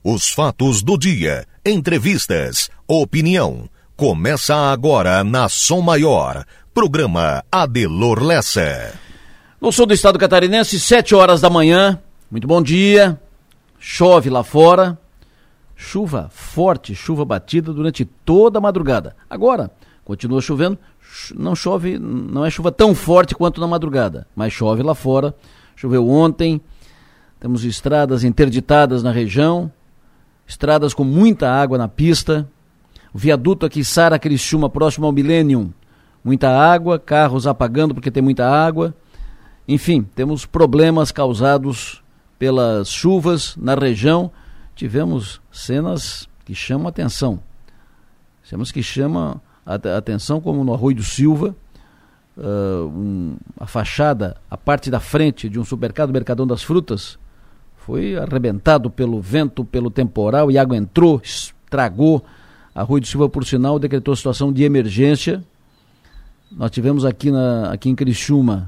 Os fatos do dia, entrevistas, opinião. Começa agora na Som Maior. Programa Adelor Lessa. No sul do estado catarinense, 7 horas da manhã. Muito bom dia. Chove lá fora. Chuva forte, chuva batida durante toda a madrugada. Agora, continua chovendo. Não chove, não é chuva tão forte quanto na madrugada, mas chove lá fora. Choveu ontem. Temos estradas interditadas na região. Estradas com muita água na pista. O viaduto aqui Sara Criciúma, próximo ao Millennium. Muita água, carros apagando porque tem muita água. Enfim, temos problemas causados pelas chuvas na região. Tivemos cenas que chamam a atenção. Cenas que chamam a atenção, como no Arroio do Silva. A fachada, a parte da frente de um supermercado, Mercadão das Frutas, foi arrebentado pelo vento, pelo temporal, e a água entrou, estragou. Arroio do Silva, por sinal, decretou situação de emergência. Nós tivemos aqui em Criciúma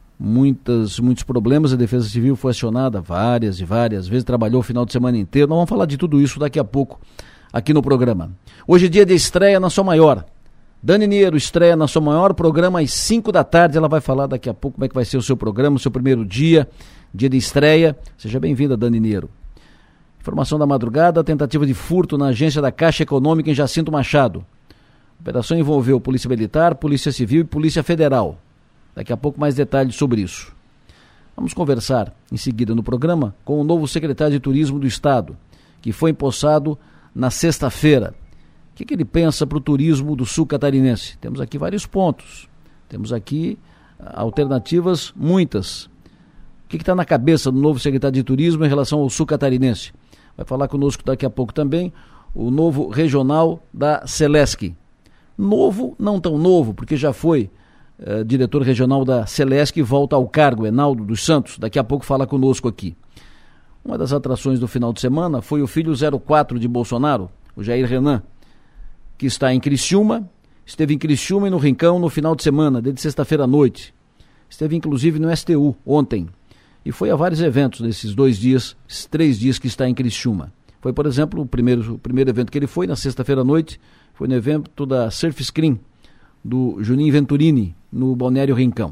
muitos problemas. A Defesa Civil foi acionada várias vezes, trabalhou o final de semana inteiro. Nós vamos falar de tudo isso daqui a pouco aqui no programa. Hoje é dia de estreia na Som Maior. Dani Niero estreia na Som Maior, programa às 5 da tarde. Ela vai falar daqui a pouco como é que vai ser o seu programa, o seu primeiro dia de estreia. Seja bem-vinda, Dani Niero. Informação da madrugada: tentativa de furto na agência da Caixa Econômica em Jacinto Machado. A operação envolveu Polícia Militar, Polícia Civil e Polícia Federal. Daqui a pouco mais detalhes sobre isso. Vamos conversar em seguida no programa com o novo secretário de Turismo do Estado, que foi empossado na sexta-feira. O que ele pensa para o turismo do sul catarinense? Temos aqui vários pontos. Temos aqui alternativas muitas. O que está na cabeça do novo secretário de Turismo em relação ao sul catarinense? Vai falar conosco daqui a pouco também o novo regional da Celesc. Novo, não tão novo, porque já foi diretor regional da Celesc e volta ao cargo, Enaldo dos Santos. Daqui a pouco fala conosco aqui. Uma das atrações do final de semana foi o filho 04 de Bolsonaro, o Jair Renan, que está em Criciúma. Esteve em Criciúma e no Rincão no final de semana, desde sexta-feira à noite. Esteve inclusive no STU ontem. E foi a vários eventos nesses 2 dias, esses 3 dias que está em Criciúma. Foi, por exemplo, o primeiro evento que ele foi, na sexta-feira à noite, foi no evento da Surf Screen, do Juninho Venturini, no Balneário Rincão.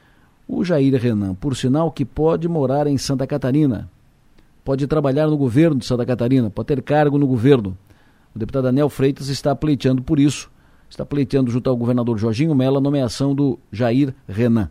O Jair Renan, por sinal, que pode morar em Santa Catarina, pode trabalhar no governo de Santa Catarina, pode ter cargo no governo. O deputado Anel Freitas está pleiteando por isso, está pleiteando junto ao governador Jorginho Mello a nomeação do Jair Renan.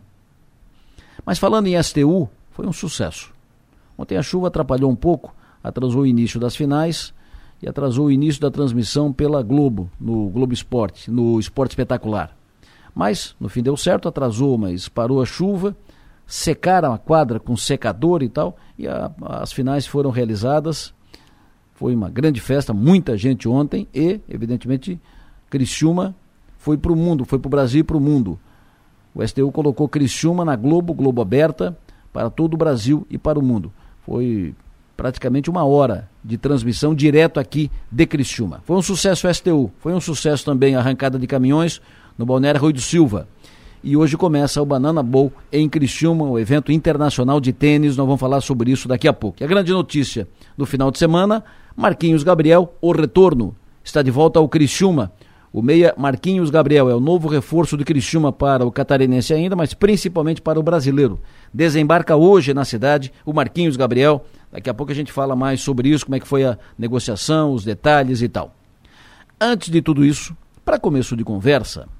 Mas falando em STU, foi um sucesso. Ontem a chuva atrapalhou um pouco, atrasou o início das finais e atrasou o início da transmissão pela Globo, no Globo Esporte, no Esporte Espetacular. Mas, no fim deu certo, atrasou, mas parou a chuva, secaram a quadra com secador e tal, e as finais foram realizadas. Foi uma grande festa, muita gente ontem e, evidentemente, Criciúma foi para o mundo, foi para o Brasil e para o mundo. O STU colocou Criciúma na Globo aberta, para todo o Brasil e para o mundo. Foi praticamente 1 hora de transmissão direto aqui de Criciúma. Foi um sucesso o STU, foi um sucesso também a arrancada de caminhões no Balneário Arroio do Silva. E hoje começa o Banana Bowl em Criciúma, o evento internacional de tênis. Nós vamos falar sobre isso daqui a pouco. E a grande notícia do final de semana: Marquinhos Gabriel, o retorno, está de volta ao Criciúma. O meia Marquinhos Gabriel é o novo reforço do Criciúma para o catarinense ainda, mas principalmente para o brasileiro. Desembarca hoje na cidade o Marquinhos Gabriel. Daqui a pouco a gente fala mais sobre isso, como é que foi a negociação, os detalhes e tal. Antes de tudo isso, para começo de conversa,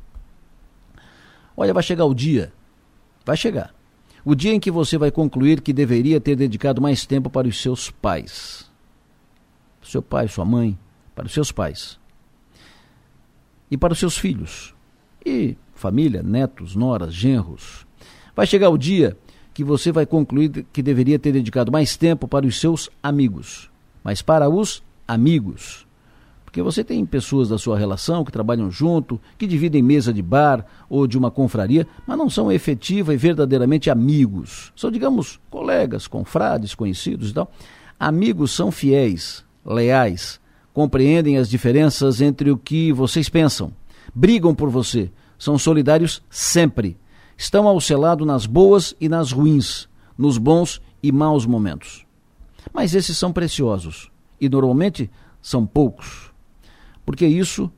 olha, vai chegar o dia, o dia em que você vai concluir que deveria ter dedicado mais tempo para os seus pais. Seu pai, sua mãe, para os seus pais. E para os seus filhos. E família, netos, noras, genros. Vai chegar o dia que você vai concluir que deveria ter dedicado mais tempo para os seus amigos. Mas para os amigos. Porque você tem pessoas da sua relação que trabalham junto, que dividem mesa de bar ou de uma confraria, mas não são efetiva e verdadeiramente amigos. São, digamos, colegas, confrades, conhecidos e tal. Amigos são fiéis, leais, compreendem as diferenças entre o que vocês pensam, brigam por você, são solidários sempre, estão ao seu lado nas boas e nas ruins, nos bons e maus momentos. Mas esses são preciosos e normalmente são poucos, porque isso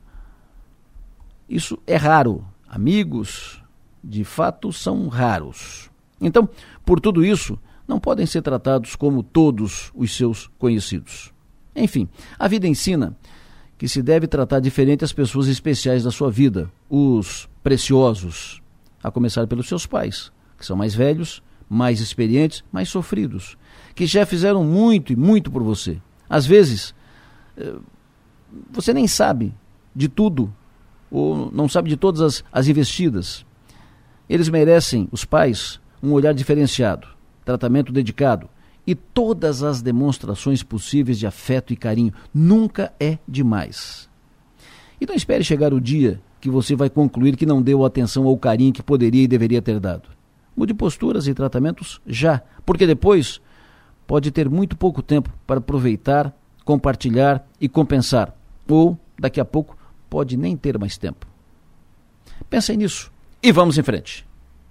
é raro. Amigos, de fato, são raros. Então, por tudo isso, não podem ser tratados como todos os seus conhecidos. Enfim, a vida ensina que se deve tratar diferente as pessoas especiais da sua vida, os preciosos, a começar pelos seus pais, que são mais velhos, mais experientes, mais sofridos, que já fizeram muito e muito por você. Às vezes, você nem sabe de tudo, ou não sabe de todas as investidas. Eles merecem, os pais, um olhar diferenciado, tratamento dedicado e todas as demonstrações possíveis de afeto e carinho. Nunca é demais. E não espere chegar o dia que você vai concluir que não deu a atenção ou carinho que poderia e deveria ter dado. Mude posturas e tratamentos já, porque depois pode ter muito pouco tempo para aproveitar, compartilhar e compensar. Ou, daqui a pouco, pode nem ter mais tempo. Pensem nisso e vamos em frente.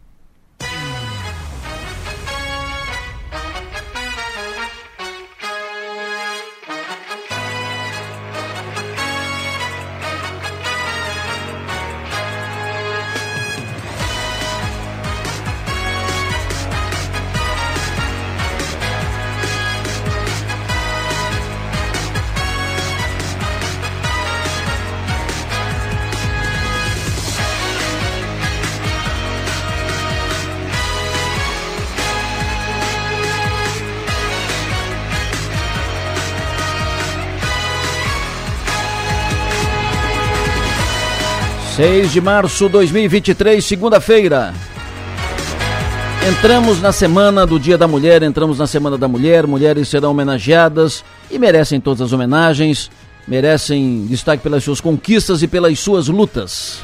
(6 de março de 2023, segunda-feira). Entramos na semana do Dia da Mulher, entramos na Semana da Mulher. Mulheres serão homenageadas e merecem todas as homenagens, merecem destaque pelas suas conquistas e pelas suas lutas.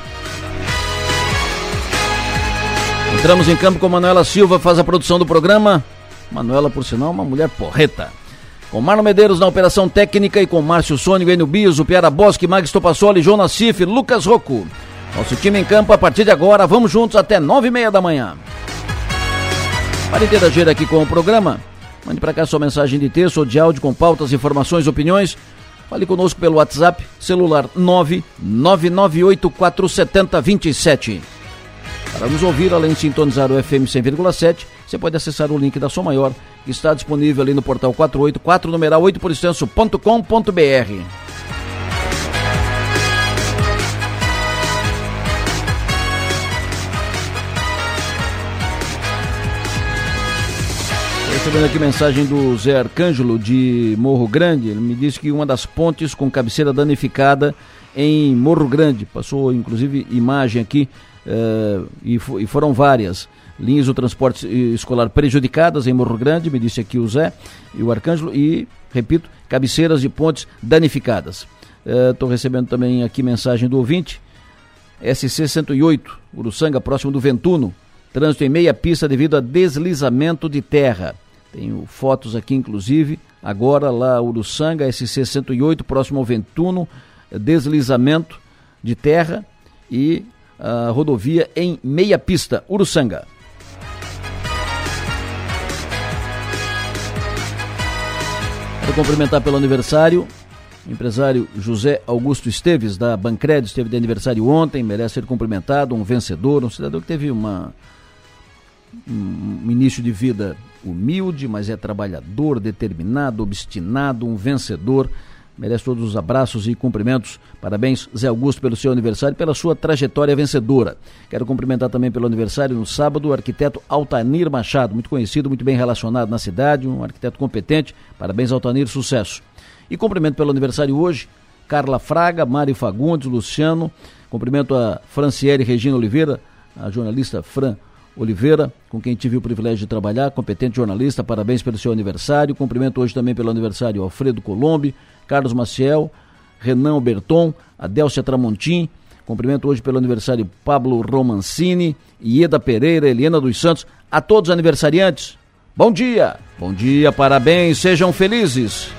Entramos em campo com Manuela Silva, faz a produção do programa. Manuela, por sinal, uma mulher porreta. Com Marlon Medeiros na operação técnica e com Márcio Sônico, Enio Bias, o Piara Bosque, Max Topassoli, João Nassif, Lucas Rocco. Nosso time em campo a partir de agora, vamos juntos até 9h30 da manhã. Para interagir aqui com o programa, mande para cá sua mensagem de texto ou de áudio com pautas, informações, opiniões. Fale conosco pelo WhatsApp, celular 999847027. Para nos ouvir, além de sintonizar o FM 100,7, você pode acessar o link da Som Maior, que está disponível ali no portal 484, numeral 8porextenso.com.br. Recebendo aqui mensagem do Zé Arcângelo de Morro Grande. Ele me disse que uma das pontes com cabeceira danificada em Morro Grande, passou inclusive imagem aqui, e foram várias linhas do transporte escolar prejudicadas em Morro Grande, me disse aqui o Zé e o Arcângelo, e, repito, cabeceiras de pontes danificadas. Estou recebendo também aqui mensagem do ouvinte, SC-108, Uruçanga, próximo do Ventuno, trânsito em meia pista devido a deslizamento de terra. Tenho fotos aqui, inclusive, agora lá Uruçanga, SC-108, próximo ao Ventuno, deslizamento de terra e a rodovia em meia pista, Uruçanga. Quero cumprimentar pelo aniversário o empresário José Augusto Esteves, da Bancred, esteve de aniversário ontem, merece ser cumprimentado, um vencedor, um cidadão que teve um início de vida humilde, mas é trabalhador, determinado, obstinado, um vencedor, merece todos os abraços e cumprimentos. Parabéns, Zé Augusto, pelo seu aniversário e pela sua trajetória vencedora. Quero cumprimentar também pelo aniversário no sábado o arquiteto Altanir Machado, muito conhecido, muito bem relacionado na cidade, um arquiteto competente. Parabéns, Altanir, sucesso. E cumprimento pelo aniversário hoje Carla Fraga, Mário Fagundes, Luciano. Cumprimento a Franciele Regina Oliveira, a jornalista Fran Oliveira, com quem tive o privilégio de trabalhar, competente jornalista, parabéns pelo seu aniversário. Cumprimento hoje também pelo aniversário Alfredo Colombi, Carlos Maciel, Renan Berton, Adélcia Tramontim. Cumprimento hoje pelo aniversário Pablo Romancini, Ieda Pereira, Eliana dos Santos. A todos os aniversariantes, bom dia, parabéns, sejam felizes.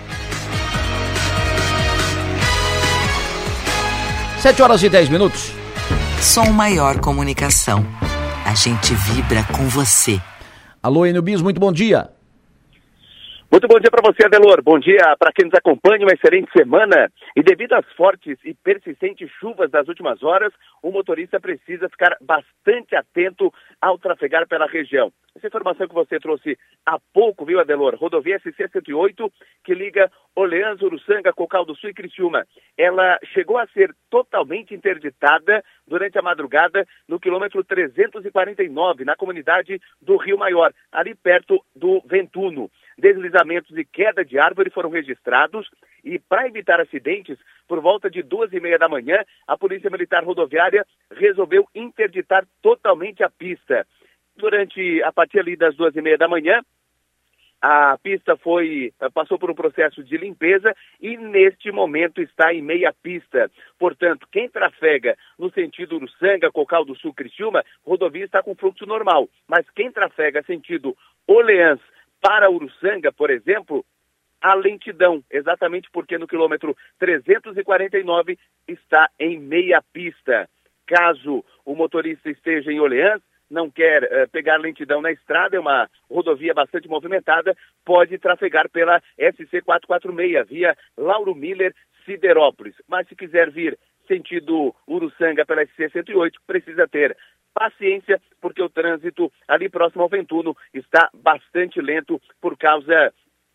7h10. Som Maior Comunicação. A gente vibra com você. Alô, Enio Bis, muito bom dia. Muito bom dia para você, Adelor. Bom dia para quem nos acompanha, uma excelente semana. E devido às fortes e persistentes chuvas das últimas horas, o motorista precisa ficar bastante atento ao trafegar pela região. Essa informação que você trouxe há pouco, viu, Adelor? Rodovia SC-108, que liga Orleans, Uruçanga, Cocal do Sul e Criciúma. Ela chegou a ser totalmente interditada durante a madrugada no quilômetro 349, na comunidade do Rio Maior, ali perto do Ventuno. Deslizamentos e queda de árvore foram registrados e, para evitar acidentes, por volta de 2h30 da manhã, a Polícia Militar Rodoviária resolveu interditar totalmente a pista. A partir ali das 2h30 da manhã, a pista passou por um processo de limpeza e neste momento está em meia pista. Portanto, quem trafega no sentido Uruçanga, Cocal do Sul, Criciúma, rodovia está com fluxo normal. Mas quem trafega sentido Orleans para Uruçanga, por exemplo, a lentidão, exatamente porque no quilômetro 349 está em meia pista. Caso o motorista esteja em Orleans, não quer pegar lentidão na estrada, é uma rodovia bastante movimentada, pode trafegar pela SC-446, via Lauro Miller, Siderópolis. Mas se quiser vir sentido Uruçanga pela SC-108, precisa ter paciência, porque o trânsito ali próximo ao Ventuno está bastante lento por causa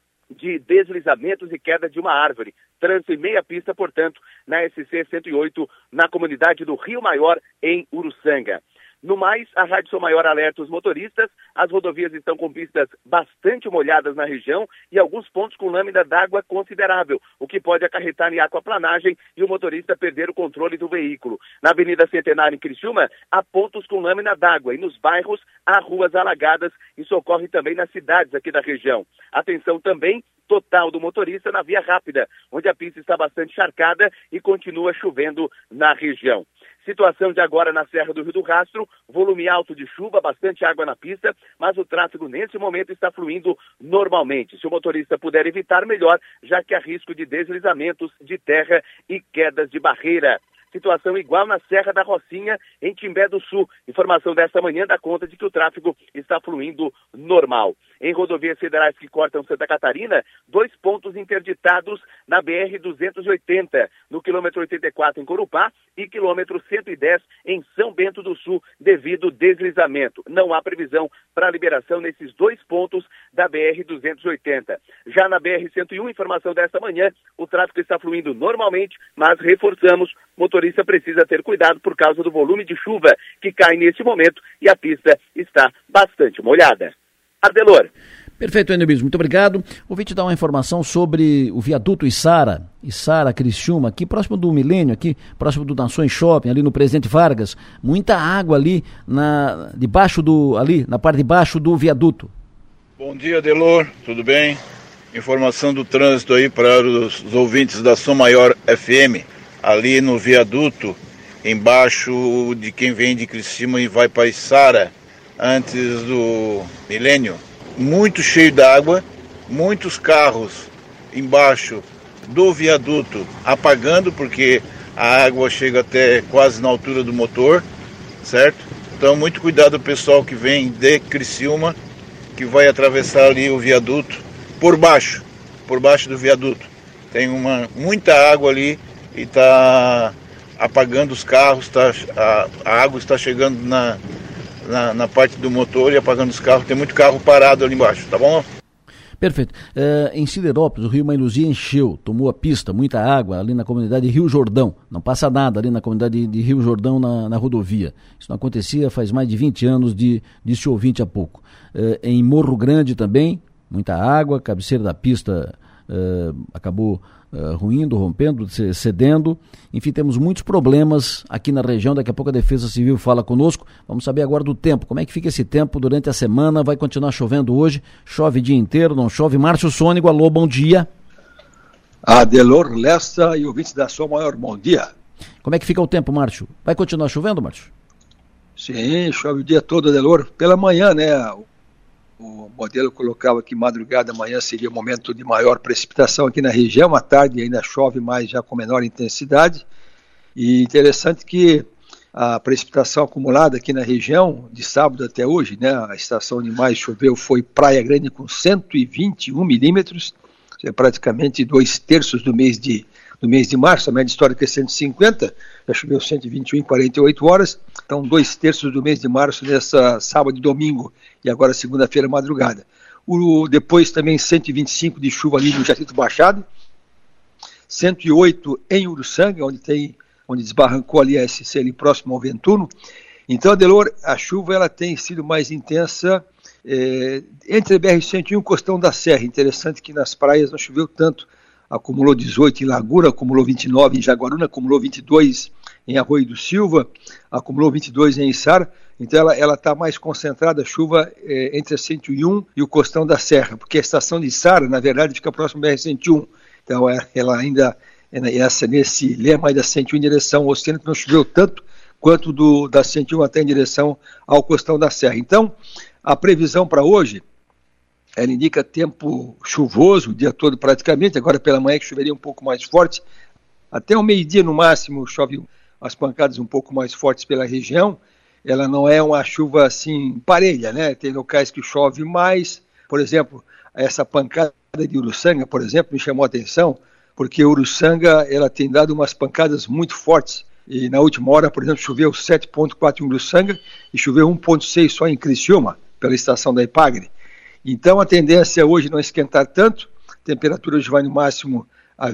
de deslizamentos e queda de uma árvore. Trânsito em meia pista, portanto, na SC-108, na comunidade do Rio Maior, em Uruçanga. No mais, a Rádio Som Maior alerta os motoristas, as rodovias estão com pistas bastante molhadas na região e alguns pontos com lâmina d'água considerável, o que pode acarretar em aquaplanagem e o motorista perder o controle do veículo. Na Avenida Centenário, em Criciúma, há pontos com lâmina d'água e nos bairros há ruas alagadas. Isso ocorre também nas cidades aqui da região. Atenção também total do motorista na via rápida, onde a pista está bastante encharcada e continua chovendo na região. Situação de agora na Serra do Rio do Rastro, volume alto de chuva, bastante água na pista, mas o tráfego nesse momento está fluindo normalmente. Se o motorista puder evitar, melhor, já que há risco de deslizamentos de terra e quedas de barreira. Situação igual na Serra da Rocinha, em Timbé do Sul. Informação desta manhã dá conta de que o tráfego está fluindo normal. Em rodovias federais que cortam Santa Catarina, 2 pontos interditados na BR-280, no quilômetro 84 em Corupá e quilômetro 110 em São Bento do Sul, devido ao deslizamento. Não há previsão para liberação nesses 2 pontos da BR-280. Já na BR-101, informação desta manhã, o tráfego está fluindo normalmente, mas reforçamos, motorista precisa ter cuidado por causa do volume de chuva que cai neste momento e a pista está bastante molhada. Adelor. Perfeito, Enio, muito obrigado. Vou te dar uma informação sobre o viaduto Içara Criciúma, aqui próximo do Milênio, aqui próximo do Nações Shopping, ali no Presidente Vargas. Muita água ali na parte de baixo do viaduto. Bom dia, Adelor, tudo bem? Informação do trânsito aí para os ouvintes da Som Maior FM. Ali no viaduto, embaixo de quem vem de Criciúma e vai para Içara, antes do Milênio, muito cheio d'água, muitos carros embaixo do viaduto apagando, porque a água chega até quase na altura do motor, certo? Então muito cuidado pessoal que vem de Criciúma, que vai atravessar ali o viaduto, por baixo do viaduto. Tem muita água ali e está apagando os carros, a água está chegando na parte do motor e apagando os carros. Tem muito carro parado ali embaixo, tá bom? Perfeito. Em Siderópolis, o rio Mainuzia encheu, tomou a pista, muita água ali na comunidade de Rio Jordão. Não passa nada ali na comunidade de Rio Jordão na rodovia. Isso não acontecia faz mais de 20 anos, disse o ouvinte há pouco. Em Morro Grande também, muita água, cabeceira da pista acabou ruindo, rompendo, cedendo. Enfim, temos muitos problemas aqui na região. Daqui a pouco a Defesa Civil fala conosco. Vamos saber agora do tempo. Como é que fica esse tempo durante a semana? Vai continuar chovendo hoje? Chove o dia inteiro, não chove? Márcio Sônico, alô, bom dia. Adelor Lessa e ouvintes da Som Maior, bom dia. Como é que fica o tempo, Márcio? Vai continuar chovendo, Márcio? Sim, chove o dia todo, Adelor. Pela manhã, né? O modelo colocava que madrugada, amanhã seria o momento de maior precipitação aqui na região. À tarde ainda chove, mas já com menor intensidade. E interessante que a precipitação acumulada aqui na região, de sábado até hoje, né, a estação onde mais choveu foi Praia Grande com 121 milímetros, é praticamente 2/3 do mês de março, a média histórica é 150, já choveu 121 em 48 horas, então 2/3 do mês de março nessa sábado e domingo, e agora segunda-feira madrugada. Depois também 125 de chuva ali no Jacito Baixado, 108 em Uruçanga, onde desbarrancou ali a SC ali próximo ao Ventuno. Então, Adelor, a chuva ela tem sido mais intensa entre a BR-101 e o Costão da Serra. Interessante que nas praias não choveu tanto. Acumulou 18 em Laguna, acumulou 29 em Jaguaruna, acumulou 22 em Arroio do Silva, acumulou 22 em Içara. Então ela está mais concentrada, a chuva entre a 101 e o Costão da Serra, porque a estação de Içara, na verdade, fica próximo ao BR-101. Então ela ainda nesse lema aí da 101 em direção ao oceano, que não choveu tanto quanto da 101 até em direção ao Costão da Serra. Então, a previsão para hoje, ela indica tempo chuvoso o dia todo praticamente, agora pela manhã que choveria um pouco mais forte, até o meio-dia no máximo chove as pancadas um pouco mais fortes pela região. Ela não é uma chuva assim parelha, né? Tem locais que chove mais, por exemplo, essa pancada de Uruçanga, por exemplo, me chamou a atenção, porque Uruçanga ela tem dado umas pancadas muito fortes, e na última hora, por exemplo, choveu 7,4 em Uruçanga e choveu 1,6 só em Criciúma, pela estação da Ipagre. Então a tendência é hoje não esquentar tanto, a temperatura hoje vai no máximo a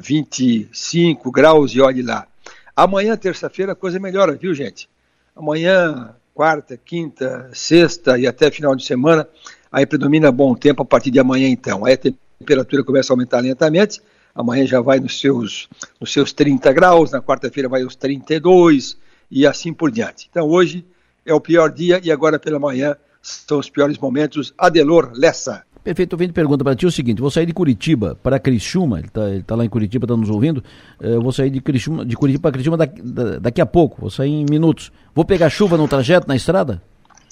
25 graus e olhe lá. Amanhã, terça-feira, a coisa melhora, viu, gente? Amanhã, quarta, quinta, sexta e até final de semana, aí predomina bom tempo a partir de amanhã então. Aí a temperatura começa a aumentar lentamente, amanhã já vai nos seus 30 graus, na quarta-feira vai aos 32 e assim por diante. Então hoje é o pior dia e agora pela manhã são os piores momentos. Adelor Lessa. Perfeito, eu venho de pergunta para ti o seguinte, vou sair de Curitiba para Criciúma, ele tá lá em Curitiba, está nos ouvindo, vou sair de Curitiba para Criciúma daqui a pouco, vou sair em minutos. Vou pegar chuva no trajeto, na estrada?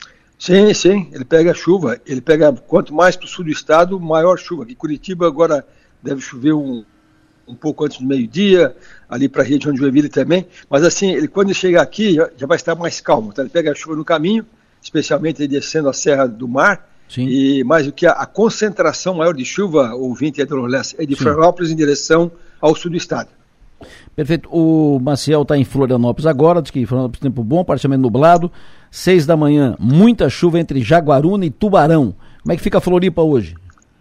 Sim, ele pega chuva, quanto mais para o sul do estado, maior chuva. Aqui Curitiba agora deve chover um pouco antes do meio-dia, ali para a região de Joinville também, mas assim, quando ele chegar aqui, já vai estar mais calmo, tá? Ele pega a chuva no caminho, especialmente descendo a Serra do Mar. Sim. E mais do que a concentração maior de chuva, ouvinte, é de Florianópolis em direção ao sul do estado. Perfeito. O Maciel está em Florianópolis agora, diz que Florianópolis tempo bom, parcialmente nublado, 6 da manhã, muita chuva entre Jaguaruna e Tubarão. Como é que fica a Floripa hoje?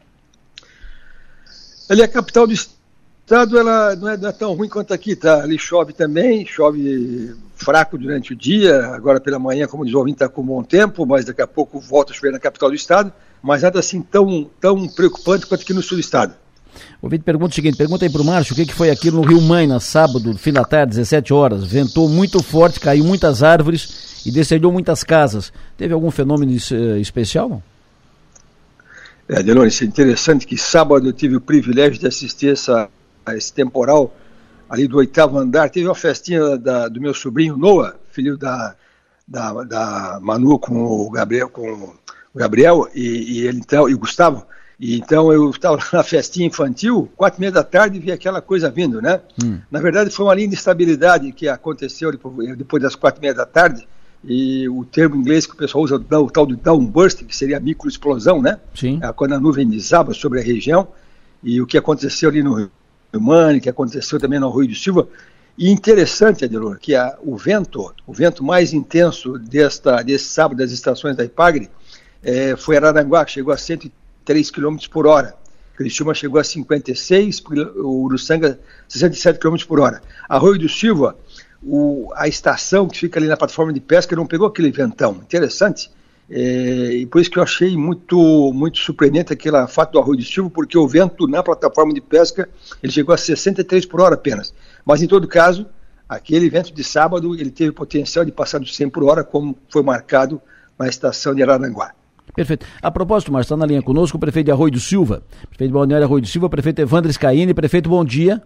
Ali a capital do estado, ela não é tão ruim quanto aqui, tá? Ali chove também, chove fraco durante o dia, agora pela manhã, como diz o ouvinte, está com bom tempo, mas daqui a pouco volta a chover na capital do estado, mas nada assim tão preocupante quanto aqui no sul do estado. O ouvinte pergunta o seguinte, pergunta aí para o Márcio, o que foi aquilo no Rio Maina, sábado, fim da tarde, 17 horas, ventou muito forte, caiu muitas árvores e descendeu muitas casas. Teve algum fenômeno especial, não? Delor, isso é interessante que sábado eu tive o privilégio de assistir a esse temporal ali do 8º andar. Teve uma festinha do meu sobrinho Noah, filho da Manu com o Gabriel e ele então, e o Gustavo. E então eu estava na festinha infantil, 4h30 da tarde, e vi aquela coisa vindo, né? Na verdade foi uma linda instabilidade que aconteceu depois das 4h30 da tarde, e o termo em inglês que o pessoal usa, o tal do downburst, que seria a microexplosão, né? Sim. Quando a nuvem desaba sobre a região, e o que aconteceu ali no Rio Mani, que aconteceu também no Arroio do Silva. E interessante, Adelor, que o vento mais intenso desse sábado das estações da Ipagre foi Araranguá, que chegou a 103 km por hora. Criciúma chegou a 56, o Uruçanga 67 km por hora. Arroio do Silva, a estação que fica ali na plataforma de pesca não pegou aquele ventão. Interessante. E por isso que eu achei muito, muito surpreendente aquele fato do Arroio do Silva, porque o vento na plataforma de pesca ele chegou a 63 por hora apenas. Mas em todo caso, aquele vento de sábado ele teve potencial de passar dos 100 por hora, como foi marcado na estação de Araranguá. Perfeito. A propósito, Márcio, está na linha conosco o prefeito de Arroio do Silva, prefeito de Balneário Arroio do Silva, prefeito Evandro Scaini. Prefeito, bom dia.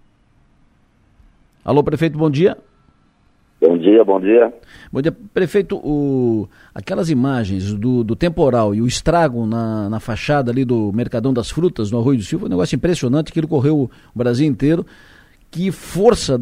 Alô, prefeito, bom dia. Bom dia. Bom dia, prefeito. Aquelas imagens do temporal e o estrago na fachada ali do Mercadão das Frutas, no Arroio do Silva, um negócio impressionante, aquilo correu o Brasil inteiro. que força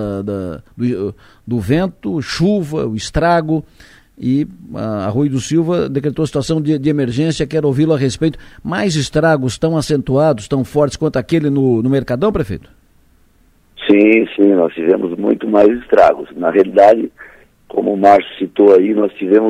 do vento, chuva, o estrago, e a Rui do Silva decretou a situação de emergência. Quero ouvi-lo a respeito. Mais estragos tão acentuados, tão fortes quanto aquele no Mercadão, prefeito? Sim, nós tivemos muito mais estragos. Na realidade, como o Márcio citou aí, nós tivemos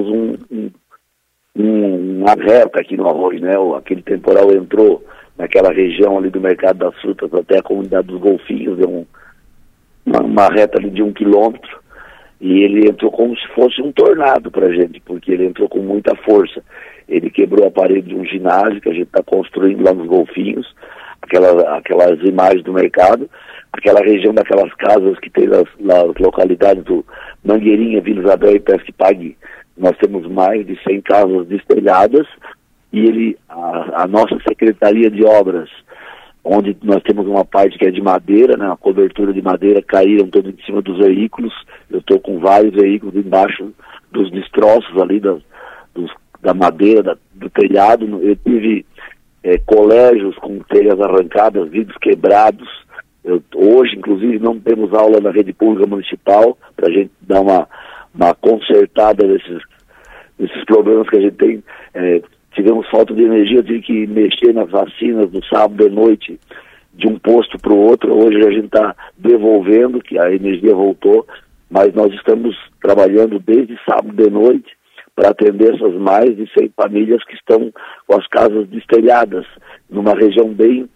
uma reta aqui no Arroio, né? Aquele temporal entrou naquela região ali do Mercado das Frutas até a comunidade dos Golfinhos, deu uma reta ali de 1 quilômetro, e ele entrou como se fosse um tornado pra gente, porque ele entrou com muita força. Ele quebrou a parede de um ginásio que a gente está construindo lá nos Golfinhos, aquelas imagens do mercado, aquela região daquelas casas que tem nas localidades do Mangueirinha, Vila Isabel e Pesque Pague. Nós temos mais de 100 casas destelhadas, e a nossa Secretaria de Obras, onde nós temos uma parte que é de madeira, né, uma cobertura de madeira, caíram todos em cima dos veículos. Eu estou com vários veículos embaixo dos destroços ali da madeira, do telhado. Eu tive colégios com telhas arrancadas, vidros quebrados. Hoje, inclusive, não temos aula na rede pública municipal, para a gente dar uma consertada nesses problemas que a gente tem. Tivemos falta de energia, tive que mexer nas vacinas no sábado de noite, de um posto para o outro. Hoje a gente está devolvendo, que a energia voltou, mas nós estamos trabalhando desde sábado de noite para atender essas mais de 100 famílias que estão com as casas destelhadas, numa região bem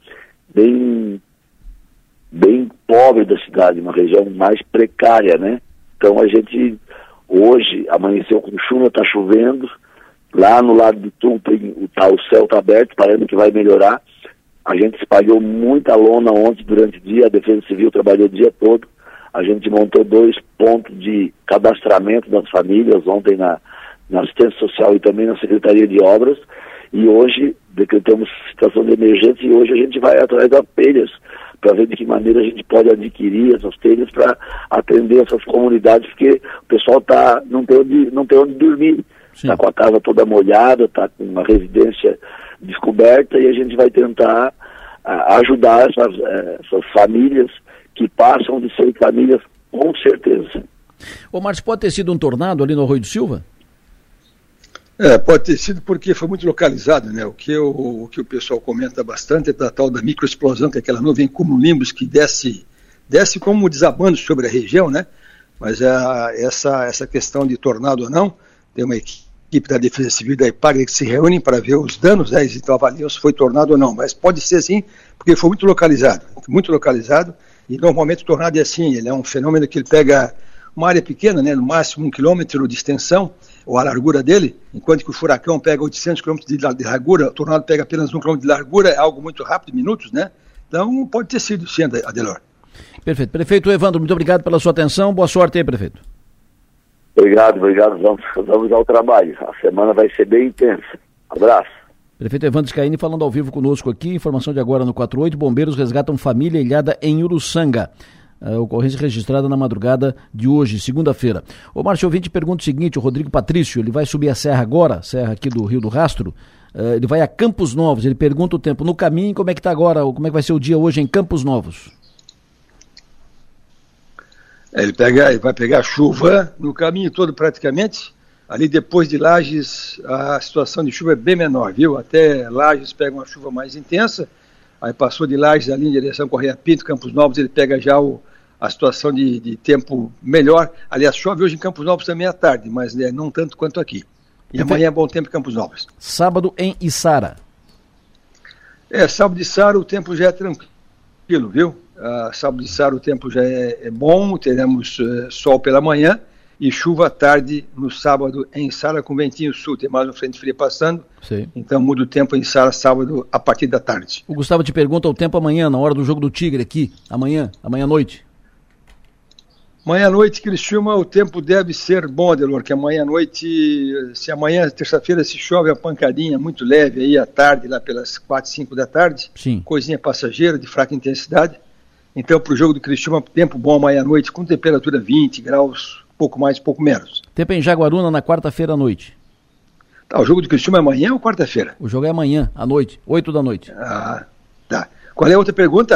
pobre da cidade, uma região mais precária, né? Então a gente hoje amanheceu com chuva, está chovendo. Lá no lado do Tum o céu está aberto, parece que vai melhorar. A gente espalhou muita lona ontem durante o dia, a Defesa Civil trabalhou o dia todo. A gente montou 2 pontos de cadastramento das famílias, ontem na assistência social e também na Secretaria de Obras. E hoje decretamos situação de emergência, e hoje a gente vai atrás das telhas, para ver de que maneira a gente pode adquirir essas telhas para atender essas comunidades, porque o pessoal não tem onde dormir. Está com a casa toda molhada, está com uma residência descoberta, e a gente vai tentar ajudar essas famílias que passam de 100 famílias, com certeza. Ô Márcio, pode ter sido um tornado ali no Arroio do Silva? Pode ter sido, porque foi muito localizado, né? O que o pessoal comenta bastante é da tal da microexplosão, que é aquela nuvem cumulonimbus que desce como desabando sobre a região, né? Mas essa questão de tornado ou não, tem uma equipe da Defesa Civil da IPAG que se reúnem para ver os danos, né, então avaliam se foi tornado ou não, mas pode ser sim, porque foi muito localizado, e normalmente o tornado é assim, ele é um fenômeno que ele pega uma área pequena, né, no máximo 1 quilômetro de extensão, ou a largura dele, enquanto que o furacão pega 800 quilômetros de largura, o tornado pega apenas 1 quilômetro de largura, é algo muito rápido, minutos, né, então pode ter sido sim, Adelor. Perfeito. Prefeito Evandro, muito obrigado pela sua atenção, boa sorte aí, prefeito. Obrigado, vamos ao trabalho. A semana vai ser bem intensa. Abraço. Prefeito Evandro Scaini falando ao vivo conosco aqui, informação de agora no 48, bombeiros resgatam família ilhada em Uruçanga. Ocorrência registrada na madrugada de hoje, segunda-feira. O Márcio ouvinte pergunta o seguinte, o Rodrigo Patrício, ele vai subir a serra agora, serra aqui do Rio do Rastro, ele vai a Campos Novos, ele pergunta o tempo no caminho, como é que está agora, como é que vai ser o dia hoje em Campos Novos? Ele vai pegar chuva no caminho todo praticamente. Ali depois de Lages a situação de chuva é bem menor, viu? Até Lages pega uma chuva mais intensa, aí passou de Lages ali em direção Correia Pinto, Campos Novos, ele pega já a situação de tempo melhor. Aliás, chove hoje em Campos Novos também à tarde, mas não tanto quanto aqui. E amanhã é bom tempo em Campos Novos. Sábado em Içara. Sábado de Içara o tempo já é tranquilo, viu? Sábado de Içara o tempo já é bom, teremos sol pela manhã e chuva à tarde no sábado em Içara com ventinho sul, tem mais uma frente fria passando. Sim. Então muda o tempo em Içara sábado a partir da tarde. O Gustavo te pergunta o tempo amanhã, na hora do jogo do Tigre aqui, amanhã à noite. Amanhã à noite, Criciúma, o tempo deve ser bom, Adelor, que amanhã à noite, se amanhã, terça-feira, se chove a pancadinha muito leve aí à tarde, lá pelas 4, 5 da tarde, sim, coisinha passageira, de fraca intensidade. Então, para o jogo do Criciúma, tempo bom amanhã à noite, com temperatura 20 graus, pouco mais, pouco menos. Tempo em Jaguaruna na quarta-feira à noite. O jogo do Criciúma é amanhã ou quarta-feira? O jogo é amanhã, à noite, 8 da noite. Tá. Qual é a outra pergunta?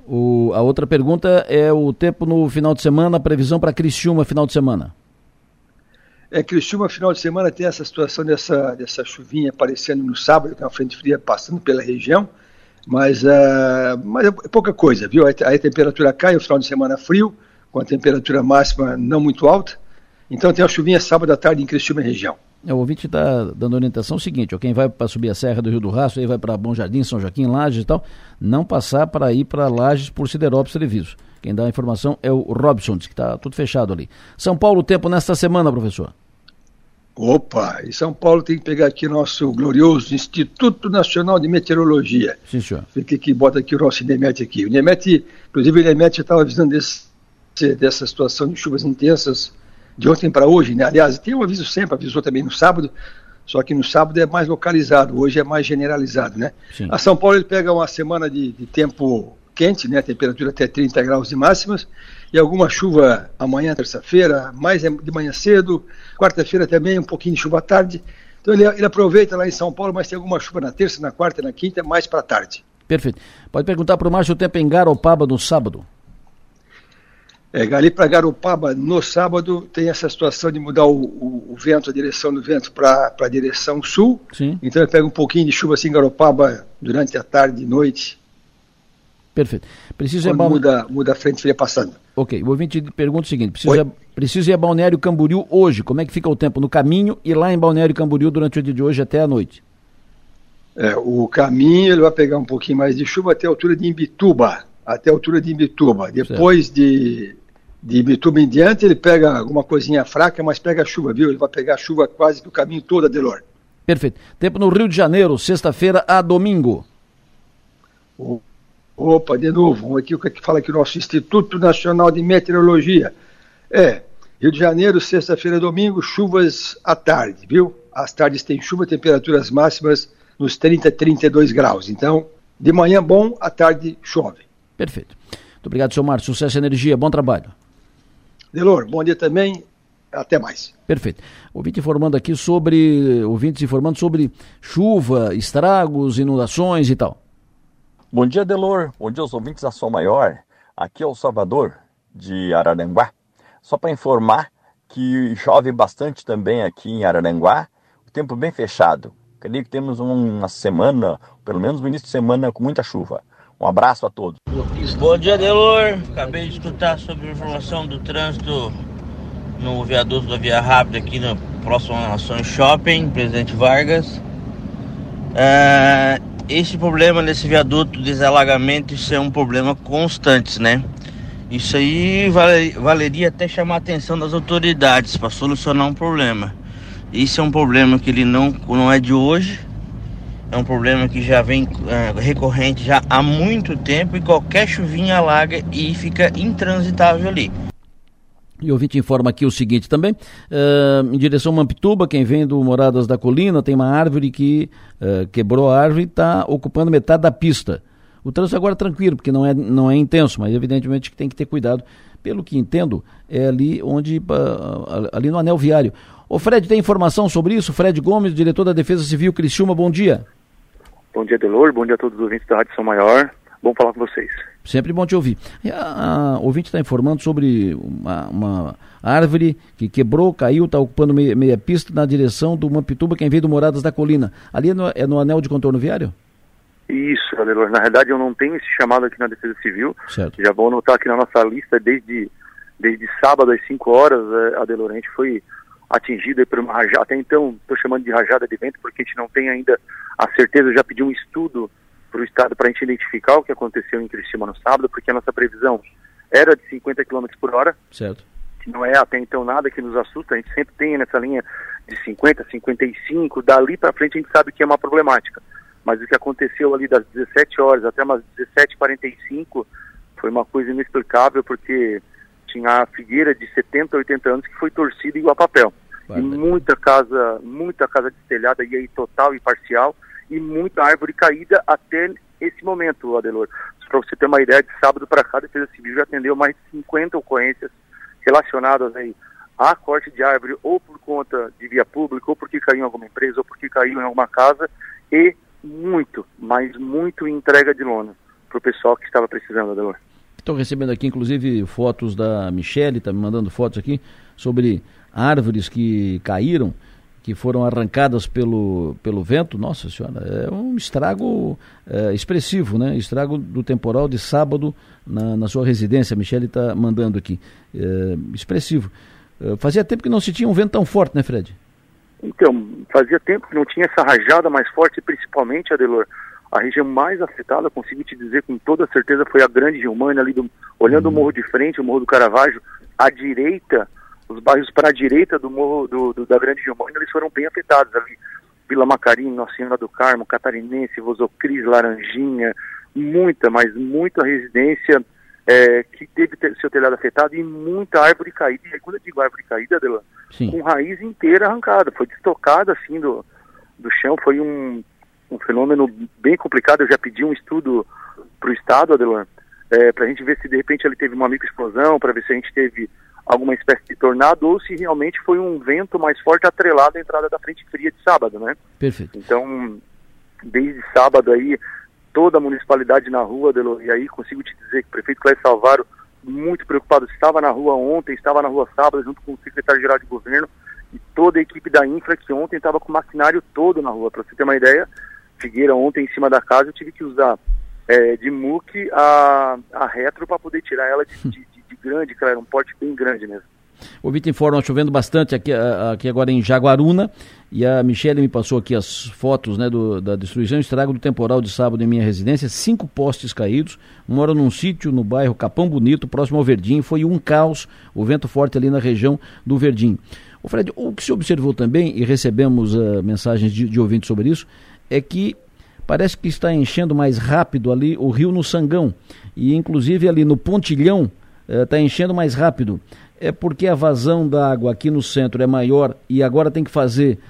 A outra pergunta é o tempo no final de semana, a previsão para Criciúma final de semana. Criciúma final de semana tem essa situação dessa chuvinha aparecendo no sábado, com a frente fria passando pela região, mas é pouca coisa, viu? Aí a temperatura cai, o final de semana frio, com a temperatura máxima não muito alta, então tem a chuvinha sábado à tarde em Criciúma e região. O ouvinte está dando orientação seguinte, quem vai para subir a Serra do Rio do Rastro, aí vai para Bom Jardim, São Joaquim, Lages e tal, não passar para ir para Lages por Siderópolis Treviso. Quem dá a informação é o Robson, diz que está tudo fechado ali. São Paulo, tempo nesta semana, professor? Opa, em São Paulo tem que pegar aqui o nosso glorioso Instituto Nacional de Meteorologia. Sim, senhor. Fica aqui, bota aqui o nosso INEMET aqui. O INEMET, inclusive o INEMET estava avisando dessa situação de chuvas intensas de ontem para hoje, né? Aliás, tem um aviso sempre, avisou também no sábado, só que no sábado é mais localizado, hoje é mais generalizado, né? Sim. A São Paulo ele pega uma semana de tempo quente, né? Temperatura até 30 graus de máximas, e alguma chuva amanhã, terça-feira, mais de manhã cedo, quarta-feira também, um pouquinho de chuva à tarde. Então ele aproveita lá em São Paulo, mas tem alguma chuva na terça, na quarta e na quinta, mais para tarde. Perfeito. Pode perguntar para o Márcio o tempo em Garopaba no sábado. Ali para Garopaba, no sábado, tem essa situação de mudar o vento, a direção do vento para a direção sul. Sim. Então ele pega um pouquinho de chuva assim em Garopaba durante a tarde e noite. Perfeito. Muda a frente fria passando. Ok, o ouvinte pergunta o seguinte, preciso ir a Balneário Camboriú hoje, como é que fica o tempo no caminho e lá em Balneário Camboriú durante o dia de hoje até a noite? O caminho ele vai pegar um pouquinho mais de chuva até a altura de Imbituba. Depois de Imbituba em diante, ele pega alguma coisinha fraca, mas pega chuva, viu? Ele vai pegar chuva quase que o caminho todo, Adelor. Perfeito. Tempo no Rio de Janeiro, sexta-feira a domingo. Opa, de novo, vamos aqui o que fala aqui o nosso Instituto Nacional de Meteorologia. Rio de Janeiro, sexta-feira a domingo, chuvas à tarde, viu? Às tardes tem chuva, temperaturas máximas nos 30, 32 graus. Então, de manhã bom, à tarde chove. Perfeito. Muito obrigado, senhor Márcio. Sucesso e energia. Bom trabalho. Delor, bom dia também. Até mais. Perfeito. Ouvintes informando sobre chuva, estragos, inundações e tal. Bom dia, Delor. Bom dia aos ouvintes da Som Maior. Aqui é o Salvador, de Araranguá. Só para informar que chove bastante também aqui em Araranguá. O tempo bem fechado. Creio que temos uma semana, pelo menos no início de semana, com muita chuva. Um abraço a todos. Bom dia, Delor. Acabei de escutar sobre a informação do trânsito no viaduto da Via Rápida aqui no próximo Nações Shopping, Presidente Vargas. Esse problema nesse viaduto, desalagamento, isso é um problema constante, né? Isso aí valeria até chamar a atenção das autoridades para solucionar um problema. Isso é um problema que ele não é de hoje. É um problema que já vem recorrente já há muito tempo e qualquer chuvinha alaga e fica intransitável ali. E o ouvinte informa aqui o seguinte também, em direção a Mampituba, quem vem do Moradas da Colina, tem uma árvore que quebrou a árvore e está ocupando metade da pista. O trânsito agora é tranquilo, porque não é intenso, mas evidentemente que tem que ter cuidado. Pelo que entendo, é ali ali no anel viário. O Fred tem informação sobre isso? Fred Gomes, diretor da Defesa Civil Criciúma, bom dia. Bom dia, Delor, bom dia a todos os ouvintes da Rádio Som Maior, bom falar com vocês. Sempre bom te ouvir. A ouvinte está informando sobre uma árvore que quebrou, caiu, está ocupando meia pista na direção do Mampituba, quem veio do Moradas da Colina. Ali é no anel de contorno viário? Isso, Adelor. Na verdade, eu não tenho esse chamado aqui na Defesa Civil. Certo. Já vou anotar aqui na nossa lista desde sábado às 5 horas, Adelor. A gente foi atingido por uma rajada. Até então, estou chamando de rajada de vento porque a gente não tem ainda a certeza. Eu já pedi um estudo para o Estado para a gente identificar o que aconteceu em Criciúma no sábado, porque a nossa previsão era de 50 km por hora. Certo. Que não é até então nada que nos assusta. A gente sempre tem nessa linha de 50, 55. Dali para frente a gente sabe que é uma problemática. Mas o que aconteceu ali das 17 horas até umas 17h45 foi uma coisa inexplicável, porque tinha a figueira de 70, 80 anos que foi torcida igual a papel. E muita casa destelhada, e aí total e parcial, e muita árvore caída até esse momento, Adelor. Para você ter uma ideia, de sábado para cá, a Defesa Civil já atendeu mais de 50 ocorrências relacionadas aí a corte de árvore, ou por conta de via pública, ou porque caiu em alguma empresa, ou porque caiu em alguma casa, e muito, mas muito entrega de lona. o pessoal que estava precisando, Adelor. Estou recebendo aqui, inclusive, fotos da Michele, está me mandando fotos aqui, sobre árvores que caíram, que foram arrancadas pelo vento. Nossa senhora, é um estrago expressivo, né? Estrago do temporal de sábado na sua residência. A Michele está mandando aqui. Expressivo. Fazia tempo que não se tinha um vento tão forte, né, Fred? Então, fazia tempo que não tinha essa rajada mais forte, principalmente, Adelor, a região mais afetada, consigo te dizer com toda certeza, foi a Grande Gilmânia, ali olhando o Morro de Frente, o Morro do Caravaggio, à direita, os bairros para a direita do Morro da Grande Gilmânia, eles foram bem afetados ali. Vila Macarim, Nossa Senhora do Carmo, Catarinense, Vosocris, Laranjinha, muita residência que teve seu telhado afetado e muita árvore caída. E aí, quando eu digo árvore caída, Adelor, com raiz inteira arrancada, foi destocada assim do chão, foi um fenômeno bem complicado. Eu já pedi um estudo para o Estado, Adelor, para a gente ver se de repente ele teve uma microexplosão, para ver se a gente teve alguma espécie de tornado ou se realmente foi um vento mais forte atrelado à entrada da frente fria de sábado, né? Perfeito. Então, desde sábado aí, toda a municipalidade na rua, Adelor, e aí consigo te dizer que o prefeito Clécio Salvaro, muito preocupado, estava na rua ontem, estava na rua sábado, junto com o secretário-geral de governo e toda a equipe da Infra, que ontem estava com o maquinário todo na rua. Para você ter uma ideia, Figueira, ontem em cima da casa, eu tive que usar de muque a retro para poder tirar ela de grande, que ela era um porte bem grande mesmo. O ouvinte informa, chovendo bastante aqui agora em Jaguaruna, e a Michele me passou aqui as fotos, né, da destruição e estrago do temporal de sábado em minha residência. 5 postes caídos, moro num sítio no bairro Capão Bonito, próximo ao Verdinho. Foi um caos, o vento forte ali na região do Verdinho. O Fred, o que se observou também, e recebemos mensagens de ouvintes sobre isso, é que parece que está enchendo mais rápido ali o rio no Sangão, e inclusive ali no Pontilhão está enchendo mais rápido. É porque a vazão da água aqui no centro é maior e agora tem que fazer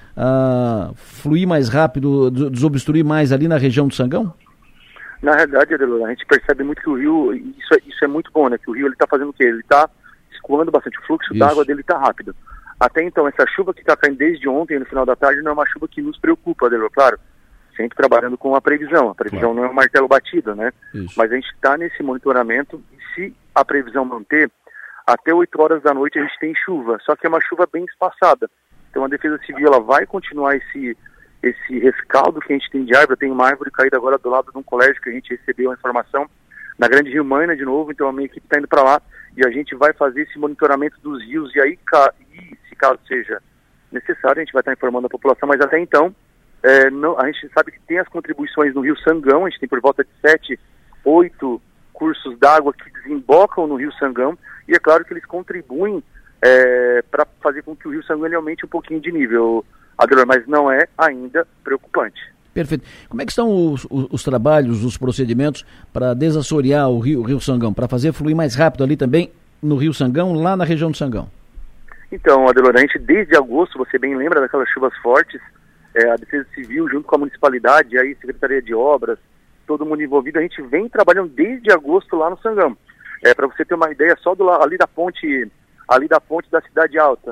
fluir mais rápido, desobstruir mais ali na região do Sangão? Na realidade, Adelor, a gente percebe muito que o rio, isso é muito bom, né? Que o rio está fazendo o quê? Ele está escoando bastante, o fluxo da água dele está rápido. Até então, essa chuva que está caindo desde ontem, no final da tarde, não é uma chuva que nos preocupa, Adelor, claro. Sempre trabalhando com a previsão. A previsão não é um martelo batido, né? Isso. Mas a gente está nesse monitoramento e se a previsão manter, até 8 horas da noite a gente tem chuva, só que é uma chuva bem espaçada. Então a Defesa Civil ela vai continuar esse rescaldo que a gente tem de árvore. Tem uma árvore caída agora do lado de um colégio que a gente recebeu a informação, na Grande Gilmânia de novo, então a minha equipe está indo para lá e a gente vai fazer esse monitoramento dos rios e aí, se caso seja necessário, a gente vai estar informando a população, mas até então, a gente sabe que tem as contribuições no Rio Sangão, a gente tem por volta de 7, 8 cursos d'água que desembocam no Rio Sangão, e é claro que eles contribuem para fazer com que o Rio Sangão aumente um pouquinho de nível, Adelor, mas não é ainda preocupante. Perfeito. Como é que estão os trabalhos, os procedimentos para desassorear o Rio Sangão, para fazer fluir mais rápido ali também no Rio Sangão, lá na região do Sangão? Então, Adelor, a gente desde agosto, você bem lembra daquelas chuvas fortes, a Defesa Civil junto com a municipalidade, aí Secretaria de Obras, todo mundo envolvido, a gente vem trabalhando desde agosto lá no Sangão. Para você ter uma ideia, só ali da ponte da Cidade Alta,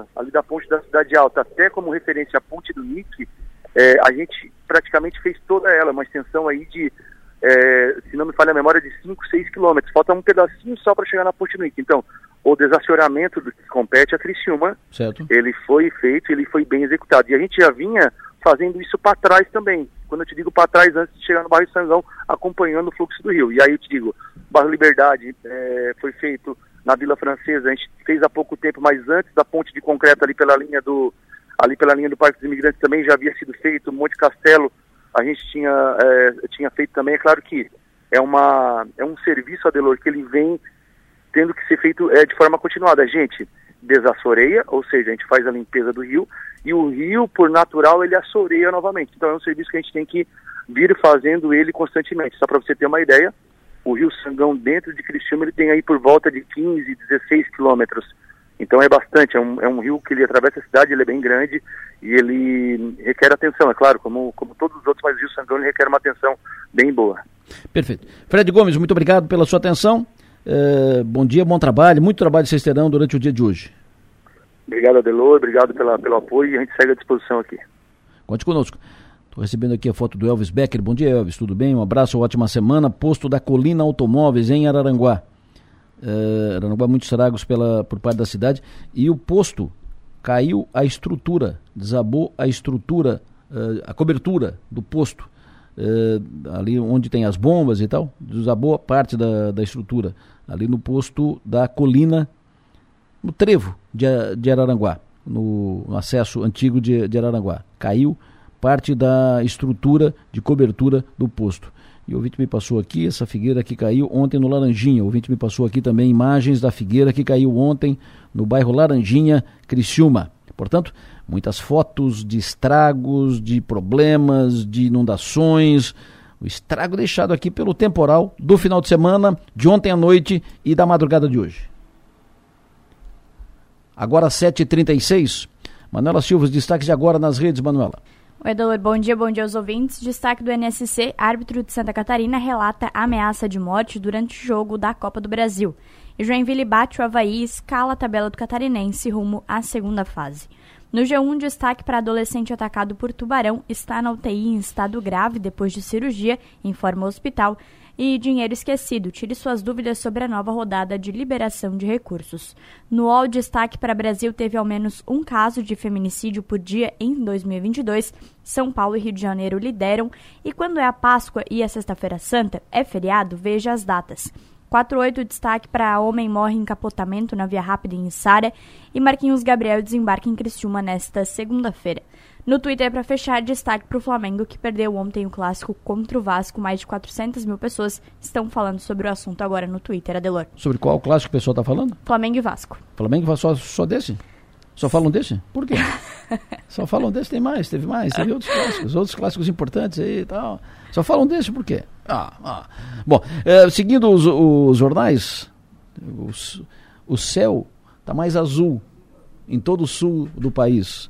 até como referência a ponte do Nique, a gente praticamente fez toda ela, uma extensão aí de, se não me falha a memória, de 5, 6 quilômetros. Falta um pedacinho só para chegar na ponte do Nique. Então, o desassoreamento do que compete a Criciúma, certo, ele foi feito, ele foi bem executado. E a gente já vinha fazendo isso para trás também. Quando eu te digo para trás, antes de chegar no bairro Sangão, acompanhando o fluxo do rio. E aí eu te digo, bairro Liberdade foi feito na Vila Francesa, a gente fez há pouco tempo, mas antes da ponte de concreto ali pela linha do Parque dos Imigrantes também já havia sido feito. Monte Castelo a gente tinha feito também. É claro que é um serviço, Adelor, que ele vem tendo que ser feito de forma continuada. A gente desassoreia, ou seja, a gente faz a limpeza do rio, e o rio, por natural, ele assoreia novamente. Então é um serviço que a gente tem que vir fazendo ele constantemente. Só para você ter uma ideia, o Rio Sangão dentro de Criciúma, ele tem aí por volta de 15, 16 quilômetros. Então é bastante, é um rio que ele atravessa a cidade, ele é bem grande e ele requer atenção, é claro, como todos os outros, mas o Rio Sangão ele requer uma atenção bem boa. Perfeito. Fred Gomes, muito obrigado pela sua atenção. Bom dia, bom trabalho, muito trabalho vocês terão durante o dia de hoje. Obrigado, Adelor, obrigado pelo apoio e a gente segue à disposição aqui. Conte conosco. Estou recebendo aqui a foto do Elvis Becker. Bom dia, Elvis, tudo bem? Um abraço, ótima semana. Posto da Colina Automóveis em Araranguá. Araranguá, muitos estragos por parte da cidade. E o posto caiu a estrutura, desabou a estrutura, a cobertura do posto. Ali onde tem as bombas e tal, desabou a parte da estrutura. Ali no posto da Colina, no trevo de Araranguá, no acesso antigo de Araranguá. Caiu parte da estrutura de cobertura do posto. E o ouvinte me passou aqui, essa figueira que caiu ontem no Laranjinha. O ouvinte me passou aqui também imagens da figueira que caiu ontem no bairro Laranjinha, Criciúma. Portanto, muitas fotos de estragos, de problemas, de inundações. O estrago deixado aqui pelo temporal do final de semana, de ontem à noite e da madrugada de hoje. Agora 7h36. Manuela Silva, os destaques de agora nas redes, Manuela. Oi, Delor, bom dia aos ouvintes. Destaque do NSC, árbitro de Santa Catarina relata ameaça de morte durante o jogo da Copa do Brasil. E Joinville bate o Avaí e escala a tabela do catarinense rumo à segunda fase. No G1, destaque para adolescente atacado por tubarão, está na UTI em estado grave depois de cirurgia, informa o hospital. E dinheiro esquecido, tire suas dúvidas sobre a nova rodada de liberação de recursos. No UOL, destaque para Brasil teve ao menos um caso de feminicídio por dia em 2022. São Paulo e Rio de Janeiro lideram. E quando é a Páscoa e a Sexta-feira Santa, é feriado, veja as datas. 4.8, destaque para homem morre em capotamento na Via Rápida em Içara. E Marquinhos Gabriel desembarca em Criciúma nesta segunda-feira. No Twitter, para fechar, destaque para o Flamengo, que perdeu ontem o clássico contra o Vasco. Mais de 400 mil pessoas estão falando sobre o assunto agora no Twitter, Adelor. Sobre qual clássico o pessoal está falando? Flamengo e Vasco. Flamengo e Vasco, só desse? Só falam desse? Por quê? Só falam desse, teve outros clássicos importantes aí e tal. Só falam desse, por quê? Bom, seguindo os jornais, o céu está mais azul em todo o sul do país.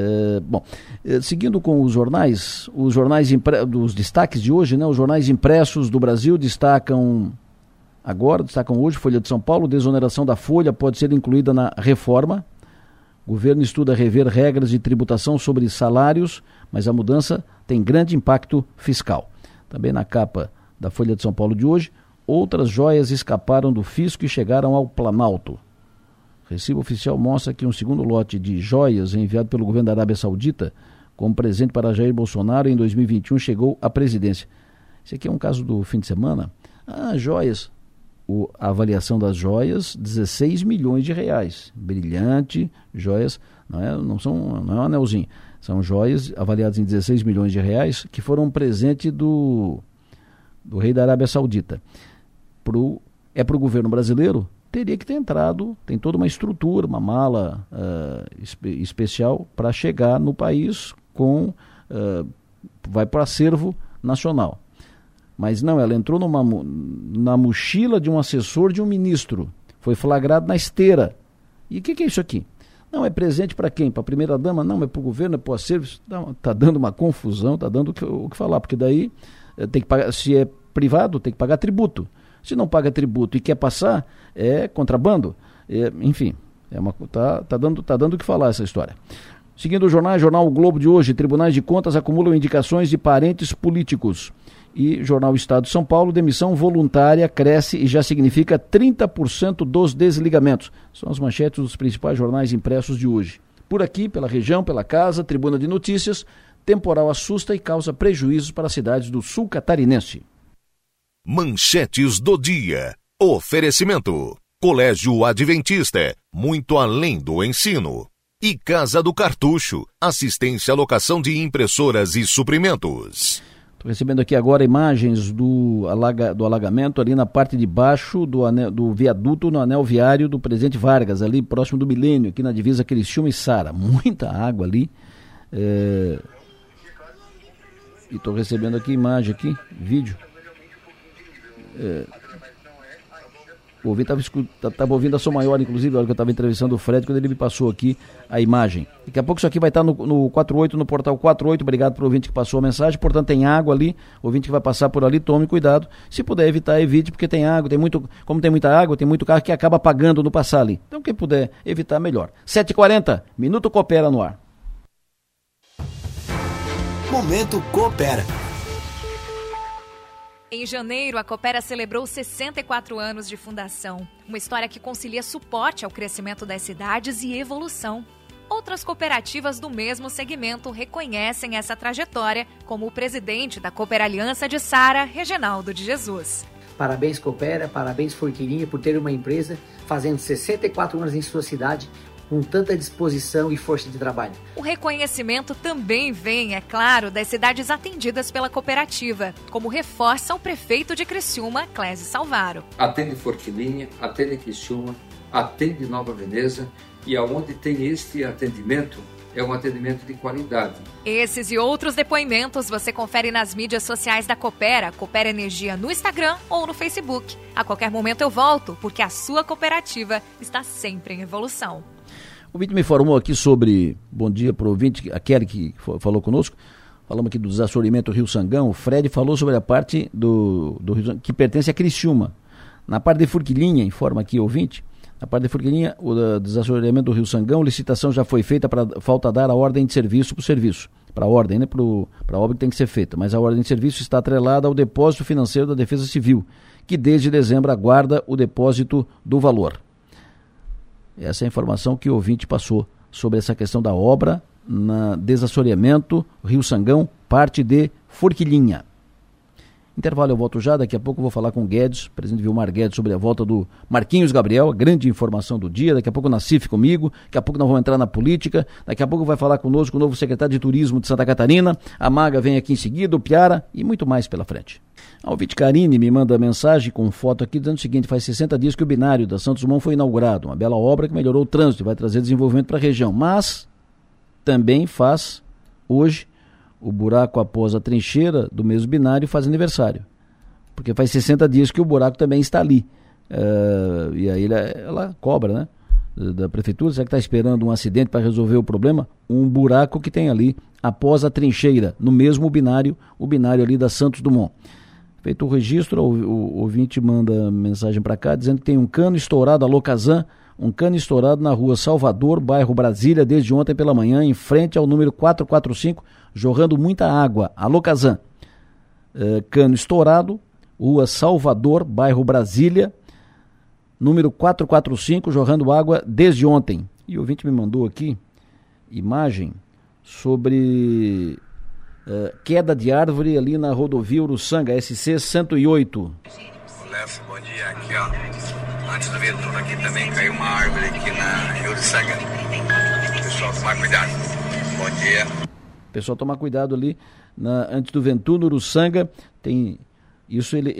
Seguindo com os jornais dos destaques de hoje, né? Os jornais impressos do Brasil destacam hoje, Folha de São Paulo, desoneração da folha pode ser incluída na reforma. O governo estuda rever regras de tributação sobre salários, mas a mudança tem grande impacto fiscal. Também na capa da Folha de São Paulo de hoje, outras joias escaparam do fisco e chegaram ao Planalto. Recibo oficial mostra que um segundo lote de joias enviado pelo governo da Arábia Saudita como presente para Jair Bolsonaro em 2021 chegou à presidência. Esse aqui é um caso do fim de semana. Joias. A avaliação das joias, 16 milhões de reais. Brilhante, joias, não é um anelzinho. São joias avaliadas em 16 milhões de reais que foram um presente do rei da Arábia Saudita. Para o governo brasileiro, teria que ter entrado, tem toda uma estrutura, uma mala especial para chegar no país vai para o acervo nacional. Mas não, ela entrou na mochila de um assessor de um ministro, foi flagrado na esteira. E o que é isso aqui? Não, é presente para quem? Para a primeira-dama? Não, é para o governo, é para o acervo. Está dando uma confusão, está dando o que falar, porque daí tem que pagar, se é privado, tem que pagar tributo. Se não paga tributo e quer passar, é contrabando. Enfim, tá dando o que falar essa história. Seguindo o jornal O Globo de hoje, tribunais de contas acumulam indicações de parentes políticos. E jornal Estado de São Paulo, demissão voluntária cresce e já significa 30% dos desligamentos. São as manchetes dos principais jornais impressos de hoje. Por aqui, pela região, pela casa, Tribuna de Notícias, temporal assusta e causa prejuízos para as cidades do sul catarinense. Manchetes do dia. Oferecimento. Colégio Adventista, muito além do ensino. E Casa do Cartucho, assistência à locação de impressoras e suprimentos. Estou recebendo aqui agora imagens do alagamento ali na parte de baixo do viaduto no anel viário do Presidente Vargas, ali próximo do Milênio, aqui na divisa Criciúma e Sara. Muita água ali. E estou recebendo aqui imagem, vídeo. O ouvinte estava ouvindo a Som Maior, inclusive, na hora que eu estava entrevistando o Fred, quando ele me passou aqui a imagem. Daqui a pouco isso aqui vai estar no 48, no portal 48. Obrigado para o ouvinte que passou a mensagem. Portanto, tem água ali. O ouvinte que vai passar por ali, tome cuidado. Se puder evitar, evite, porque tem água, como tem muita água, tem muito carro que acaba apagando no passar ali. Então, quem puder evitar, melhor. 7h40, Minuto Coopera no ar. Momento Coopera. Em janeiro, a Coopera celebrou 64 anos de fundação. Uma história que concilia suporte ao crescimento das cidades e evolução. Outras cooperativas do mesmo segmento reconhecem essa trajetória, como o presidente da Coopera Aliança de Sara, Reginaldo de Jesus. Parabéns, Coopera, parabéns, Forquilinha, por ter uma empresa fazendo 64 anos em sua cidade, com tanta disposição e força de trabalho. O reconhecimento também vem, é claro, das cidades atendidas pela cooperativa, como reforça o prefeito de Criciúma, Clésio Salvaro. Atende Forquilinha, atende Criciúma, atende Nova Veneza, e aonde tem este atendimento, é um atendimento de qualidade. Esses e outros depoimentos você confere nas mídias sociais da Coopera, Coopera Energia no Instagram ou no Facebook. A qualquer momento eu volto, porque a sua cooperativa está sempre em evolução. O ouvinte me informou aqui sobre, bom dia para o ouvinte, a Kelly que falou conosco, falamos aqui do desassoreamento Rio Sangão. O Fred falou sobre a parte do Rio Sangão, que pertence a Criciúma. Na parte de Forquilinha, informa aqui o ouvinte, na parte de Forquilinha, o desassoreamento do Rio Sangão, licitação já foi feita, falta dar a ordem de serviço para o serviço. Para a ordem, né? Para a obra que tem que ser feita. Mas a ordem de serviço está atrelada ao depósito financeiro da Defesa Civil, que desde dezembro aguarda o depósito do valor. Essa é a informação que o ouvinte passou sobre essa questão da obra na desassoreamento Rio Sangão, parte de Forquilinha. Intervalo, eu volto já, daqui a pouco eu vou falar com o Guedes, o presidente Vilmar Guedes, sobre a volta do Marquinhos Gabriel, a grande informação do dia. Daqui a pouco o Nassif comigo, daqui a pouco nós vamos entrar na política, daqui a pouco vai falar conosco o novo secretário de Turismo de Santa Catarina, a Maga vem aqui em seguida, o Piara e muito mais pela frente. A ouvinte Karine me manda mensagem com foto aqui dizendo o seguinte: faz 60 dias que o binário da Santos Dumont foi inaugurado, uma bela obra que melhorou o trânsito e vai trazer desenvolvimento para a região, mas também faz hoje o buraco após a trincheira do mesmo binário faz aniversário, porque faz 60 dias que o buraco também está ali, e aí ela cobra, né, da prefeitura, será que está esperando um acidente para resolver o problema? Um buraco que tem ali após a trincheira, no mesmo binário, o binário ali da Santos Dumont. Feito o registro, o ouvinte manda mensagem para cá dizendo que tem um cano estourado, alô Kazan, um cano estourado na rua Salvador, bairro Brasília, desde ontem pela manhã, em frente ao número 445, jorrando muita água. Alô Kazan, cano estourado, rua Salvador, bairro Brasília, número 445, jorrando água desde ontem. E o ouvinte me mandou aqui imagem sobre queda de árvore ali na rodovia Uruçanga, SC 108. Léo, bom dia. Aqui, ó, antes do viaduto aqui também caiu uma árvore aqui na Uruçanga. Pessoal, tomar cuidado. Bom dia. Pessoal, tomar cuidado ali antes do Ventura, Uruçanga. Tem isso, ele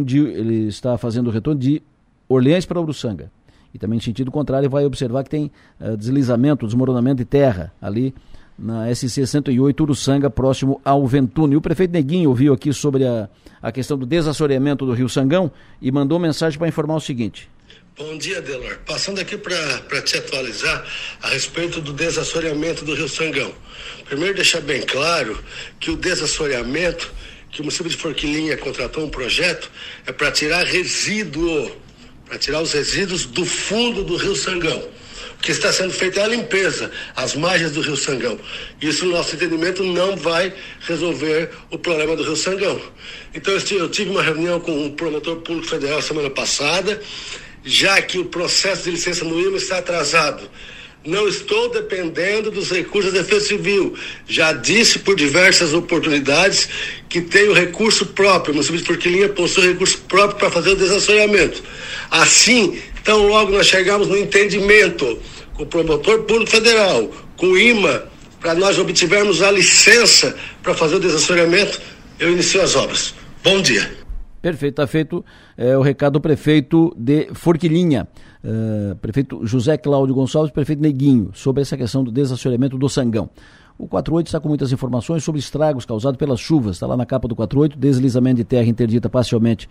está fazendo o retorno de Orleans para Uruçanga. E também em sentido contrário vai observar que tem deslizamento, desmoronamento de terra ali na SC 108 Uruçanga, próximo ao Ventura. E o prefeito Neguinho ouviu aqui sobre a questão do desassoreamento do Rio Sangão e mandou mensagem para informar o seguinte: bom dia, Delor. Passando aqui para te atualizar a respeito do desassoreamento do Rio Sangão. Primeiro, deixar bem claro que o desassoreamento, que o município de Forquilinha contratou um projeto, é para tirar resíduo, para tirar os resíduos do fundo do Rio Sangão. O que está sendo feito é a limpeza, as margens do Rio Sangão. Isso, no nosso entendimento, não vai resolver o problema do Rio Sangão. Então, eu tive uma reunião com o promotor público federal semana passada, já que o processo de licença no IMA está atrasado. Não estou dependendo dos recursos da Defesa Civil. Já disse por diversas oportunidades que tem o recurso próprio. O município de Forquilinha possui recurso próprio para fazer o desassoreamento. Assim, tão logo nós chegarmos no entendimento com o promotor público federal, com o IMA, para nós obtivermos a licença para fazer o desassoreamento, eu inicio as obras. Bom dia. Perfeito, está feito o recado do prefeito de Forquilinha, prefeito José Cláudio Gonçalves, prefeito Neguinho, sobre essa questão do desassoreamento do Sangão. O 48 está com muitas informações sobre estragos causados pelas chuvas, está lá na capa do 48, deslizamento de terra interdita parcialmente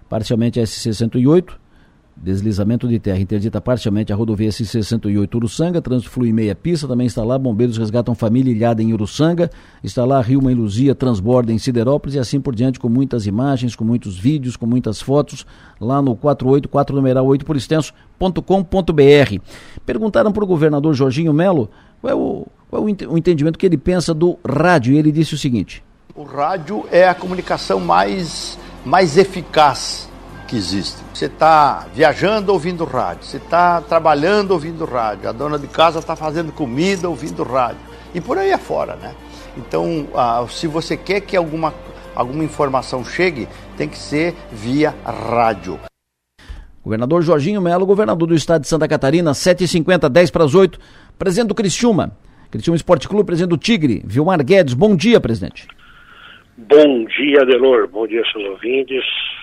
a SC 108, deslizamento de terra interdita parcialmente a rodovia SC 108 Uruçanga, trânsito flui meia pista, também está lá, bombeiros resgatam família ilhada em Uruçanga, está lá Rio Mãe Luzia transborda em Siderópolis e assim por diante, com muitas imagens, com muitos vídeos, com muitas fotos, lá no 48, numeral 8 por extenso.com.br. Perguntaram para o governador Jorginho Melo qual qual o entendimento que ele pensa do rádio. E ele disse o seguinte: o rádio é a comunicação mais eficaz que existe. Você está viajando ouvindo rádio, você está trabalhando ouvindo rádio, a dona de casa está fazendo comida ouvindo rádio, e por aí afora, né? Então, se você quer que alguma informação chegue, tem que ser via rádio. Governador Jorginho Melo, governador do estado de Santa Catarina, 7h50, 7:50, presidente do Criciúma Esporte Clube, presidente do Tigre, Vilmar Guedes. Bom dia, presidente. Bom dia, Adelor. Bom dia, seus ouvintes.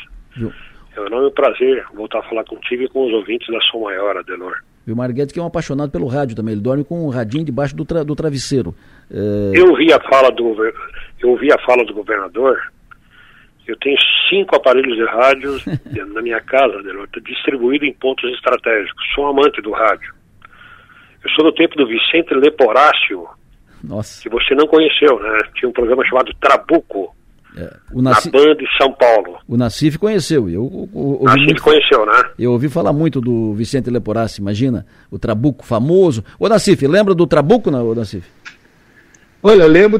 É um enorme prazer voltar a falar contigo e com os ouvintes da Som Maior, Adelor. Vilmar Guedes, que é um apaixonado pelo rádio também, ele dorme com um radinho debaixo do travesseiro. Eu ouvi a fala do governador. Eu tenho 5 aparelhos de rádio na minha casa, Adelor, distribuído em pontos estratégicos. Sou amante do rádio. Eu sou do tempo do Vicente Leporácio, Nossa. Que você não conheceu, né? Tinha um programa chamado Trabuco, na Band de São Paulo. O Nassif conheceu. Conheceu, né? Eu ouvi falar muito do Vicente Leporácio, imagina, o Trabuco famoso. Ô Nassif, lembra do Trabuco, não, Nassif? Olha, lembro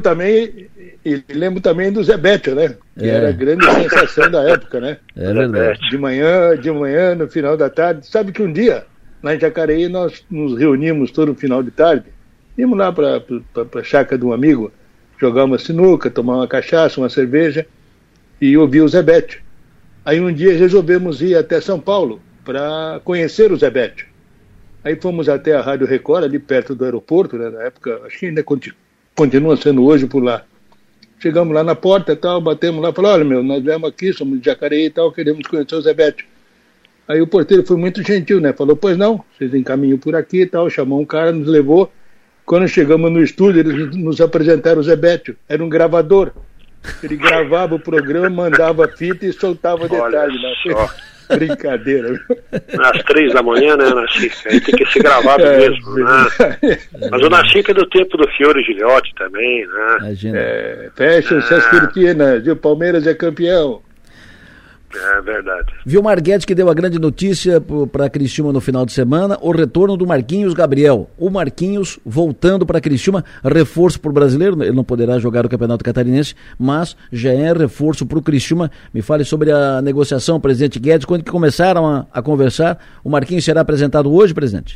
também do Zé Bétio, né? Que era a grande sensação da época, né? É verdade. De manhã, no final da tarde. Sabe que um dia, lá em Jacareí, nós nos reunimos todo final de tarde, íamos lá para a chácara de um amigo, jogar uma sinuca, tomar uma cachaça, uma cerveja e ouvir o Zé Bétio. Aí um dia resolvemos ir até São Paulo para conhecer o Zé Bétio. Aí fomos até a Rádio Record, ali perto do aeroporto, né? Na época, acho que ainda continua sendo hoje por lá. Chegamos lá na porta e tal, batemos lá, falamos, olha nós viemos aqui, somos de Jacareí e tal, queremos conhecer o Zé Bétio. Aí o porteiro foi muito gentil, né? Falou, pois não, vocês encaminham por aqui e tal, chamou um cara, nos levou. Quando chegamos no estúdio, eles nos apresentaram o Zé Bétio. Era um gravador. Ele gravava o programa, mandava fita e soltava detalhe. Brincadeira. Às 3 da manhã, né, Nachica? Aí tem que ser gravado mesmo, né? Mas o Nachica é do tempo do Fiore Gilhote também, né? Fecha o Sesc Cortinas, o Palmeiras é campeão. É verdade. Vilmar Guedes, que deu a grande notícia para Criciúma no final de semana, o retorno do Marquinhos Gabriel. O Marquinhos voltando para Criciúma, reforço para o brasileiro, ele não poderá jogar o Campeonato Catarinense, mas já é reforço para o Criciúma. Me fale sobre a negociação, presidente Guedes, quando que começaram a conversar. O Marquinhos será apresentado hoje, presidente?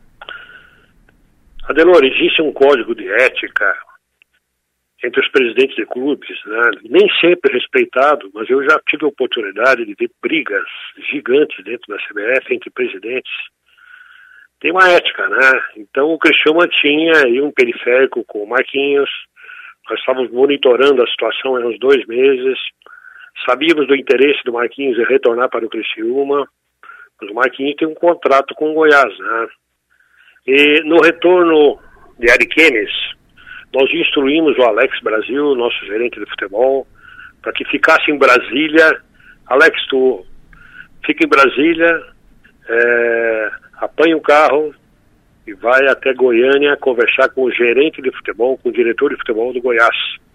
Adelor, existe um código de ética entre os presidentes de clubes, né? Nem sempre respeitado, mas eu já tive a oportunidade de ver brigas gigantes dentro da CBF entre presidentes. Tem uma ética, né? Então o Criciúma tinha aí um periférico com o Marquinhos, nós estávamos monitorando a situação há uns 2 meses, sabíamos do interesse do Marquinhos em retornar para o Criciúma, mas o Marquinhos tem um contrato com o Goiás, né? E no retorno de Ariquemes, nós instruímos o Alex Brasil, nosso gerente de futebol, para que ficasse em Brasília. Alex, tu fica em Brasília, apanha o carro e vai até Goiânia conversar com o gerente de futebol, com o diretor de futebol do Goiás.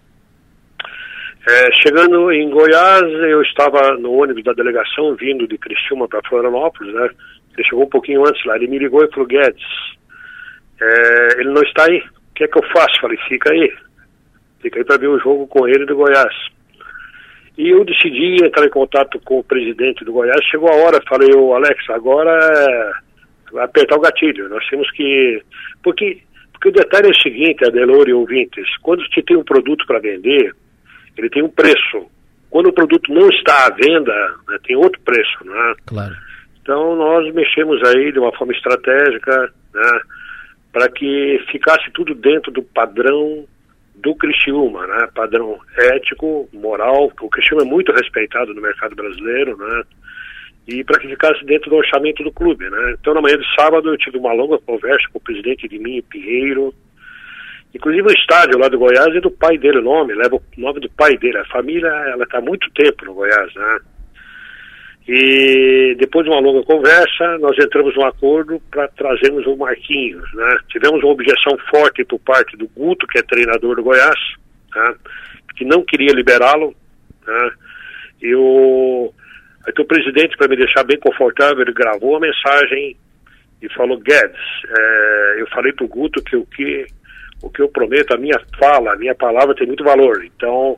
Chegando em Goiás, eu estava no ônibus da delegação, vindo de Criciúma para Florianópolis, né? Ele chegou um pouquinho antes lá, ele me ligou e falou, Guedes, ele não está aí. O que é que eu faço? Falei, fica aí para ver o jogo com ele do Goiás. E eu decidi entrar em contato com o presidente do Goiás. Chegou a hora, falei, Alex, agora vai apertar o gatilho. Nós temos que... Porque o detalhe é o seguinte, Adelor e ouvintes, quando você tem um produto para vender, ele tem um preço. Quando o produto não está à venda, né, tem outro preço, né? Claro. Então nós mexemos aí de uma forma estratégica, né, para que ficasse tudo dentro do padrão do Criciúma, né? Padrão ético, moral, o Criciúma é muito respeitado no mercado brasileiro, né? E para que ficasse dentro do orçamento do clube, né? Então na manhã de sábado eu tive uma longa conversa com o presidente Edminho Pinheiro, inclusive o estádio lá do Goiás é do pai dele, leva o nome do pai dele, a família ela está há muito tempo no Goiás, né? E depois de uma longa conversa, nós entramos num acordo para trazermos o Marquinhos, né? Tivemos uma objeção forte por parte do Guto, que é treinador do Goiás, né? Que não queria liberá-lo, né? E o presidente, para me deixar bem confortável, ele gravou uma mensagem e falou, Guedes, eu falei para o Guto que O que eu prometo, a minha fala, a minha palavra tem muito valor. Então,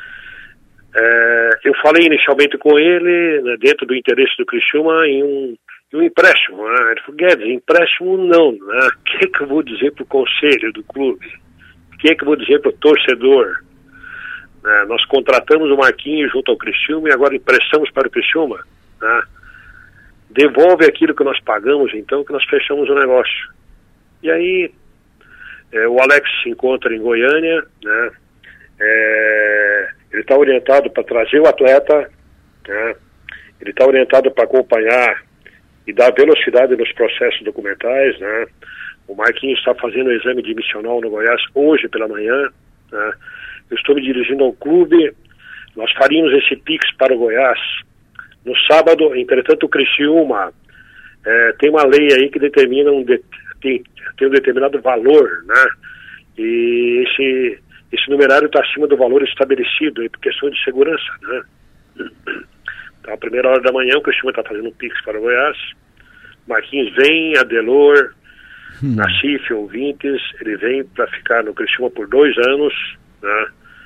eu falei inicialmente com ele, né, dentro do interesse do Criciúma, em um empréstimo. Né? Ele falou, Guedes, empréstimo não. Né? O que eu vou dizer para o conselho do clube? O que eu vou dizer para o torcedor? Nós contratamos o Marquinhos junto ao Criciúma e agora emprestamos para o Criciúma. Né? Devolve aquilo que nós pagamos, então, que nós fechamos o negócio. E aí, o Alex se encontra em Goiânia, né? Ele está orientado para trazer o atleta, né? Ele está orientado para acompanhar e dar velocidade nos processos documentais, né? O Marquinhos está fazendo o exame admissional no Goiás hoje pela manhã, né? Eu estou me dirigindo ao clube, nós faríamos esse Pix para o Goiás no sábado. Entretanto, o Criciúma tem uma lei aí que determina tem um determinado valor, né? E esse numerário está acima do valor estabelecido aí por questão de segurança, né? Então, a primeira hora da manhã, o Criciúma está fazendo um Pix para o Goiás. Marquinhos vem, Adelor, Nassif, ouvintes, ele vem para ficar no Criciúma por 2 anos, né?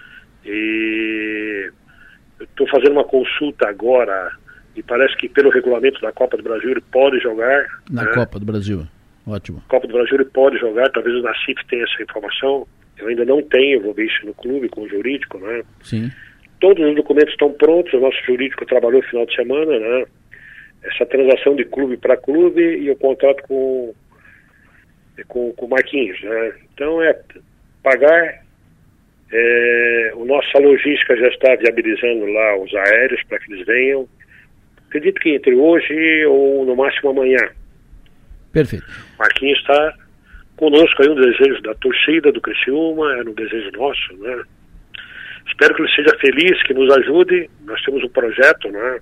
E eu estou fazendo uma consulta agora e parece que pelo regulamento da Copa do Brasil ele pode jogar. Na Copa do Brasil, ótimo. Copa do Brasil ele pode jogar, talvez o Nassif tenha essa informação. Eu ainda não tenho, vou ver isso no clube com o jurídico, né? Sim. Todos os documentos estão prontos, o nosso jurídico trabalhou no final de semana, né? Essa transação de clube para clube e o contrato com o Marquinhos, né? Então pagar. Nossa logística já está viabilizando lá os aéreos para que eles venham. Acredito que entre hoje ou no máximo amanhã. Perfeito. Marquinhos está conosco aí, um desejo da torcida do Criciúma, um desejo nosso, né? Espero que ele seja feliz, que nos ajude. Nós temos um projeto, né?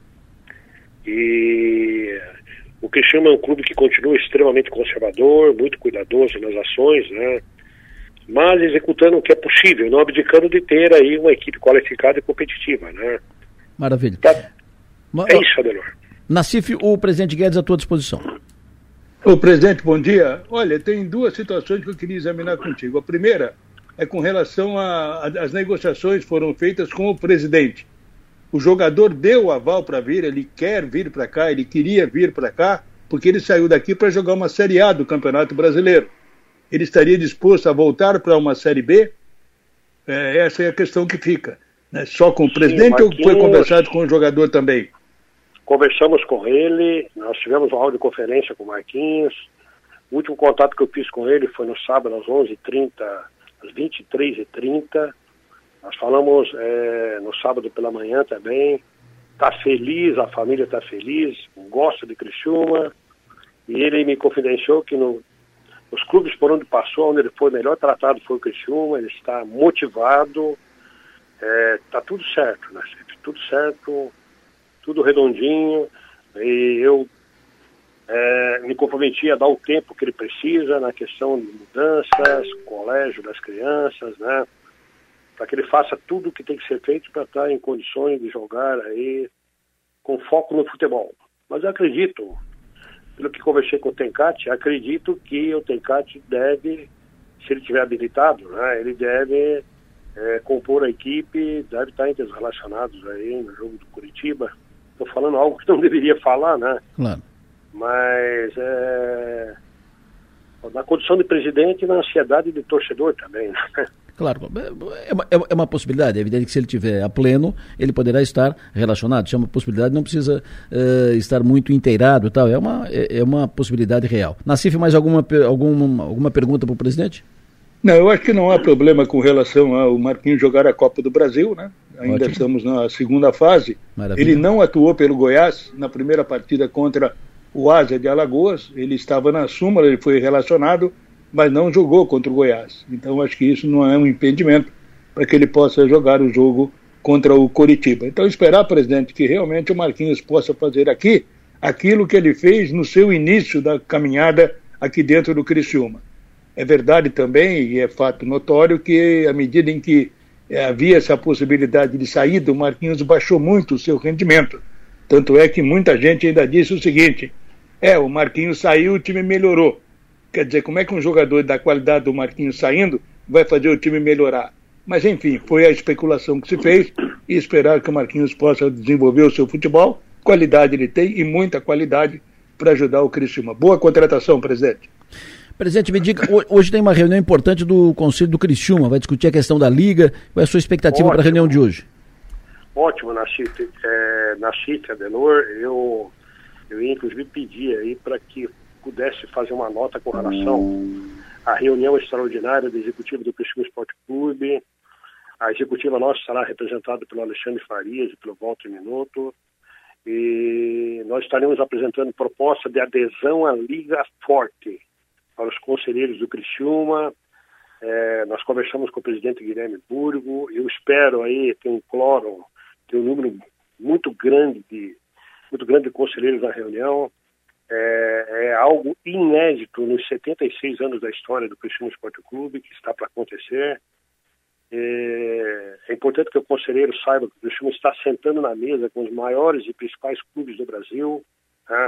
E o Criciúma é um clube que continua extremamente conservador, muito cuidadoso nas ações, né? Mas executando o que é possível, não abdicando de ter aí uma equipe qualificada e competitiva, né? Maravilha. É isso, Adelor. Nassif, o presidente Guedes à tua disposição. Ô, presidente, bom dia. Olha, tem 2 situações que eu queria examinar contigo. A primeira é com relação às negociações foram feitas com o presidente. O jogador deu o aval para vir, ele quer vir para cá, ele queria vir para cá, porque ele saiu daqui para jogar uma Série A do Campeonato Brasileiro. Ele estaria disposto a voltar para uma Série B? Essa é a questão que fica. Né? Só com o presidente ou foi conversado com o jogador também? Conversamos com ele, nós tivemos uma audioconferência com o Marquinhos. O último contato que eu fiz com ele foi no sábado às 11h30, às 23h30. Nós falamos no sábado pela manhã também. Está feliz, a família está feliz, gosta de Criciúma. E ele me confidenciou que os clubes por onde passou, onde ele foi melhor tratado foi o Criciúma, ele está motivado, está tudo certo, né? Tudo certo, tudo redondinho, e eu me comprometi a dar o tempo que ele precisa na questão de mudanças, colégio das crianças, né? Para que ele faça tudo o que tem que ser feito para estar em condições de jogar aí com foco no futebol. Mas eu acredito, pelo que conversei com o Tencati, acredito que o Tencati deve, se ele estiver habilitado, né, ele deve compor a equipe, deve estar entre os relacionados aí no jogo do Curitiba. Estou falando algo que não deveria falar, né? Claro. Mas na condição de presidente e na ansiedade de torcedor também, né? Claro, é uma possibilidade, é evidente que se ele tiver a pleno, ele poderá estar relacionado, isso é uma possibilidade, não precisa estar muito inteirado e tal, é uma possibilidade real. Nassif, mais alguma pergunta para o presidente? Não, eu acho que não há problema com relação ao Marquinhos jogar a Copa do Brasil, né? Ainda estamos na segunda fase. Maravilha. Ele não atuou pelo Goiás na primeira partida contra o Ásia de Alagoas, ele estava na súmula, ele foi relacionado, mas não jogou contra o Goiás. Então acho que isso não é um impedimento para que ele possa jogar o jogo contra o Coritiba. Então esperar, presidente, que realmente o Marquinhos possa fazer aqui aquilo que ele fez no seu início da caminhada aqui dentro do Criciúma. É verdade também, e é fato notório, que à medida em que havia essa possibilidade de saída, o Marquinhos baixou muito o seu rendimento. Tanto é que muita gente ainda disse o seguinte, o Marquinhos saiu, o time melhorou. Quer dizer, como é que um jogador da qualidade do Marquinhos saindo vai fazer o time melhorar. Mas, enfim, foi a especulação que se fez e esperar que o Marquinhos possa desenvolver o seu futebol. Qualidade ele tem e muita qualidade para ajudar o Criciúma. Boa contratação, presidente. Presidente, me diga, hoje tem uma reunião importante do Conselho do Criciúma, vai discutir a questão da Liga. Qual é a sua expectativa para a reunião de hoje? Ótimo, Nachite, Adelor, eu ia inclusive pedir aí para que pudesse fazer uma nota com relação à reunião extraordinária do Executivo do Criciúma Esporte Clube. A executiva nossa será representada pelo Alexandre Farias e pelo Walter Minotto, e nós estaremos apresentando proposta de adesão à Liga Forte para os conselheiros do Criciúma. Nós conversamos com o presidente Guilherme Burgo. Eu espero aí ter um quórum, ter um número muito grande de conselheiros na reunião. É algo inédito nos 76 anos da história do Criciúma Esporte Clube, que está para acontecer. É importante que o conselheiro saiba que o Criciúma está sentando na mesa com os maiores e principais clubes do Brasil, né?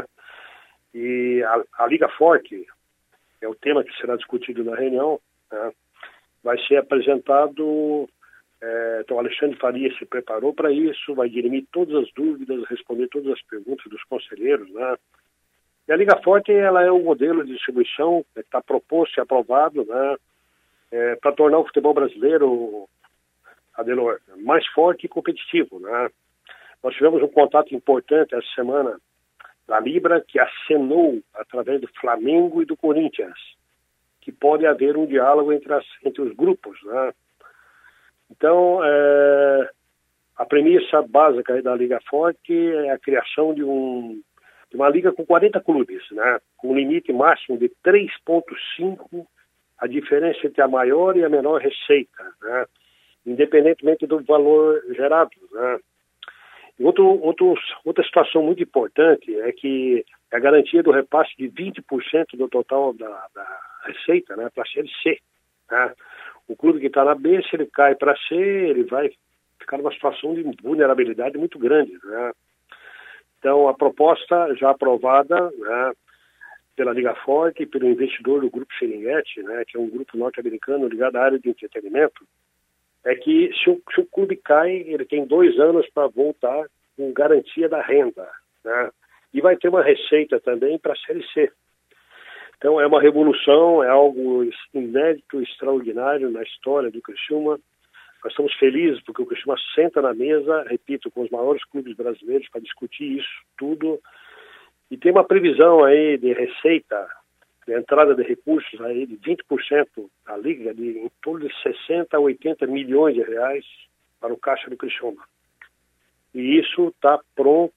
E a Liga Forte é o tema que será discutido na reunião, né? Vai ser apresentado, então o Alexandre Farias se preparou para isso, vai dirimir todas as dúvidas, responder todas as perguntas dos conselheiros, né? E a Liga Forte, ela é um modelo de distribuição que está proposto e aprovado, né? Para tornar o futebol brasileiro, Adelor, mais forte e competitivo, né? Nós tivemos um contato importante essa semana da Libra, que acenou através do Flamengo e do Corinthians, que pode haver um diálogo entre os grupos, né? Então, a premissa básica da Liga Forte é a criação de uma liga com 40 clubes, né? Com um limite máximo de 3,5, a diferença entre a maior e a menor receita, né? Independentemente do valor gerado, né? Outra situação muito importante é que a garantia do repasse de 20% do total da receita, né, para a Série C, né? O clube que está na B, se ele cai para C, ele vai ficar numa situação de vulnerabilidade muito grande, né? Então, a proposta já aprovada, né, pela Liga Forte e pelo investidor do Grupo Serengeti, né, que é um grupo norte-americano ligado à área de entretenimento, é que se o clube cai, ele tem 2 anos para voltar com garantia da renda, né? E vai ter uma receita também para a Série C. Então é uma revolução, é algo inédito, extraordinário na história do Criciúma. Nós estamos felizes porque o Criciúma senta na mesa, repito, com os maiores clubes brasileiros para discutir isso tudo. E tem uma previsão aí de receita, de entrada de recursos aí de 20% da Liga, de em torno de 60 a 80 milhões de reais para o caixa do Criciúma. E isso está pronto,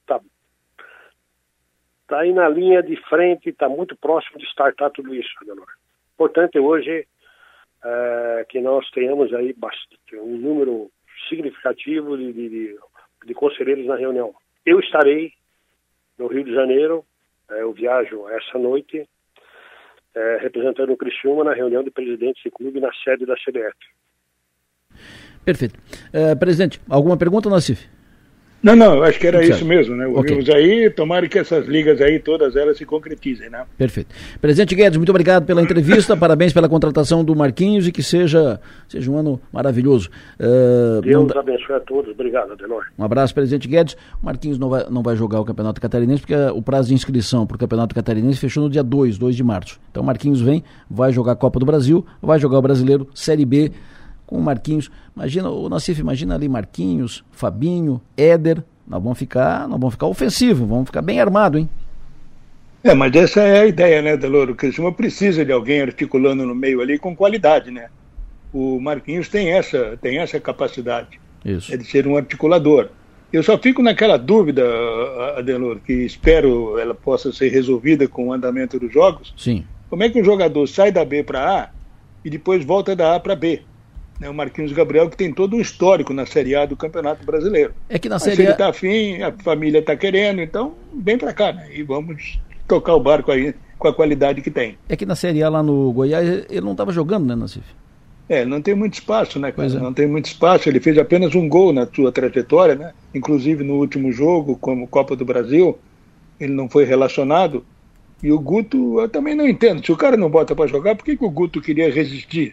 está aí na linha de frente, está muito próximo de startar tudo isso, Adelor. Importante hoje que nós tenhamos aí um número significativo de conselheiros na reunião. Eu estarei no Rio de Janeiro, eu viajo essa noite, representando o Criciúma na reunião de presidentes de clube na sede da CBF. Perfeito. Presidente, alguma pergunta, Nassif? Não, acho que era isso mesmo, né? Ouvimos aí, tomara que essas ligas aí, todas elas se concretizem, né? Perfeito. Presidente Guedes, muito obrigado pela entrevista, parabéns pela contratação do Marquinhos e que seja um ano maravilhoso. Deus abençoe a todos, obrigado, Adelor. Um abraço, presidente Guedes. O Marquinhos não vai jogar o Campeonato Catarinense porque o prazo de inscrição para o Campeonato Catarinense fechou no dia 2 de março. Então o Marquinhos vai jogar a Copa do Brasil, vai jogar o Brasileiro, Série B, com o Marquinhos. Imagina, o Nassif, imagina ali Marquinhos, Fabinho, Éder, nós vamos ficar ofensivos, vamos ficar bem armados, hein? Mas essa é a ideia, né, Deloro? O Criciúma precisa de alguém articulando no meio ali com qualidade, né? O Marquinhos tem essa capacidade. Isso. De ser um articulador. Eu só fico naquela dúvida, Adelor, que espero ela possa ser resolvida com o andamento dos jogos. Sim. Como é que o jogador sai da B para A e depois volta da A para B? O Marquinhos Gabriel, que tem todo um histórico na Série A do Campeonato Brasileiro. É que na Mas Série se ele A... está afim, a família está querendo, então vem para cá, né? E vamos tocar o barco aí com a qualidade que tem. É que na Série A lá no Goiás ele não estava jogando, né, Nassif? Não tem muito espaço, né, cara? Não tem muito espaço, ele fez apenas um gol na sua trajetória, né? Inclusive no último jogo, como Copa do Brasil, ele não foi relacionado. E o Guto, eu também não entendo. Se o cara não bota para jogar, por que o Guto queria resistir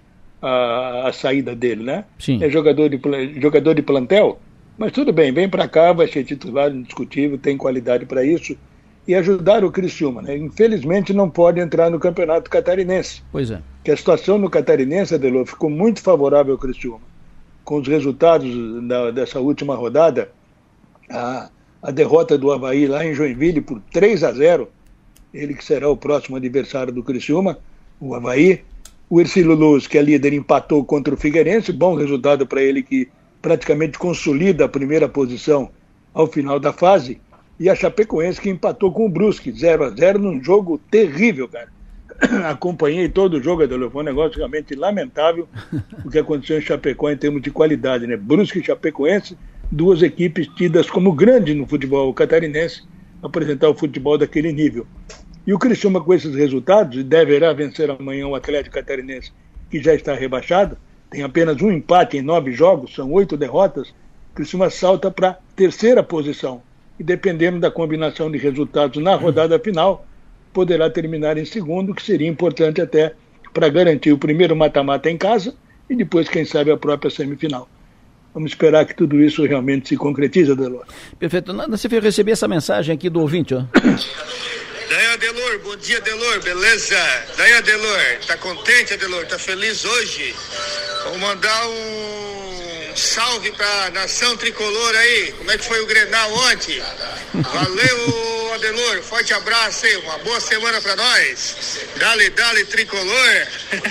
a saída dele, né? Sim. É jogador de plantel, mas tudo bem, vem para cá, vai ser titular indiscutível, tem qualidade para isso, e ajudar o Criciúma, né? Infelizmente não pode entrar no Campeonato Catarinense. Pois é. Que a situação no Catarinense, Adelor, ficou muito favorável ao Criciúma. Com os resultados dessa última rodada, a derrota do Avaí lá em Joinville por 3-0, ele que será o próximo adversário do Criciúma, o Avaí. O Ercílio Luz, que é líder, empatou contra o Figueirense, bom resultado para ele, que praticamente consolida a primeira posição ao final da fase. E a Chapecoense, que empatou com o Brusque, 0-0, num jogo terrível, cara. Acompanhei todo o jogo, Adelor, foi um negócio realmente lamentável o que aconteceu em Chapecó em termos de qualidade, né? Brusque e Chapecoense, duas equipes tidas como grandes no futebol catarinense, apresentar o futebol daquele nível. E o Criciúma, com esses resultados, deverá vencer amanhã o Atlético Catarinense, que já está rebaixado, tem apenas um empate em 9 jogos, são 8 derrotas. O Criciúma salta para a terceira posição. E dependendo da combinação de resultados na rodada final, poderá terminar em segundo, que seria importante até para garantir o primeiro mata-mata em casa e depois, quem sabe, a própria semifinal. Vamos esperar que tudo isso realmente se concretize, Adelor. Perfeito. Você veio receber essa mensagem aqui do ouvinte, ó. Daí, Adelor, bom dia, Adelor, beleza? Daí, Adelor, tá contente, Adelor? Tá feliz hoje? Vou mandar um salve pra nação tricolor aí. Como é que foi o Grenal ontem? Valeu, Adelor, forte abraço aí, uma boa semana pra nós. Dale, tricolor.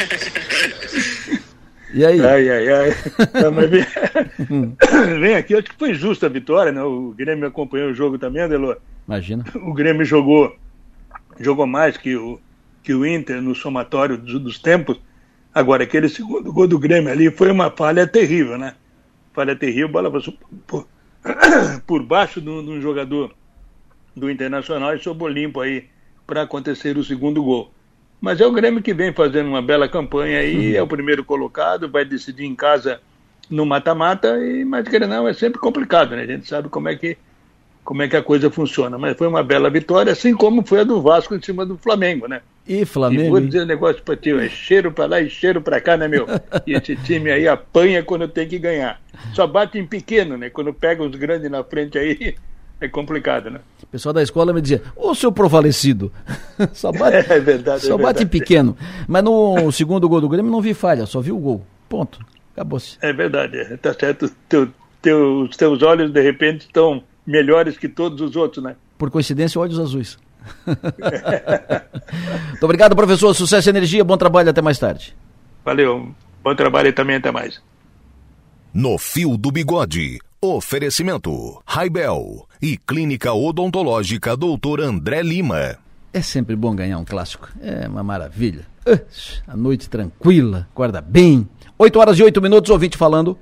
E aí? Ai. Não, mas vem aqui, acho que foi justa a vitória, né? O Grêmio acompanhou o jogo também, Adelor. Imagina. O Grêmio jogou mais que o Inter no somatório dos tempos. Agora, aquele segundo gol do Grêmio ali foi uma falha terrível, né? Falha terrível, bola passou por baixo de um jogador do Internacional e sobrou limpo aí para acontecer o segundo gol. Mas é o Grêmio que vem fazendo uma bela campanha aí, é o primeiro colocado, vai decidir em casa no mata-mata, mas Grenal é sempre complicado, né? A gente sabe como é que a coisa funciona, mas foi uma bela vitória, assim como foi a do Vasco em cima do Flamengo, né? E Flamengo, e vou dizer um negócio pra ti, é cheiro pra lá e cheiro pra cá, né, meu? E esse time aí apanha quando tem que ganhar. Só bate em pequeno, né? Quando pega os grandes na frente aí, é complicado, né? O pessoal da escola me dizia, ô seu provalecido, só bate, é verdade, só bate em pequeno. Mas no segundo gol do Grêmio não vi falha, só vi o gol. Ponto. Acabou-se. É verdade, tá certo. Os teus olhos, de repente, estão melhores que todos os outros, né? Por coincidência, olhos azuis. Muito obrigado, professor. Sucesso e energia, bom trabalho, até mais tarde. Valeu, bom trabalho e também até mais. No Fio do Bigode, oferecimento Raibel e Clínica Odontológica Dr. André Lima. É sempre bom ganhar um clássico, é uma maravilha. A noite tranquila, acorda bem. 8h08, ouvinte falando.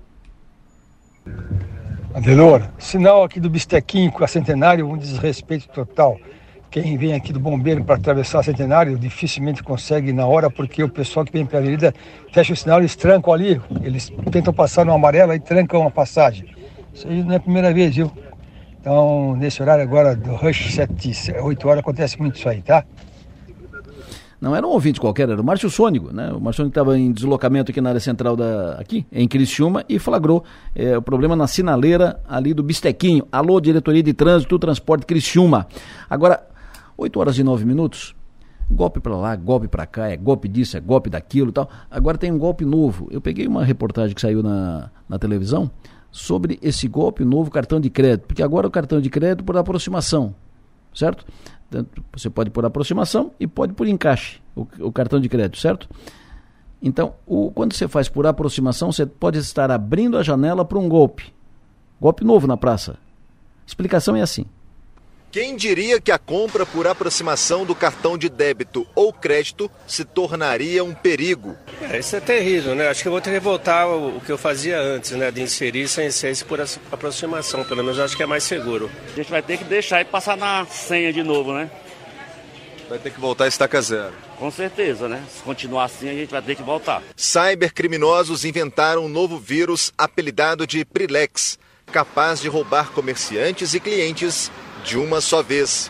Adelor, sinal aqui do Bistequinho com a Centenário, um desrespeito total. Quem vem aqui do Bombeiro para atravessar a Centenário dificilmente consegue na hora, porque o pessoal que vem para a avenida fecha o sinal, eles trancam ali, eles tentam passar no amarelo e trancam a passagem. Isso aí não é a primeira vez, viu? Então, nesse horário agora do rush 8 horas, acontece muito isso aí, tá? Não era um ouvinte qualquer, era o Márcio Sônico, né? O Márcio Sônico estava em deslocamento aqui na área central aqui, em Criciúma, e flagrou o problema na sinaleira ali do Bistequinho. Alô, Diretoria de Trânsito, Transporte Criciúma. Agora, 8h09, golpe para lá, golpe para cá, é golpe disso, é golpe daquilo e tal. Agora tem um golpe novo. Eu peguei uma reportagem que saiu na televisão sobre esse golpe novo, cartão de crédito, porque agora o cartão de crédito por aproximação, certo? Você pode por aproximação e pode por encaixe, o cartão de crédito, certo? Então, quando você faz por aproximação, você pode estar abrindo a janela para um golpe novo na praça. Explicação é assim. Quem diria que a compra por aproximação do cartão de débito ou crédito se tornaria um perigo? Isso é terrível, né? Acho que eu vou ter que voltar o que eu fazia antes, né? De inserir sem senha por aproximação. Pelo menos eu acho que é mais seguro. A gente vai ter que deixar e passar na senha de novo, né? Vai ter que voltar a estaca zero. Com certeza, né? Se continuar assim, a gente vai ter que voltar. Cybercriminosos inventaram um novo vírus apelidado de Prilex, capaz de roubar comerciantes e clientes de uma só vez.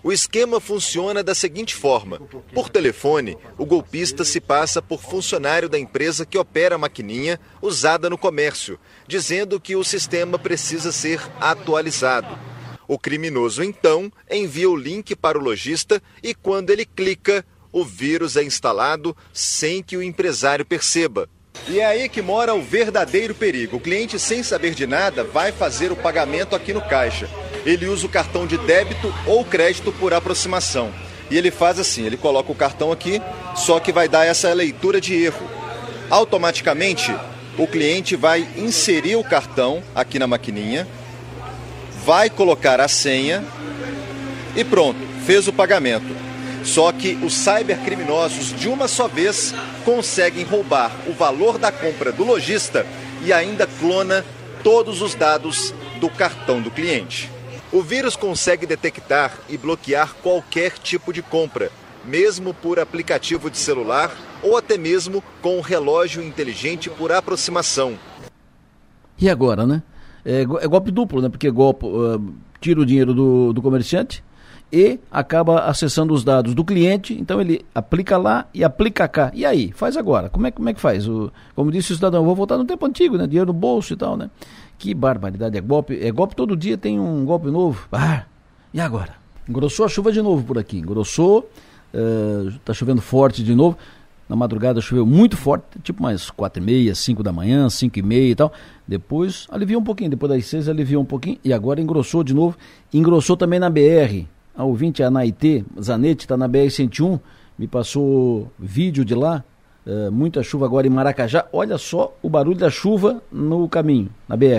O esquema funciona da seguinte forma. Por telefone, o golpista se passa por funcionário da empresa que opera a maquininha usada no comércio, dizendo que o sistema precisa ser atualizado. O criminoso, então, envia o link para o lojista e, quando ele clica, o vírus é instalado sem que o empresário perceba. E é aí que mora o verdadeiro perigo. O cliente, sem saber de nada, vai fazer o pagamento aqui no caixa. Ele usa o cartão de débito ou crédito por aproximação. E ele faz assim, ele coloca o cartão aqui, só que vai dar essa leitura de erro. Automaticamente, o cliente vai inserir o cartão aqui na maquininha, vai colocar a senha e pronto, fez o pagamento. Só que os cybercriminosos, de uma só vez, conseguem roubar o valor da compra do lojista e ainda clona todos os dados do cartão do cliente. O vírus consegue detectar e bloquear qualquer tipo de compra, mesmo por aplicativo de celular ou até mesmo com um relógio inteligente por aproximação. E agora, né? É golpe duplo, né? Porque tira o dinheiro do comerciante e acaba acessando os dados do cliente, então ele aplica lá e aplica cá. E aí? Faz agora. Como é que faz? Como disse o cidadão, eu vou voltar no tempo antigo, né? Dinheiro no bolso e tal, né? Que barbaridade, é golpe todo dia tem um golpe novo. E agora? Engrossou a chuva de novo por aqui, tá chovendo forte de novo. Na madrugada choveu muito forte, tipo mais 4h30, 5 da manhã, 5h30 e tal. Depois aliviou um pouquinho, depois das 6 aliviou um pouquinho e agora engrossou de novo. Engrossou também na BR. A ouvinte, a Naitê Zanetti, está na BR-101, me passou vídeo de lá. Muita chuva agora em Maracajá. Olha só o barulho da chuva no caminho, na BR.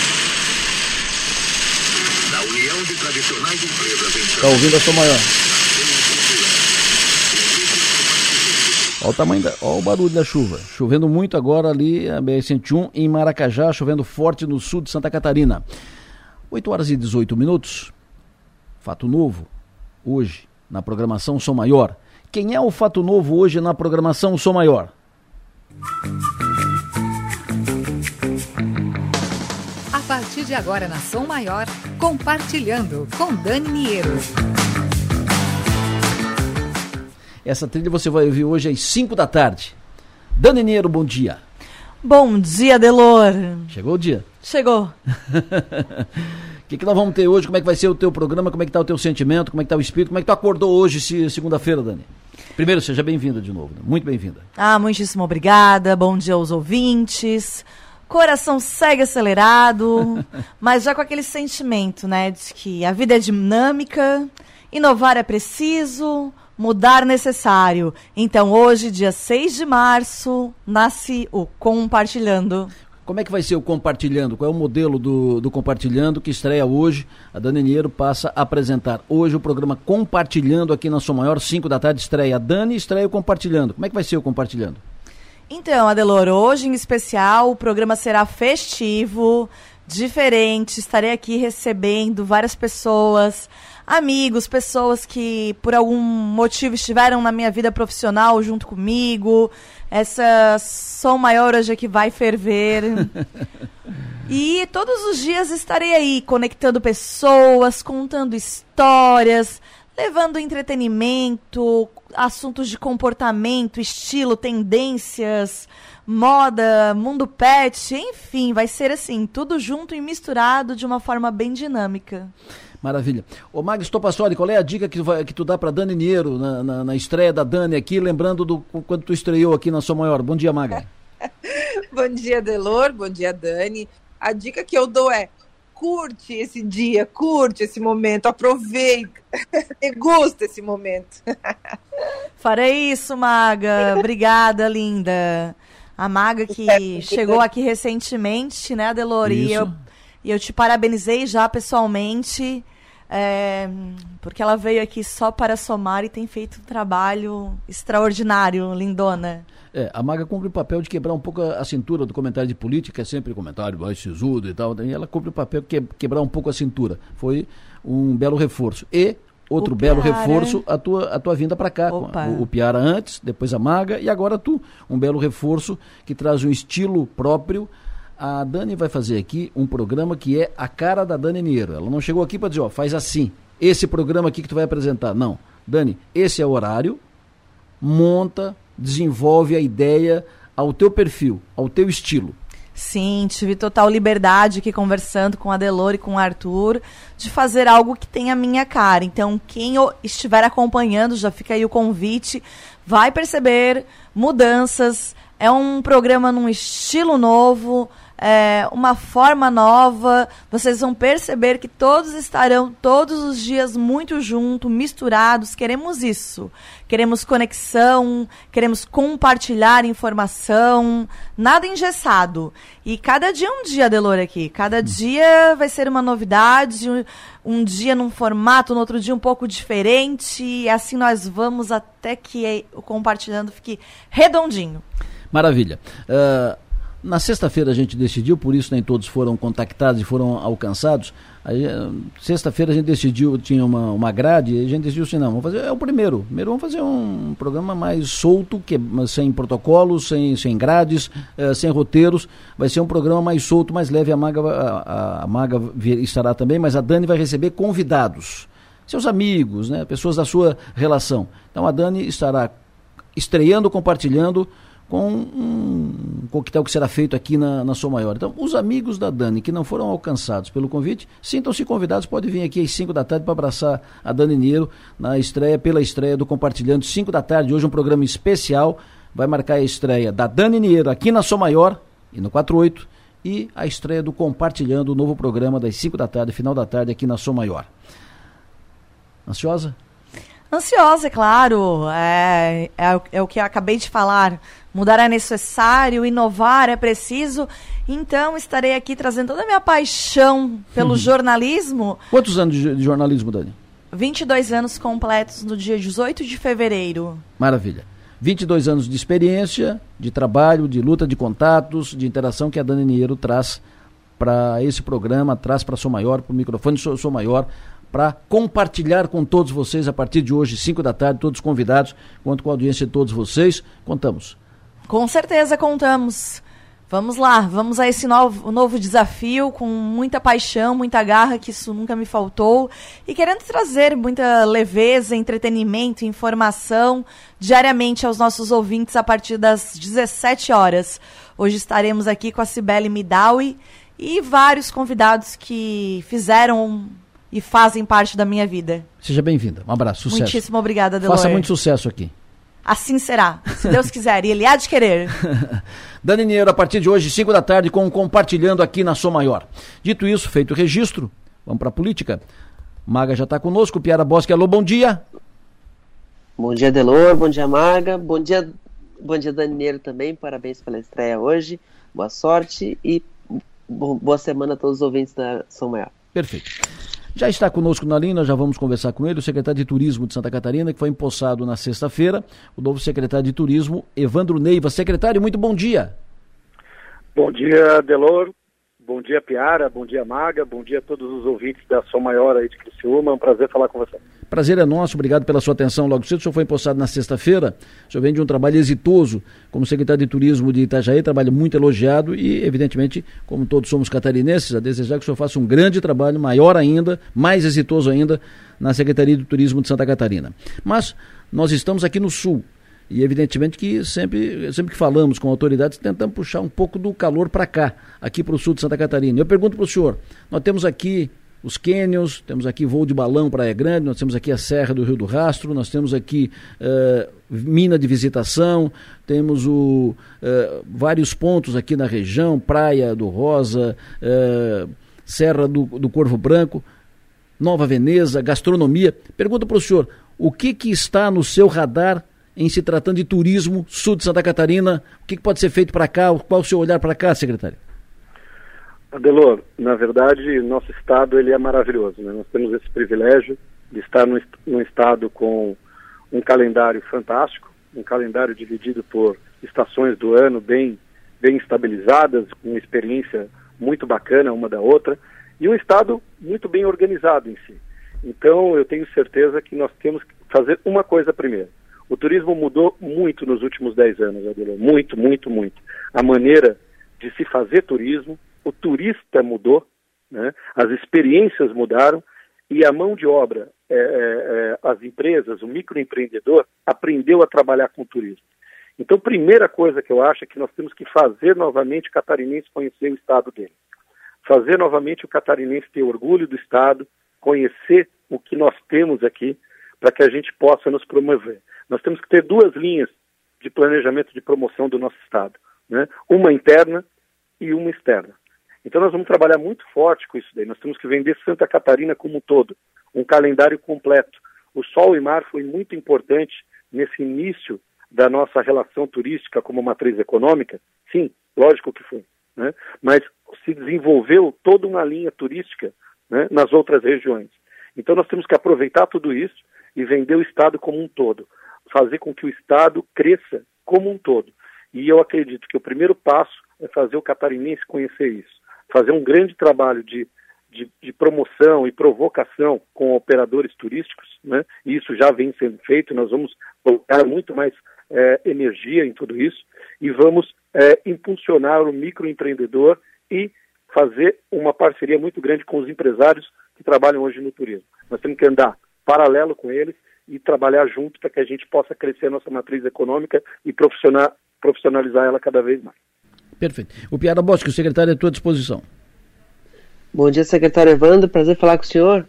Da União de Tradicionais Empresas. Está ouvindo a Som Maior? Olha o barulho da chuva. Chovendo muito agora ali, a BR-101 em Maracajá, chovendo forte no sul de Santa Catarina. 8h18. Fato novo, hoje, na programação Som Maior. Quem é o fato novo hoje na programação Som Maior? A partir de agora na Som Maior, compartilhando com Dani Niero. Essa trilha você vai ouvir hoje às 5 da tarde. Dani Niero, bom dia. Bom dia, Delor. Chegou o dia? Chegou. O que nós vamos ter hoje? Como é que vai ser o teu programa? Como é que está o teu sentimento? Como é que está o espírito? Como é que tu acordou hoje, segunda-feira, Dani? Primeiro, seja bem-vinda de novo. Né? Muito bem-vinda. Muitíssimo obrigada. Bom dia aos ouvintes. Coração segue acelerado, mas já com aquele sentimento, né, de que a vida é dinâmica, inovar é preciso, mudar necessário. Então, hoje, dia 6 de março, nasce o Compartilhando. Como é que vai ser o Compartilhando? Qual é o modelo do Compartilhando que estreia hoje? A Dani Niero passa a apresentar hoje o programa Compartilhando aqui na Som Maior, 5 da tarde, estreia a Dani, estreia o Compartilhando. Como é que vai ser o Compartilhando? Então, Adelor, hoje em especial o programa será festivo, diferente, estarei aqui recebendo várias pessoas, amigos, pessoas que por algum motivo estiveram na minha vida profissional junto comigo. Essa Som Maior hoje é que vai ferver. E todos os dias estarei aí, conectando pessoas, contando histórias, levando entretenimento, assuntos de comportamento, estilo, tendências, moda, mundo pet, enfim, vai ser assim, tudo junto e misturado de uma forma bem dinâmica. Maravilha. Ô Magis Topassoli, qual é a dica que tu dá para Dani Niero na estreia da Dani aqui, lembrando quando tu estreou aqui na Som Maior? Bom dia, Maga. Bom dia, Delor. Bom dia, Dani. A dica que eu dou é: curte esse dia, curte esse momento, aproveita, degusta esse momento. Farei isso, Maga. Obrigada, linda. A Maga que chegou aqui recentemente, né, Delor? E eu te parabenizei já pessoalmente, porque ela veio aqui só para somar e tem feito um trabalho extraordinário, lindona. A Maga cumpre o papel de quebrar um pouco a cintura do comentário de política, é sempre comentário mais sisudo e tal, e ela cumpre o papel de quebrar um pouco a cintura. Foi um belo reforço. E outro belo reforço, a tua vinda para cá. O Piara antes, depois a Maga e agora tu. Um belo reforço que traz um estilo próprio. A Dani vai fazer aqui um programa que é a cara da Dani Niero. Ela não chegou aqui para dizer, faz assim. esse programa aqui que tu vai apresentar. Não, Dani, esse é o horário, monta, desenvolve a ideia ao teu perfil, ao teu estilo. Sim, tive total liberdade aqui conversando com a Adelor e com o Arthur de fazer algo que tenha a minha cara. Então, quem estiver acompanhando, já fica aí o convite, vai perceber mudanças. É um programa num estilo novo, uma forma nova. Vocês vão perceber que todos estarão todos os dias muito juntos, misturados. Queremos isso. Queremos conexão, queremos compartilhar informação, nada engessado. E cada dia é um dia, Adelor, aqui. Cada dia vai ser uma novidade, um dia num formato, no outro dia um pouco diferente. E assim nós vamos até que o Compartilhando fique redondinho. Maravilha. Na sexta-feira a gente decidiu, por isso nem todos foram contactados e foram alcançados. Sexta-feira a gente decidiu, tinha uma grade, e a gente decidiu assim, não, vamos fazer, primeiro vamos fazer um programa mais solto, sem protocolos, sem grades, sem roteiros. Vai ser um programa mais solto, mais leve. A Maga estará também, mas a Dani vai receber convidados, seus amigos, né, pessoas da sua relação. Então a Dani estará estreando, compartilhando com um coquetel que será feito aqui na Som Maior. Então, os amigos da Dani que não foram alcançados pelo convite, sintam-se convidados, podem vir aqui às 5 da tarde para abraçar a Dani Niero pela estreia do Compartilhando, 5 da tarde, hoje um programa especial, vai marcar a estreia da Dani Niero aqui na Som Maior e no 48, e a estreia do Compartilhando, o novo programa das 5 da tarde, final da tarde aqui na Som Maior. Ansiosa? Ansiosa, é claro, é o que eu acabei de falar. Mudar é necessário, inovar é preciso. Então, estarei aqui trazendo toda a minha paixão pelo jornalismo. Quantos anos de jornalismo, Dani? 22 anos completos no dia 18 de fevereiro. Maravilha. 22 anos de experiência, de trabalho, de luta de contatos, de interação que a Dani Niero traz para esse programa, traz para Som Maior, para o microfone Som Maior, para compartilhar com todos vocês a partir de hoje, 5 da tarde, todos convidados, conto com a audiência de todos vocês. Contamos. Com certeza contamos. Vamos lá, vamos a esse novo desafio com muita paixão, muita garra, que isso nunca me faltou, e querendo trazer muita leveza, entretenimento, informação diariamente aos nossos ouvintes a partir das 17 horas. Hoje estaremos aqui com a Cibele Midawi e vários convidados que fizeram e fazem parte da minha vida. Seja bem-vinda. Um abraço, sucesso. Muitíssimo obrigada, Adelor. Faça muito sucesso aqui. Assim será, se Deus quiser, e Ele há de querer. Dani Niero, a partir de hoje, 5 da tarde, Compartilhando aqui na Som Maior. Dito isso, feito o registro, vamos para a política. Maga já está conosco, Piara Bosque, alô, bom dia. Bom dia, Adelor, bom dia, Maga, bom dia Dani Niero também, parabéns pela estreia hoje, boa sorte e boa semana a todos os ouvintes da Som Maior. Perfeito. Já está conosco na linha, nós já vamos conversar com ele, o secretário de Turismo de Santa Catarina, que foi empossado na sexta-feira, o novo secretário de Turismo, Evandro Neiva. Secretário, muito bom dia. Bom dia, Adelor. Bom dia, Piara. Bom dia, Maga. Bom dia a todos os ouvintes da Som Maior aí de Criciúma. É um prazer falar com você. Prazer é nosso, obrigado pela sua atenção logo cedo. O senhor foi empossado na sexta-feira, o senhor vem de um trabalho exitoso como secretário de Turismo de Itajaí, trabalho muito elogiado e, evidentemente, como todos somos catarinenses, a desejar que o senhor faça um grande trabalho, maior ainda, mais exitoso ainda, na Secretaria de Turismo de Santa Catarina. Mas nós estamos aqui no Sul e, evidentemente, que sempre que falamos com autoridades, tentamos puxar um pouco do calor para cá, aqui para o Sul de Santa Catarina. Eu pergunto para o senhor, nós temos aqui os cânions, temos aqui voo de balão Praia Grande, nós temos aqui a Serra do Rio do Rastro, nós temos aqui mina de visitação, temos vários pontos aqui na região, Praia do Rosa, Serra do Corvo Branco, Nova Veneza, gastronomia. Pergunto para o senhor, o que está no seu radar em se tratando de turismo sul de Santa Catarina? O que pode ser feito para cá? Qual o seu olhar para cá, secretário? Adelor, na verdade, nosso estado ele é maravilhoso, né? Nós temos esse privilégio de estar num estado com um calendário fantástico, um calendário dividido por estações do ano bem estabilizadas, com uma experiência muito bacana uma da outra, e um estado muito bem organizado em si. Então, eu tenho certeza que nós temos que fazer uma coisa primeiro. O turismo mudou muito nos últimos 10 anos, Adelor, muito, muito, muito. A maneira de se fazer turismo, o turista mudou, né? As experiências mudaram e a mão de obra, as empresas, o microempreendedor, aprendeu a trabalhar com turismo. Então, primeira coisa que eu acho é que nós temos que fazer novamente o catarinense conhecer o estado dele. Fazer novamente o catarinense ter orgulho do estado, conhecer o que nós temos aqui, para que a gente possa nos promover. Nós temos que ter 2 linhas de planejamento de promoção do nosso estado, né? Uma interna e uma externa. Então nós vamos trabalhar muito forte com isso daí. Nós temos que vender Santa Catarina como um todo, um calendário completo. O Sol e Mar foi muito importante nesse início da nossa relação turística como matriz econômica. Sim, lógico que foi, né? Mas se desenvolveu toda uma linha turística, né, nas outras regiões. Então nós temos que aproveitar tudo isso e vender o estado como um todo, fazer com que o estado cresça como um todo. E eu acredito que o primeiro passo é fazer o catarinense conhecer isso, fazer um grande trabalho de promoção e provocação com operadores turísticos, né? E isso já vem sendo feito. Nós vamos colocar muito mais energia em tudo isso e vamos impulsionar o microempreendedor e fazer uma parceria muito grande com os empresários que trabalham hoje no turismo. Nós temos que andar paralelo com eles e trabalhar junto para que a gente possa crescer a nossa matriz econômica e profissionalizar ela cada vez mais. Perfeito. O Piara Bosque, o secretário é à tua disposição. Bom dia, secretário Evandro, prazer falar com o senhor.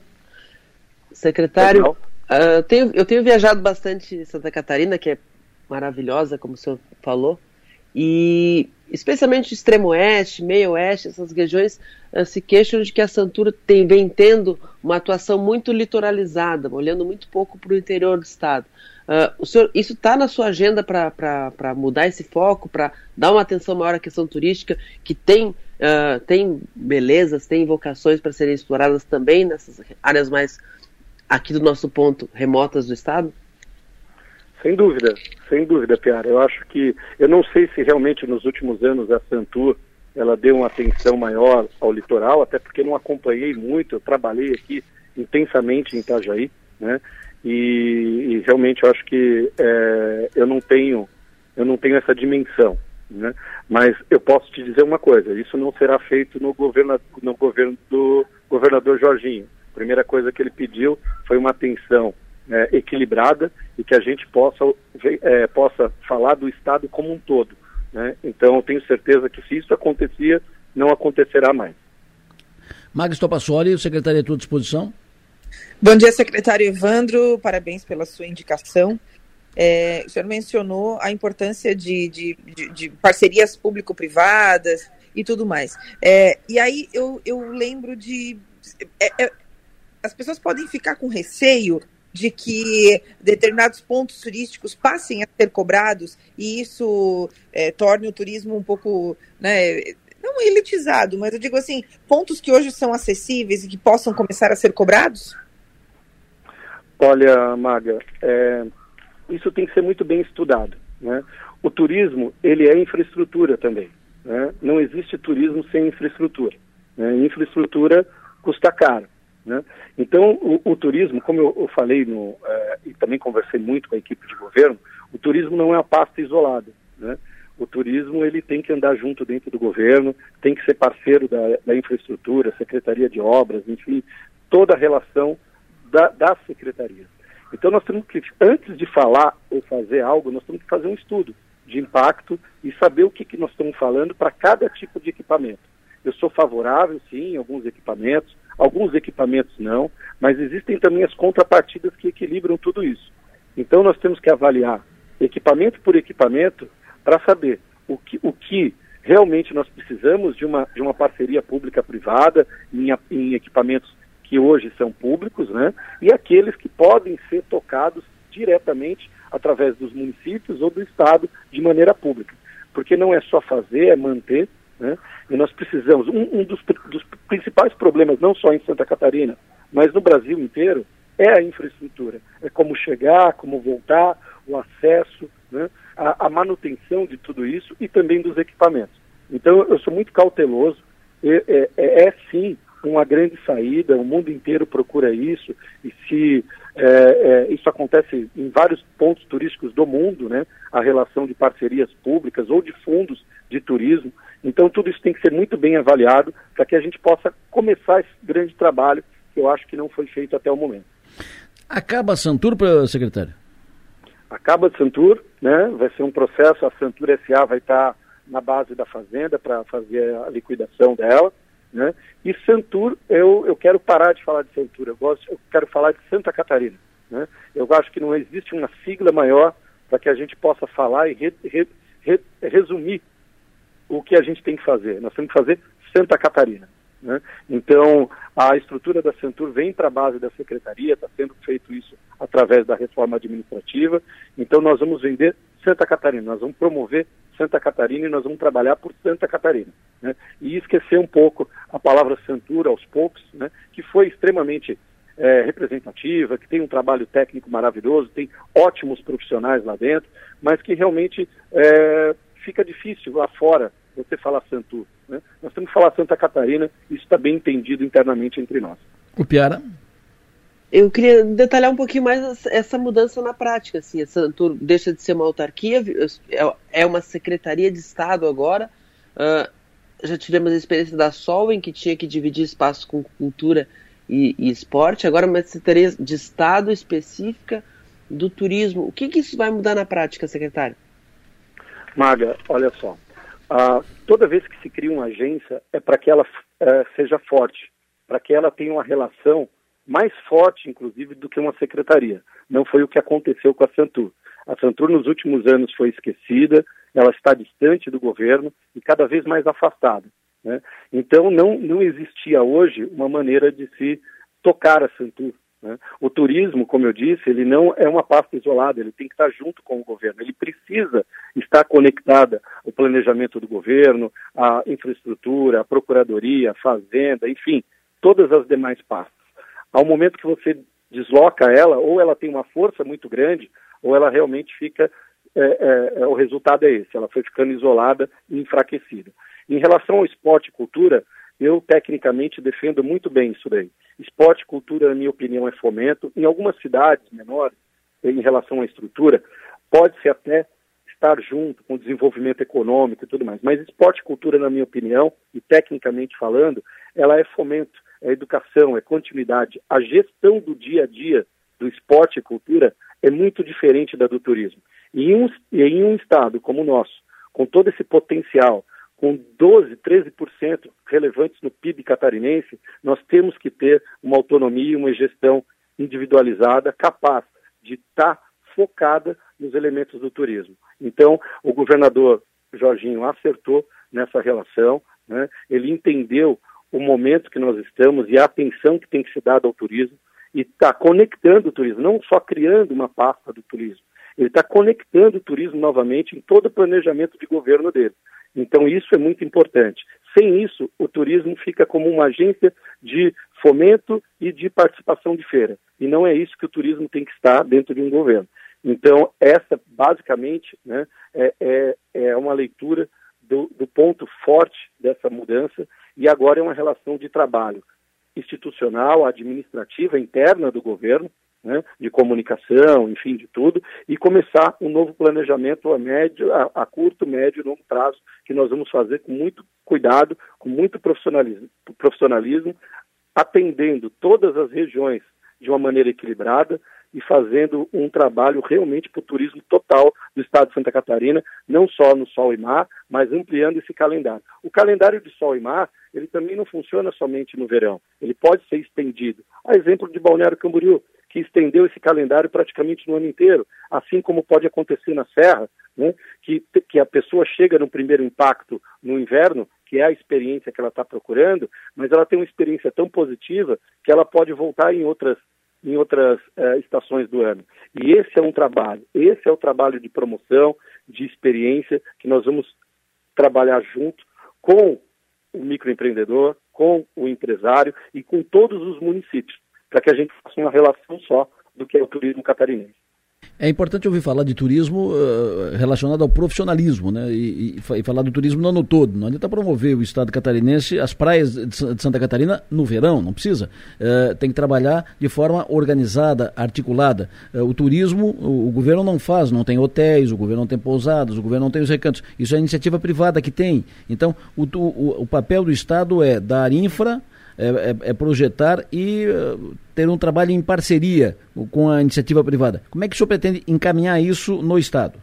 Secretário, eu tenho viajado bastante em Santa Catarina, que é maravilhosa, como o senhor falou, e especialmente o extremo oeste, meio oeste, essas regiões se queixam de que a Santur vem tendo uma atuação muito litoralizada, olhando muito pouco para o interior do estado. O senhor, isso está na sua agenda para mudar esse foco, para dar uma atenção maior à questão turística, que tem belezas, tem vocações para serem exploradas também nessas áreas mais, aqui do nosso ponto, remotas do estado? Sem dúvida, Piara. Eu acho que, eu não sei se realmente nos últimos anos a Santur, ela deu uma atenção maior ao litoral, até porque não acompanhei muito, eu trabalhei aqui intensamente em Itajaí, né? E realmente eu acho que eu não tenho essa dimensão, né? Mas eu posso te dizer uma coisa, isso não será feito no governo do governador Jorginho. A primeira coisa que ele pediu foi uma atenção equilibrada e que a gente possa falar do estado como um todo, né? Então eu tenho certeza que se isso acontecia, não acontecerá mais. Magda Stopassoli, o secretário é à tua disposição. Bom dia, secretário Evandro, parabéns pela sua indicação. O senhor mencionou a importância de parcerias público-privadas e tudo mais. E aí eu lembro de... as pessoas podem ficar com receio de que determinados pontos turísticos passem a ser cobrados e isso torne o turismo um pouco, né, não elitizado, mas eu digo assim, pontos que hoje são acessíveis e que possam começar a ser cobrados? Olha, Maga, isso tem que ser muito bem estudado, né? O turismo, ele é infraestrutura também, né? Não existe turismo sem infraestrutura, né? Infraestrutura custa caro, né? Então, o turismo, como eu falei e também conversei muito com a equipe de governo, o turismo não é uma pasta isolada, né? O turismo, ele tem que andar junto dentro do governo, tem que ser parceiro da infraestrutura, Secretaria de Obras, enfim, toda a relação das secretarias. Então nós temos que, antes de falar ou fazer algo, nós temos que fazer um estudo de impacto e saber o que nós estamos falando para cada tipo de equipamento. Eu sou favorável, sim, a alguns equipamentos não, mas existem também as contrapartidas que equilibram tudo isso. Então nós temos que avaliar equipamento por equipamento para saber o que realmente nós precisamos de uma parceria pública-privada em equipamentos que hoje são públicos, né? E aqueles que podem ser tocados diretamente através dos municípios ou do Estado de maneira pública. Porque não é só fazer, é manter, né? E nós precisamos, um dos principais problemas, não só em Santa Catarina, mas no Brasil inteiro, é a infraestrutura. É como chegar, como voltar, o acesso, né? A manutenção de tudo isso e também dos equipamentos. Então eu sou muito cauteloso, sim uma grande saída, o mundo inteiro procura isso, e se isso acontece em vários pontos turísticos do mundo, né, a relação de parcerias públicas ou de fundos de turismo, então tudo isso tem que ser muito bem avaliado para que a gente possa começar esse grande trabalho que eu acho que não foi feito até o momento. Acaba a Santur, secretário? Acaba a Santur, né? Vai ser um processo, a Santur S.A. vai estar na base da fazenda para fazer a liquidação dela, né? E Santur, eu quero parar de falar de Santur, eu quero falar de Santa Catarina, né? Eu acho que não existe uma sigla maior para que a gente possa falar e resumir o que a gente tem que fazer. Nós temos que fazer Santa Catarina, né? Então, a estrutura da Santur vem para a base da secretaria, está sendo feito isso através da reforma administrativa. Então, nós vamos vender Santa Catarina, nós vamos promover Santa Catarina e nós vamos trabalhar por Santa Catarina, né? E esquecer um pouco a palavra Santur aos poucos, né? Que foi extremamente representativa, que tem um trabalho técnico maravilhoso, tem ótimos profissionais lá dentro, mas que realmente fica difícil lá fora você falar Santur, né? Nós temos que falar Santa Catarina, isso está bem entendido internamente entre nós. O Piara? Eu queria detalhar um pouquinho mais essa mudança na prática. Assim, a Santur deixa de ser uma autarquia, é uma secretaria de Estado agora. Já tivemos a experiência da Solvem, que tinha que dividir espaço com cultura e esporte. Agora uma secretaria de Estado específica do turismo. O que isso vai mudar na prática, secretário? Maga, olha só. Toda vez que se cria uma agência é para que ela seja forte, para que ela tenha uma relação mais forte, inclusive, do que uma secretaria. Não foi o que aconteceu com a Santur. A Santur, nos últimos anos, foi esquecida, ela está distante do governo e cada vez mais afastada, né? Então, não existia hoje uma maneira de se tocar a Santur, né? O turismo, como eu disse, ele não é uma pasta isolada, ele tem que estar junto com o governo, ele precisa estar conectada ao planejamento do governo, à infraestrutura, à procuradoria, à fazenda, enfim, todas as demais pastas. Ao momento que você desloca ela, ou ela tem uma força muito grande, ou ela realmente fica, o resultado é esse, ela foi ficando isolada e enfraquecida. Em relação ao esporte e cultura, eu tecnicamente defendo muito bem isso daí. Esporte e cultura, na minha opinião, é fomento. Em algumas cidades menores, em relação à estrutura, pode-se até estar junto com o desenvolvimento econômico e tudo mais, mas esporte e cultura, na minha opinião, e tecnicamente falando, ela é fomento. É educação, é continuidade. A gestão do dia a dia do esporte e cultura é muito diferente da do turismo. E em um estado como o nosso, com todo esse potencial, com 12%, 13% relevantes no PIB catarinense, nós temos que ter uma autonomia e uma gestão individualizada, capaz de estar focada nos elementos do turismo. Então, o governador Jorginho acertou nessa relação, né? Ele entendeu o momento que nós estamos e a atenção que tem que ser dada ao turismo e está conectando o turismo, não só criando uma pasta do turismo, ele está conectando o turismo novamente em todo o planejamento de governo dele. Então isso é muito importante. Sem isso, o turismo fica como uma agência de fomento e de participação de feira. E não é isso que o turismo tem que estar dentro de um governo. Então essa, basicamente, né, é uma leitura do ponto forte dessa mudança. E agora é uma relação de trabalho institucional, administrativa, interna do governo, né, de comunicação, enfim, de tudo, e começar um novo planejamento a curto, médio e longo prazo, que nós vamos fazer com muito cuidado, com muito profissionalismo, atendendo todas as regiões de uma maneira equilibrada e fazendo um trabalho realmente para o turismo total do estado de Santa Catarina, não só no Sol e Mar, mas ampliando esse calendário. O calendário de Sol e Mar, ele também não funciona somente no verão, ele pode ser estendido. A exemplo de Balneário Camboriú, que estendeu esse calendário praticamente no ano inteiro, assim como pode acontecer na Serra, né, que a pessoa chega no primeiro impacto no inverno, que é a experiência que ela está procurando, mas ela tem uma experiência tão positiva que ela pode voltar em outras estações do ano. E esse é o trabalho de promoção, de experiência, que nós vamos trabalhar junto com o microempreendedor, com o empresário e com todos os municípios, para que a gente faça uma relação só do que é o turismo catarinense. É importante ouvir falar de turismo relacionado ao profissionalismo, né? E falar do turismo no ano todo. Não adianta promover o estado catarinense, as praias de Santa Catarina no verão, não precisa. Tem que trabalhar de forma organizada, articulada. O turismo, o governo não faz, não tem hotéis, o governo não tem pousadas, o governo não tem os recantos. Isso é a iniciativa privada que tem. Então, o papel do estado é dar infra, projetar e ter um trabalho em parceria com a iniciativa privada. Como é que o senhor pretende encaminhar isso no Estado?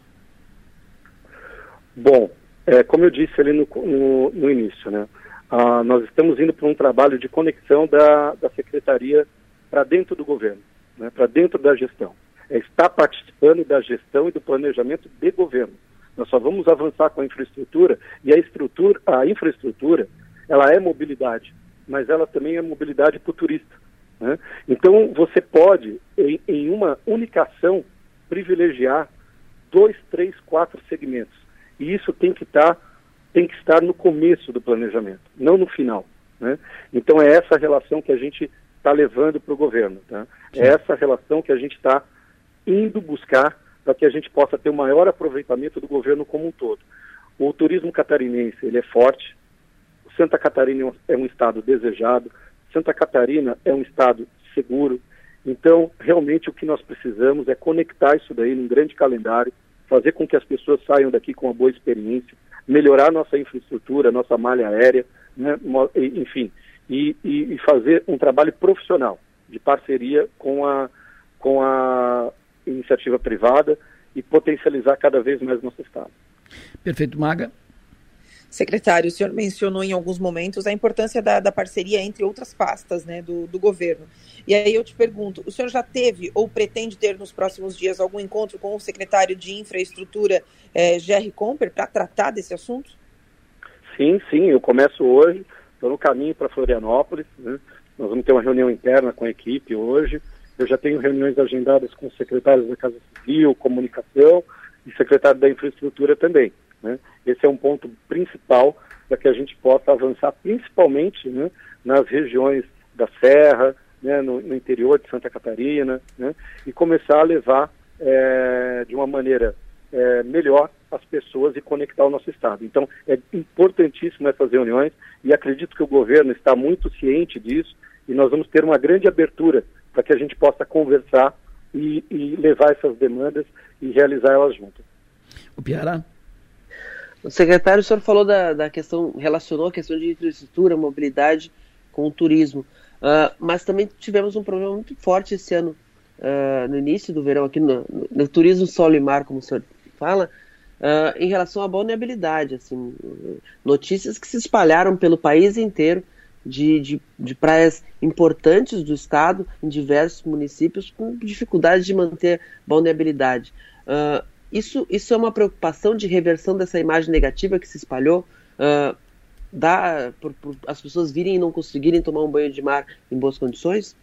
Bom, como eu disse ali no início, né, nós estamos indo para um trabalho de conexão da Secretaria para dentro do governo, né, para dentro da gestão. Está participando da gestão e do planejamento de governo. Nós só vamos avançar com a infraestrutura, e a infraestrutura, ela é mobilidade, mas ela também é mobilidade para o turista, né? Então, você pode, em uma única ação, privilegiar 2, 3, 4 segmentos. E isso tem que estar no começo do planejamento, não no final, né? Então, é essa relação que a gente está levando para o governo, tá? É essa relação que a gente está indo buscar para que a gente possa ter o maior aproveitamento do governo como um todo. O turismo catarinense, ele é forte. Santa Catarina é um estado desejado. Santa Catarina é um estado seguro. Então, realmente, o que nós precisamos é conectar isso daí num grande calendário, fazer com que as pessoas saiam daqui com uma boa experiência, melhorar nossa infraestrutura, nossa malha aérea, né? Enfim, e fazer um trabalho profissional de parceria com a iniciativa privada e potencializar cada vez mais nosso estado. Perfeito, Maga. Secretário, o senhor mencionou em alguns momentos a importância da parceria entre outras pastas, né, do governo. E aí eu te pergunto, o senhor já teve ou pretende ter nos próximos dias algum encontro com o secretário de Infraestrutura, Gerry Comper, para tratar desse assunto? Sim, eu começo hoje, estou no caminho para Florianópolis, né? Nós vamos ter uma reunião interna com a equipe hoje. Eu já tenho reuniões agendadas com os secretários da Casa Civil, Comunicação e secretário da Infraestrutura também, né? Esse é um ponto principal para que a gente possa avançar, principalmente, né, nas regiões da Serra, né, no interior de Santa Catarina, né, e começar a levar de uma maneira melhor as pessoas e conectar o nosso estado. Então, é importantíssimo essas reuniões e acredito que o governo está muito ciente disso e nós vamos ter uma grande abertura para que a gente possa conversar e levar essas demandas e realizar elas juntas. O Piara? O secretário, o senhor falou da questão, relacionou a questão de infraestrutura, mobilidade com o turismo, mas também tivemos um problema muito forte esse ano, no início do verão, aqui no turismo solo e mar, como o senhor fala, em relação à balneabilidade, assim, notícias que se espalharam pelo país inteiro, de praias importantes do estado, em diversos municípios, com dificuldade de manter balneabilidade. Isso é uma preocupação de reversão dessa imagem negativa que se espalhou, por as pessoas virem e não conseguirem tomar um banho de mar em boas condições?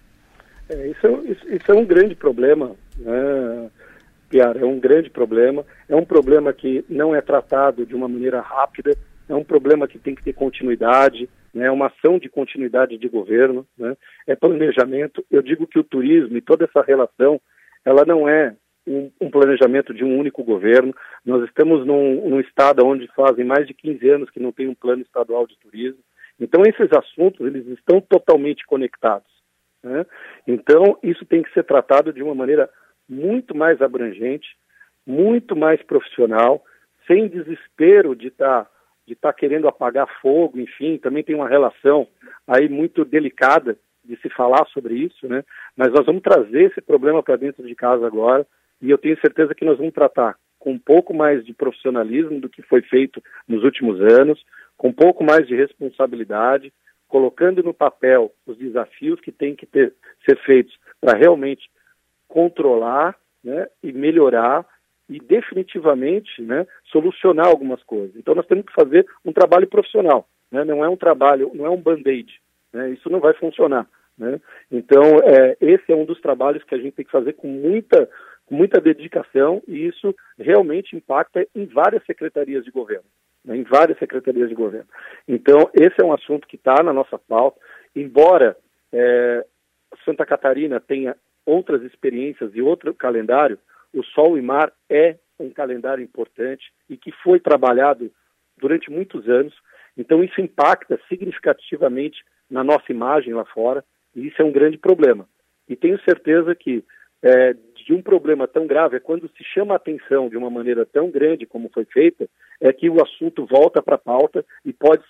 Isso é um grande problema, né, Piara? É um grande problema. É um problema que não é tratado de uma maneira rápida, é um problema que tem que ter continuidade, né, uma ação de continuidade de governo, né, é planejamento. Eu digo que o turismo e toda essa relação, ela não é um planejamento de um único governo. Nós estamos num estado onde fazem mais de 15 anos que não tem um plano estadual de turismo. Então, esses assuntos, eles estão totalmente conectados, né? Então, isso tem que ser tratado de uma maneira muito mais abrangente, muito mais profissional, sem desespero de estar querendo apagar fogo, enfim. Também tem uma relação aí muito delicada de se falar sobre isso, né? Mas nós vamos trazer esse problema para dentro de casa agora, e eu tenho certeza que nós vamos tratar com um pouco mais de profissionalismo do que foi feito nos últimos anos, com um pouco mais de responsabilidade, colocando no papel os desafios que têm que ser feitos para realmente controlar, né, e melhorar e definitivamente, né, solucionar algumas coisas. Então nós temos que fazer um trabalho profissional, né? Não é um trabalho, não é um band-aid, né? Isso não vai funcionar, né? Então esse é um dos trabalhos que a gente tem que fazer com muita dedicação, e isso realmente impacta em várias secretarias de governo, né? Em várias secretarias de governo. Então esse é um assunto que está na nossa pauta, embora Santa Catarina tenha outras experiências e outro calendário. O Sol e Mar é um calendário importante e que foi trabalhado durante muitos anos. Então isso impacta significativamente na nossa imagem lá fora, e isso é um grande problema. E tenho certeza que de um problema tão grave, quando se chama a atenção de uma maneira tão grande como foi feita, é que o assunto volta para a pauta e pode ser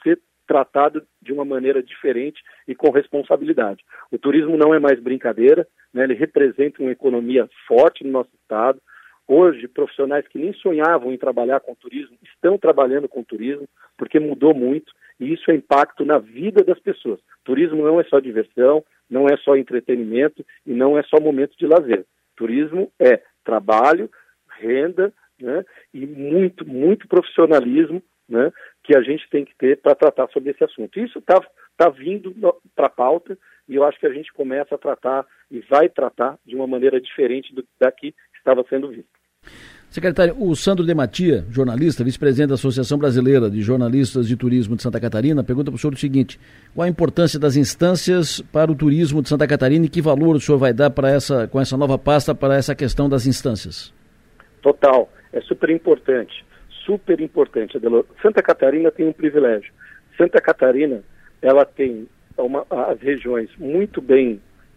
tratado de uma maneira diferente e com responsabilidade. O turismo não é mais brincadeira, né? Ele representa uma economia forte no nosso estado. Hoje, profissionais que nem sonhavam em trabalhar com turismo estão trabalhando com turismo, porque mudou muito, e isso é impacto na vida das pessoas. Turismo não é só diversão, não é só entretenimento e não é só momento de lazer. Turismo é trabalho, renda, né, e muito, muito profissionalismo, né, que a gente tem que ter para tratar sobre esse assunto. Isso está vindo para a pauta e eu acho que a gente começa a tratar e vai tratar de uma maneira diferente daqui que estava sendo visto. Secretário, o Sandro de Matia, jornalista, vice-presidente da Associação Brasileira de Jornalistas de Turismo de Santa Catarina, pergunta para o senhor o seguinte: qual a importância das instâncias para o turismo de Santa Catarina e que valor o senhor vai dar com essa nova pasta para essa questão das instâncias? Total, é super importante, Adelor. Santa Catarina tem um privilégio. Santa Catarina, ela tem as regiões muito bem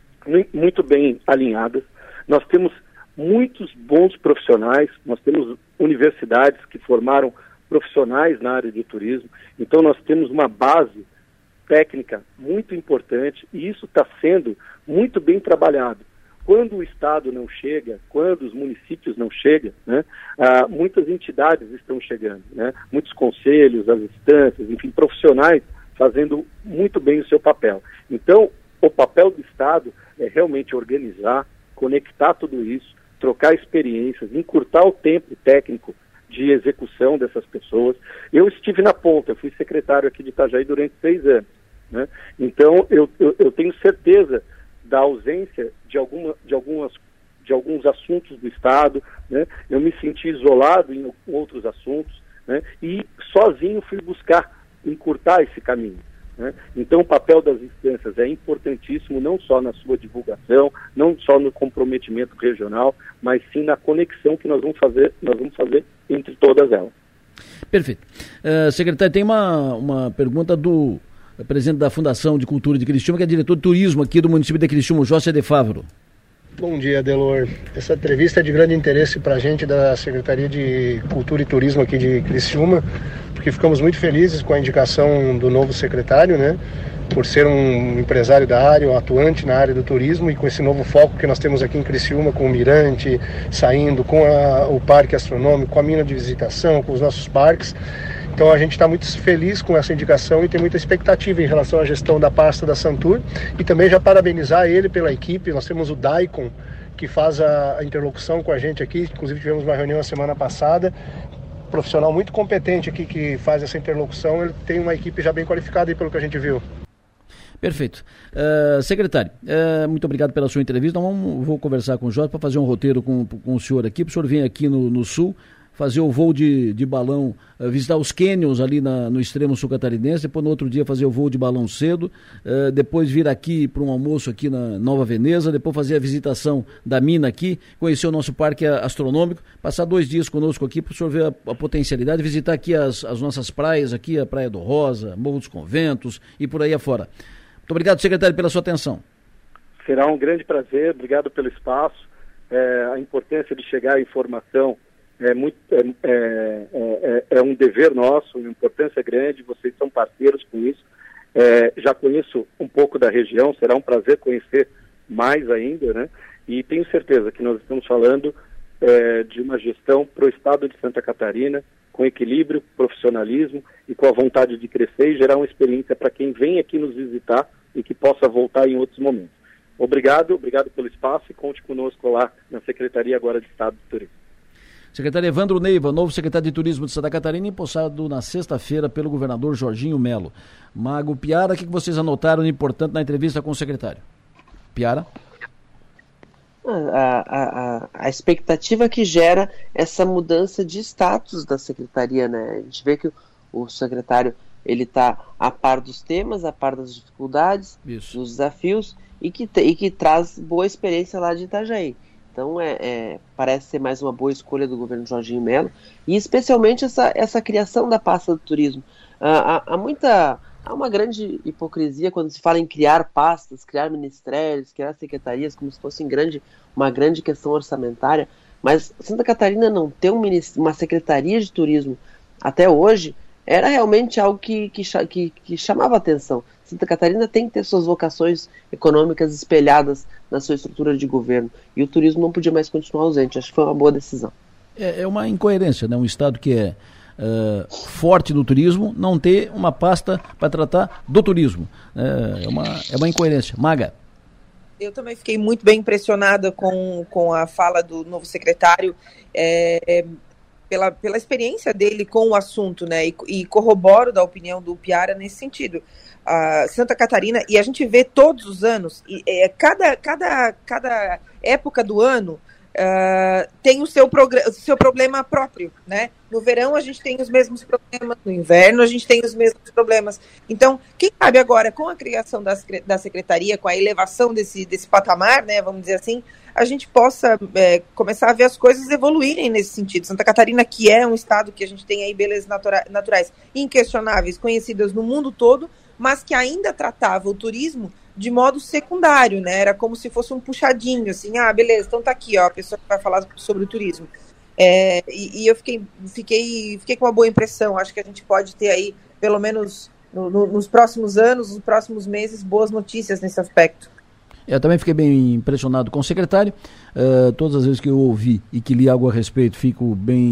alinhadas. Nós temos muitos bons profissionais, nós temos universidades que formaram profissionais na área de turismo, então nós temos uma base técnica muito importante e isso está sendo muito bem trabalhado. Quando o Estado não chega, quando os municípios não chegam, né, muitas entidades estão chegando, né, muitos conselhos, as instâncias, enfim, profissionais fazendo muito bem o seu papel. Então, o papel do Estado é realmente organizar, conectar tudo isso, trocar experiências, encurtar o tempo técnico de execução dessas pessoas. Eu estive na ponta, eu fui secretário aqui de Itajaí durante 6 anos, né? Então, eu tenho certeza da ausência de alguns assuntos do Estado, né? Eu me senti isolado em outros assuntos, né? E sozinho fui buscar encurtar esse caminho, né? Então o papel das instâncias é importantíssimo, não só na sua divulgação, não só no comprometimento regional, mas sim na conexão que nós vamos fazer entre todas elas. Perfeito. Secretário, tem uma pergunta do presidente da Fundação de Cultura de Criciúma, que é diretor de turismo aqui do município de Criciúma, José de Favro. Bom dia, Adelor. Essa entrevista é de grande interesse para a gente da Secretaria de Cultura e Turismo aqui de Criciúma, porque ficamos muito felizes com a indicação do novo secretário, né? Por ser um empresário da área, um atuante na área do turismo e com esse novo foco que nós temos aqui em Criciúma, com o Mirante saindo, com o Parque Astronômico, com a mina de visitação, com os nossos parques. Então a gente está muito feliz com essa indicação e tem muita expectativa em relação à gestão da pasta da Santur e também já parabenizar ele pela equipe. Nós temos o Daikon, que faz a interlocução com a gente aqui, inclusive tivemos uma reunião a semana passada, profissional muito competente aqui que faz essa interlocução, ele tem uma equipe já bem qualificada aí pelo que a gente viu. Perfeito. Secretário, muito obrigado pela sua entrevista. Então, vou conversar com o Jorge para fazer um roteiro com o senhor aqui, para o senhor vir aqui no Sul, fazer o voo de balão, visitar os cânions ali no extremo sul catarinense, depois no outro dia fazer o voo de balão cedo, depois vir aqui para um almoço aqui na Nova Veneza, depois fazer a visitação da mina aqui, conhecer o nosso parque astronômico, passar 2 dias conosco aqui para o senhor ver a potencialidade, visitar aqui as nossas praias, aqui a Praia do Rosa, Morro dos Conventos e por aí afora. Muito obrigado, secretário, pela sua atenção. Será um grande prazer, obrigado pelo espaço, a importância de chegar à informação é um dever nosso, uma importância grande, vocês são parceiros com isso. Já conheço um pouco da região, será um prazer conhecer mais ainda, né? E tenho certeza que nós estamos falando de uma gestão para o estado de Santa Catarina, com equilíbrio, profissionalismo e com a vontade de crescer e gerar uma experiência para quem vem aqui nos visitar e que possa voltar em outros momentos. Obrigado pelo espaço e conte conosco lá na Secretaria agora de Estado de Turismo. Secretário Evandro Neiva, novo secretário de Turismo de Santa Catarina, empossado na sexta-feira pelo governador Jorginho Melo. Mago Piara, o que vocês anotaram de importante na entrevista com o secretário? Piara? A expectativa que gera essa mudança de status da secretaria, né? A gente vê que o secretário ele está a par dos temas, a par das dificuldades, dos desafios e que traz boa experiência lá de Itajaí. Então parece ser mais uma boa escolha do governo Jorginho Melo e especialmente essa criação da pasta do turismo. Há uma grande hipocrisia quando se fala em criar pastas, criar ministérios, criar secretarias, como se fosse uma grande questão orçamentária, mas Santa Catarina não ter uma secretaria de turismo até hoje era realmente algo que chamava atenção. Santa Catarina tem que ter suas vocações econômicas espelhadas na sua estrutura de governo, e o turismo não podia mais continuar ausente. Acho que foi uma boa decisão. É uma incoerência, né? Um estado que é forte do turismo não ter uma pasta para tratar do turismo. É uma incoerência. Maga? Eu também fiquei muito bem impressionada com a fala do novo secretário, pela experiência dele com o assunto, né? E corroboro da opinião do Piara nesse sentido. Santa Catarina, e a gente vê todos os anos, cada época do ano tem o seu problema próprio, né? No verão a gente tem os mesmos problemas, no inverno a gente tem os mesmos problemas. Então, quem sabe agora, com a criação da secretaria, com a elevação desse patamar, né, vamos dizer assim, a gente possa começar a ver as coisas evoluírem nesse sentido. Santa Catarina, que é um estado que a gente tem aí belezas naturais inquestionáveis, conhecidas no mundo todo, mas que ainda tratava o turismo de modo secundário, né? Era como se fosse um puxadinho, assim, beleza, então tá aqui, ó, a pessoa que vai falar sobre o turismo. E eu fiquei com uma boa impressão. Acho que a gente pode ter aí, pelo menos nos próximos anos, nos próximos meses, boas notícias nesse aspecto. Eu também fiquei bem impressionado com o secretário. Todas as vezes que eu ouvi e que li algo a respeito, fico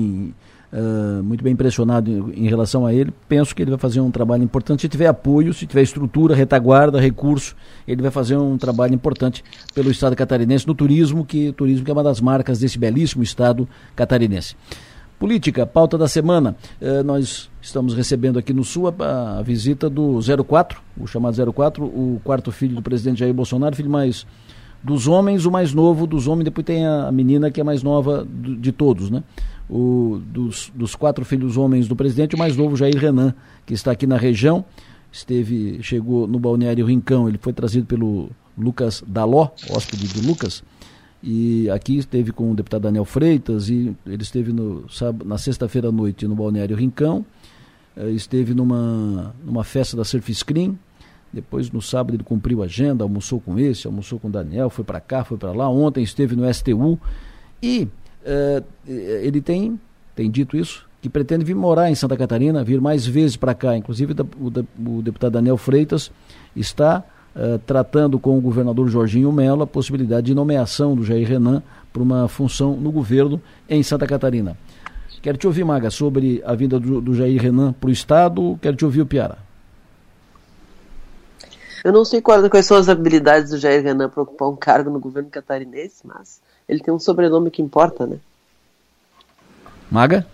muito bem impressionado em relação a ele. Penso que ele vai fazer um trabalho importante. Se tiver apoio, se tiver estrutura, retaguarda, recurso, ele vai fazer um trabalho importante pelo estado catarinense no turismo, que é uma das marcas desse belíssimo estado catarinense. Política, pauta da semana. Nós estamos recebendo aqui no Sul a visita do 04, o chamado 04, o quarto filho do presidente Jair Bolsonaro, filho mais dos homens, o mais novo dos homens, depois tem a menina que é a mais nova de todos, né? Dos 4 filhos homens do presidente, o mais novo, Jair Renan, que está aqui na região, chegou no Balneário Rincão. Ele foi trazido pelo Lucas Daló, hóspede do Lucas, e aqui esteve com o deputado Daniel Freitas, e ele esteve na sexta-feira à noite no Balneário Rincão, esteve numa festa da Surf Screen. Depois, no sábado, ele cumpriu a agenda, almoçou com almoçou com o Daniel, foi para cá, foi para lá. Ontem esteve no STU e ele tem dito isso, que pretende vir morar em Santa Catarina, vir mais vezes para cá. Inclusive, o deputado Daniel Freitas está tratando com o governador Jorginho Mello a possibilidade de nomeação do Jair Renan para uma função no governo em Santa Catarina. Quero te ouvir, Maga, sobre a vinda do Jair Renan para o estado. Quero te ouvir, o Piara. Eu não sei quais são as habilidades do Jair Renan para ocupar um cargo no governo catarinense, mas ele tem um sobrenome que importa, né? Maga?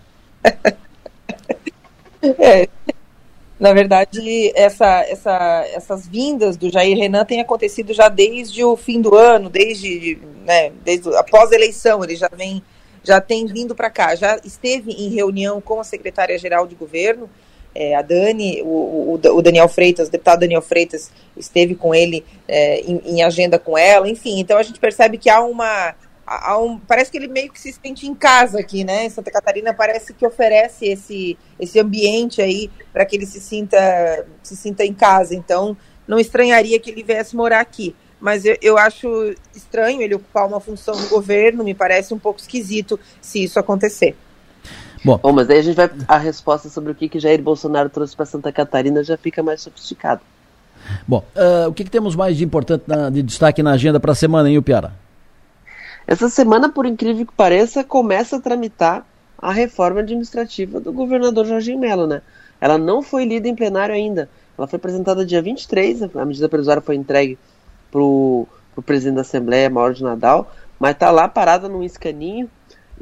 Na verdade, essas vindas do Jair Renan têm acontecido já desde o fim do ano, desde após a eleição. Ele já tem vindo para cá, já esteve em reunião com a secretária-geral de governo, a Dani, o Daniel Freitas, o deputado Daniel Freitas esteve com ele em agenda com ela, enfim. Então a gente percebe que parece que ele meio que se sente em casa aqui, né? Santa Catarina parece que oferece esse ambiente aí para que ele se sinta em casa. Então não estranharia que ele viesse morar aqui. Mas eu acho estranho ele ocupar uma função no governo, me parece um pouco esquisito se isso acontecer. Bom, mas aí a resposta sobre o que Jair Bolsonaro trouxe para Santa Catarina já fica mais sofisticada. Bom, o que temos mais de importante de destaque na agenda para a semana, hein, Piara? Essa semana, por incrível que pareça, começa a tramitar a reforma administrativa do governador Jorginho Mello, né? Ela não foi lida em plenário ainda. Ela foi apresentada dia 23, a medida provisória foi entregue para o presidente da Assembleia, Mauro de Nadal, mas está lá parada num escaninho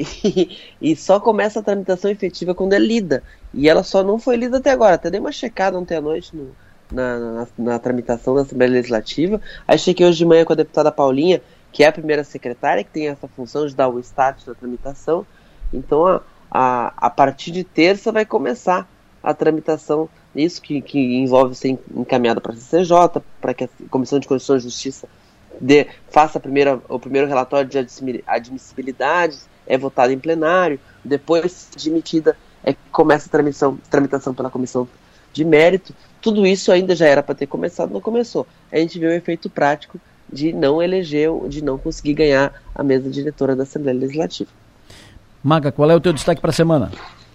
e só começa a tramitação efetiva quando é lida. E ela só não foi lida até agora. Até dei uma checada ontem à noite na tramitação da Assembleia Legislativa. Aí chequei hoje de manhã com a deputada Paulinha, que é a primeira secretária, que tem essa função de dar o start da tramitação. Então, a partir de terça vai começar a tramitação, isso que envolve ser encaminhada para a CCJ, para que a Comissão de Constituição e Justiça faça o primeiro relatório de admissibilidade, é votado em plenário, depois de emitida começa a tramitação pela Comissão de Mérito. Tudo isso ainda já era para ter começado, não começou. A gente vê o efeito prático de não conseguir ganhar a mesa diretora da Assembleia Legislativa. Maga, qual é o teu destaque para a semana?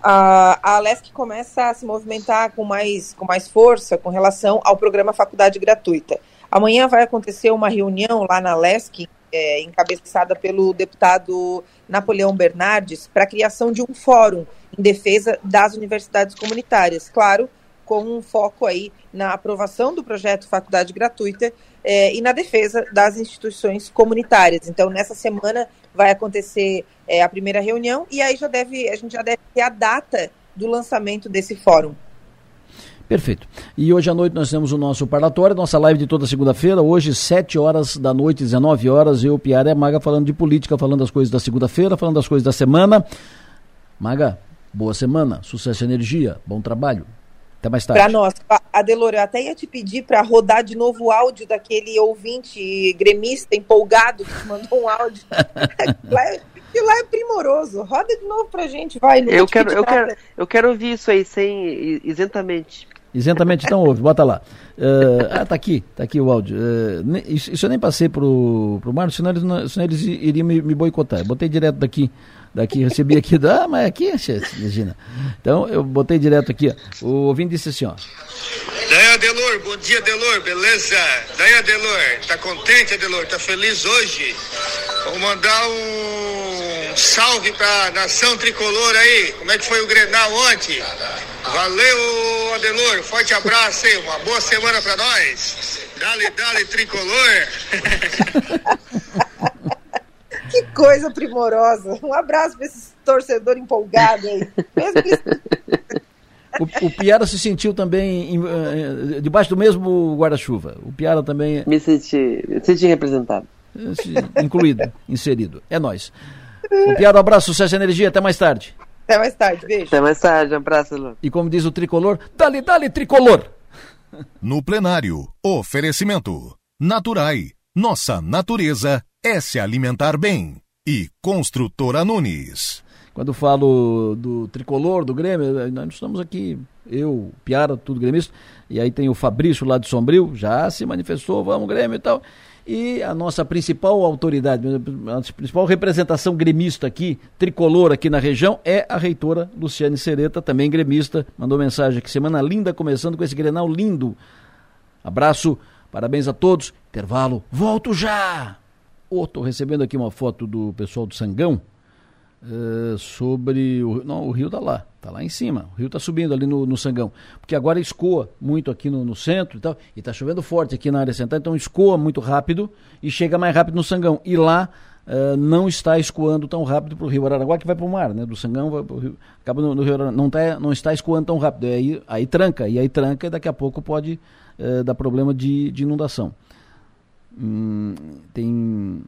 a Alesc começa a se movimentar com mais força com relação ao programa Faculdade Gratuita. Amanhã vai acontecer uma reunião lá na Alesc, encabeçada pelo deputado Napoleão Bernardes, para a criação de um fórum em defesa das universidades comunitárias, claro, com um foco aí na aprovação do projeto Faculdade Gratuita e na defesa das instituições comunitárias. Então, nessa semana vai acontecer a primeira reunião e aí a gente já deve ter a data do lançamento desse fórum. Perfeito. E hoje à noite nós temos o nosso parlatório, nossa live de toda segunda-feira, hoje 7 horas da noite, 19 horas, eu, Piara e a Maga falando de política, falando das coisas da segunda-feira, falando das coisas da semana. Maga, boa semana, sucesso e energia, bom trabalho. Até mais tarde. Para nós, Adelor, eu até ia te pedir para rodar de novo o áudio daquele ouvinte gremista empolgado que mandou um áudio. Aquilo lá é primoroso. Roda de novo pra gente, vai. Eu quero ouvir isso aí, isentamente. Isentamente, então ouve, bota lá. Tá aqui o áudio. Isso eu nem passei pro Mário, senão eles iriam me boicotar. Eu botei direto daqui, recebi aqui, mas aqui, Regina. Então, eu botei direto aqui, ó. O ouvinte disse assim, ó. Daí, Adelor, bom dia, Adelor, beleza? Daí, Adelor, tá contente, Adelor? Tá feliz hoje? Vou mandar um salve pra nação tricolor aí. Como é que foi o Grenal ontem? Valeu, Adelor, forte abraço aí, uma boa semana pra nós. Dale, tricolor. Que coisa primorosa. Um abraço para esse torcedor empolgado aí. Mesmo que... O Piara se sentiu também debaixo do mesmo guarda-chuva. O Piara também... Me senti representado. Incluído, inserido. É nóis. O Piara, um abraço, sucesso e energia. Até mais tarde. Até mais tarde, beijo. Até mais tarde, um abraço, Lu. E como diz o tricolor, dale, tricolor. No plenário, oferecimento. Naturai, nossa natureza é se alimentar bem. E Construtora Nunes. Quando falo do tricolor, do Grêmio, nós estamos aqui, eu, Piara, tudo gremista, e aí tem o Fabrício lá de Sombrio, já se manifestou, vamos Grêmio e tal. E a nossa principal autoridade, a principal representação gremista aqui, tricolor aqui na região, é a reitora Luciane Sereta, também gremista, mandou mensagem aqui, semana linda, começando com esse Grenal lindo. Abraço, parabéns a todos, intervalo, volto já! Estou recebendo aqui uma foto do pessoal do Sangão, sobre o rio tá lá em cima, o rio tá subindo ali no Sangão, porque agora escoa muito aqui no centro e tal, e tá chovendo forte aqui na área central, então escoa muito rápido e chega mais rápido no Sangão, e lá não está escoando tão rápido pro rio Araranguá, que vai pro mar, né, do Sangão vai pro rio, acaba no rio Araranguá, não está escoando tão rápido, aí tranca, e daqui a pouco pode dar problema de inundação. Tem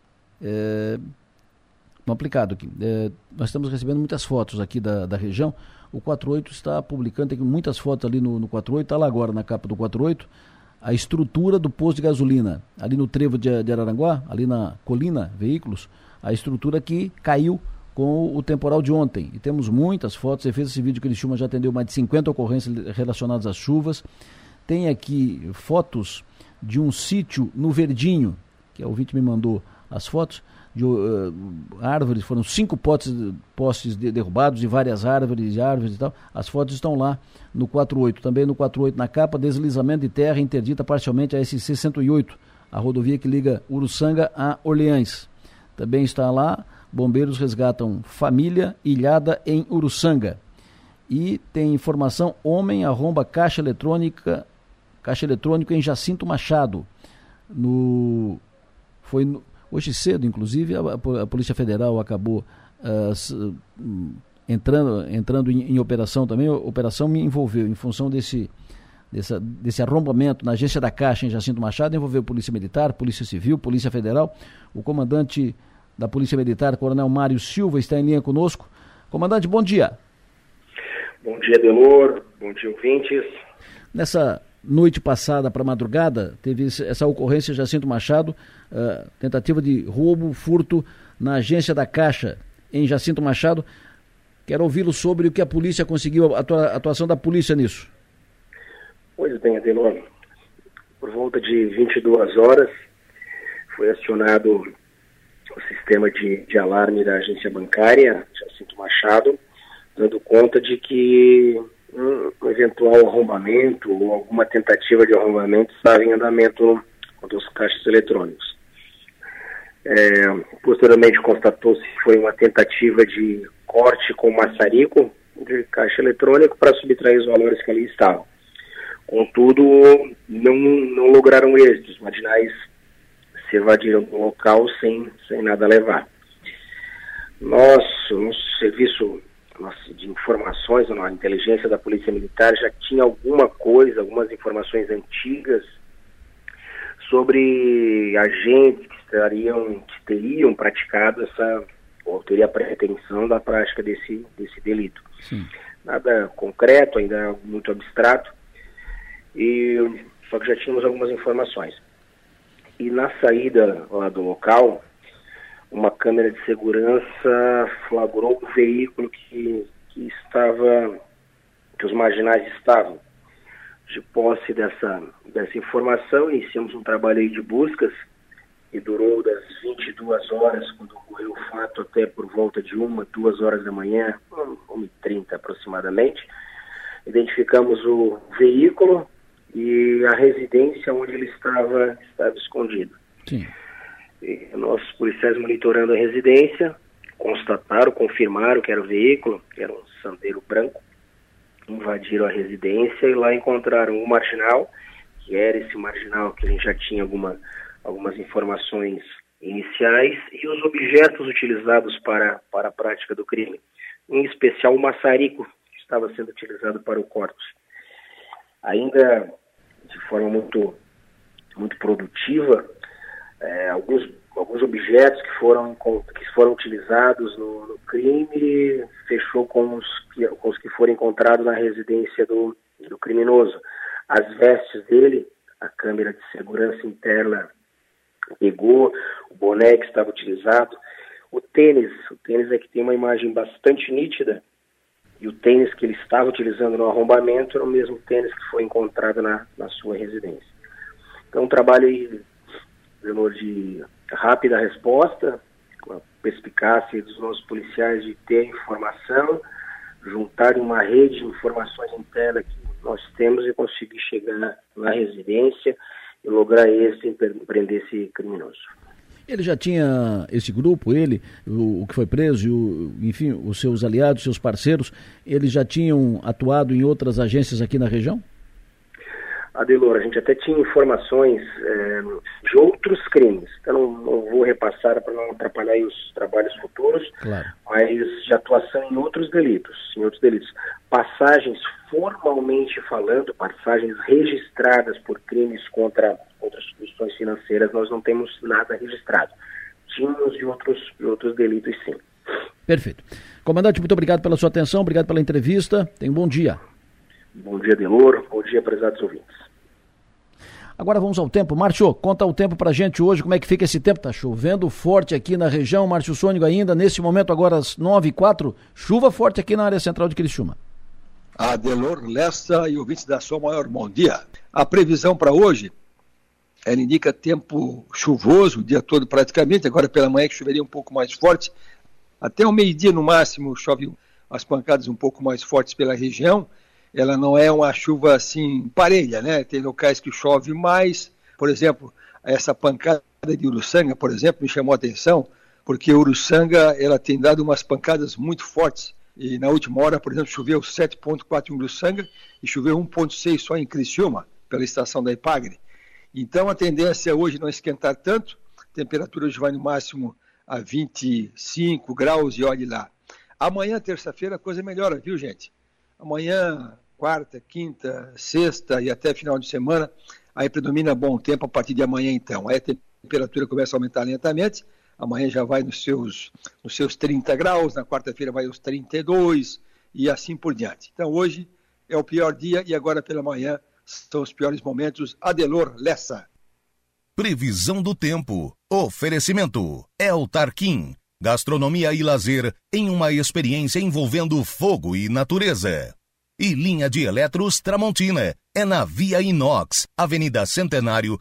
complicado aqui. Nós estamos recebendo muitas fotos aqui da região. O 48 está publicando, tem muitas fotos ali no 48, está lá agora na capa do 48, a estrutura do posto de gasolina, ali no trevo de Araranguá, ali na Colina Veículos, a estrutura que caiu com o temporal de ontem. E temos muitas fotos, você fez esse vídeo que o Criciúma já atendeu mais de 50 ocorrências relacionadas às chuvas. Tem aqui fotos de um sítio no Verdinho, que o ouvinte me mandou as fotos, de árvores, foram 5 postes derrubados e várias árvores e tal. As fotos estão lá no 48. Também no 48 na capa, deslizamento de terra interdita parcialmente a SC 108, a rodovia que liga Uruçanga a Orleans. Também está lá, bombeiros resgatam família ilhada em Uruçanga. E tem informação, homem arromba caixa eletrônico em Jacinto Machado. Hoje cedo, inclusive, a Polícia Federal acabou entrando em operação também. A operação me envolveu, em função desse arrombamento na agência da Caixa em Jacinto Machado, envolveu Polícia Militar, Polícia Civil, Polícia Federal. O comandante da Polícia Militar, Coronel Mário Silva, está em linha conosco. Comandante, bom dia. Bom dia, Adelor. Bom dia, ouvintes. Nessa noite passada para madrugada, teve essa ocorrência em Jacinto Machado, tentativa de roubo, furto na agência da Caixa em Jacinto Machado. Quero ouvi-lo sobre o que a polícia conseguiu, a atuação da polícia nisso. Pois bem, Adelor, por volta de 22 horas foi acionado o sistema de alarme da agência bancária Jacinto Machado, dando conta de que um eventual arrombamento ou alguma tentativa de arrombamento estava em andamento contra os caixas eletrônicos. Posteriormente constatou-se que foi uma tentativa de corte com maçarico de caixa eletrônico para subtrair os valores que ali estavam. Contudo, não lograram êxito. Os marginais se evadiram do local sem nada levar. Nosso serviço de informações, a inteligência da Polícia Militar já tinha algumas informações antigas sobre agentes que teriam praticado ou teria a pretensão da prática desse delito. Sim. Nada concreto, ainda muito abstrato, só que já tínhamos algumas informações. E na saída lá do local, uma câmera de segurança flagrou um veículo que os marginais estavam. De posse dessa informação, iniciamos um trabalho de buscas que durou das 22 horas, quando ocorreu o fato, até por volta de 2 horas da manhã, 1h30 aproximadamente. Identificamos o veículo e a residência onde ele estava escondido. Sim. E nossos policiais monitorando a residência, confirmaram que era o veículo, que era um Sandero branco, invadiram a residência e lá encontraram um marginal, que era esse marginal que a gente já tinha algumas informações iniciais, e os objetos utilizados para a prática do crime, em especial o maçarico, que estava sendo utilizado para o corte. Ainda de forma muito, muito produtiva, alguns objetos que foram utilizados no crime fechou com os que foram encontrados na residência do criminoso. As vestes dele, a câmera de segurança interna pegou, o boné que estava utilizado, o tênis é que tem uma imagem bastante nítida, e o tênis que ele estava utilizando no arrombamento era o mesmo tênis que foi encontrado na sua residência. Então, um trabalho aí, de rápida resposta, com a perspicácia dos nossos policiais de ter informação, juntar uma rede de informações internas que nós temos e conseguir chegar na residência e lograr êxito em prender esse criminoso. Ele já tinha esse grupo, o que foi preso, enfim, os seus aliados, seus parceiros, eles já tinham atuado em outras agências aqui na região? Adelor, a gente até tinha informações de outros crimes, então não vou repassar para não atrapalhar os trabalhos futuros, claro, mas de atuação em outros delitos. Passagens formalmente falando, passagens registradas por crimes contra outras instituições financeiras, nós não temos nada registrado. Tínhamos de outros delitos, sim. Perfeito. Comandante, muito obrigado pela sua atenção, obrigado pela entrevista, tenha um bom dia. Bom dia, Delor. Bom dia, prezados ouvintes. Agora vamos ao tempo. Márcio, conta o tempo pra gente hoje, como é que fica esse tempo? Tá chovendo forte aqui na região, Márcio Sônico ainda, nesse momento agora às 9h04, chuva forte aqui na área central de Criciúma. Adelor Lessa e ouvintes da Sua Maior, bom dia. A previsão para hoje, ela indica tempo chuvoso o dia todo praticamente, agora pela manhã que choveria um pouco mais forte, até o meio-dia no máximo chove as pancadas um pouco mais fortes pela região. Ela não é uma chuva assim parelha, né? Tem locais que chove mais, por exemplo, essa pancada de Uruçanga, por exemplo, me chamou a atenção, porque Uruçanga, ela tem dado umas pancadas muito fortes, e na última hora, por exemplo, choveu 7,4 em Uruçanga e choveu 1,6 só em Criciúma, pela estação da Ipagre. Então a tendência é hoje não esquentar tanto, a temperatura hoje vai no máximo a 25 graus e olhe lá. Amanhã, terça-feira, a coisa melhora, viu, gente? Amanhã, quarta, quinta, sexta e até final de semana, aí predomina bom tempo a partir de amanhã então. Aí a temperatura começa a aumentar lentamente, amanhã já vai nos seus 30 graus, na quarta-feira vai aos 32 e assim por diante. Então hoje é o pior dia e agora pela manhã são os piores momentos. Adelor Lessa. Previsão do tempo. Oferecimento. El Tarquim. Gastronomia e lazer em uma experiência envolvendo fogo e natureza. E linha de eletros Tramontina. É na Via Inox, Avenida Centenário,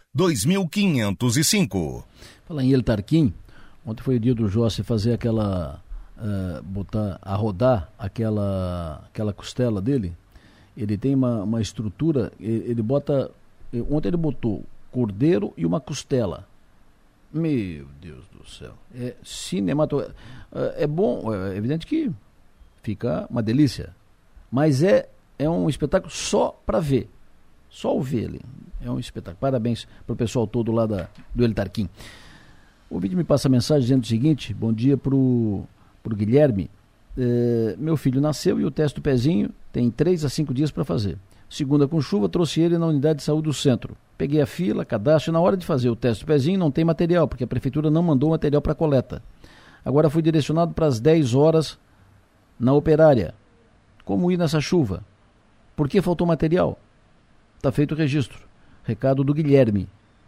2505. Falar em El Tarquim, ontem foi o dia do José fazer aquela botar a rodar aquela costela dele, ele tem uma estrutura, ele bota, ontem ele botou cordeiro e uma costela. Meu Deus do céu, é cinematográfico, é bom, é evidente que fica uma delícia, mas é um espetáculo só para ver, só o ver ali, é um espetáculo. Parabéns para o pessoal todo lá do El Tarquim. O vídeo me passa mensagem dizendo o seguinte: bom dia pro Guilherme, meu filho nasceu e o teste do pezinho tem 3 a 5 dias para fazer. Segunda com chuva, trouxe ele na unidade de saúde do centro. Peguei a fila, cadastro, e na hora de fazer o teste do pezinho não tem material, porque a prefeitura não mandou material para coleta. Agora fui direcionado para as 10 horas na operária. Como ir nessa chuva? Por que faltou material? Está feito o registro. Recado do Guilherme.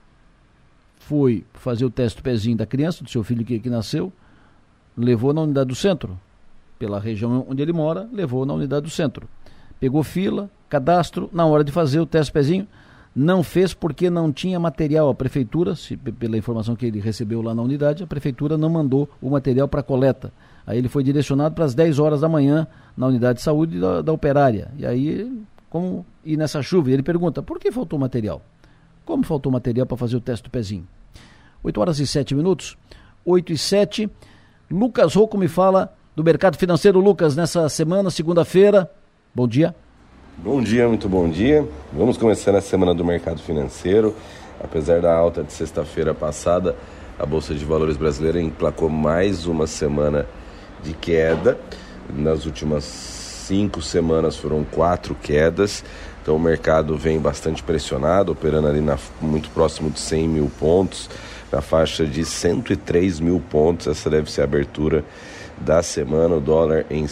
Foi fazer o teste do pezinho da criança, do seu filho que nasceu, levou na unidade do centro. Pela região onde ele mora, levou na unidade do centro. Pegou fila, cadastro, na hora de fazer o teste do pezinho, não fez porque não tinha material. A prefeitura, pela informação que ele recebeu lá na unidade, a prefeitura não mandou o material para coleta. Aí ele foi direcionado para as 10 horas da manhã na unidade de saúde da operária. E aí, como ir nessa chuva? E ele pergunta, por que faltou material? Como faltou material para fazer o teste do pezinho? 8 horas e 7 minutos, 8 e 7. Lucas Rocco me fala do mercado financeiro. Lucas, nessa semana, segunda-feira, bom dia. Bom dia, muito bom dia. Vamos começar a semana do mercado financeiro. Apesar da alta de sexta-feira passada, a Bolsa de Valores brasileira emplacou mais uma semana de queda. Nas últimas 5 semanas foram 4 quedas. Então o mercado vem bastante pressionado, operando ali muito próximo de 100 mil pontos, na faixa de 103 mil pontos. Essa deve ser a abertura da semana. O dólar em R$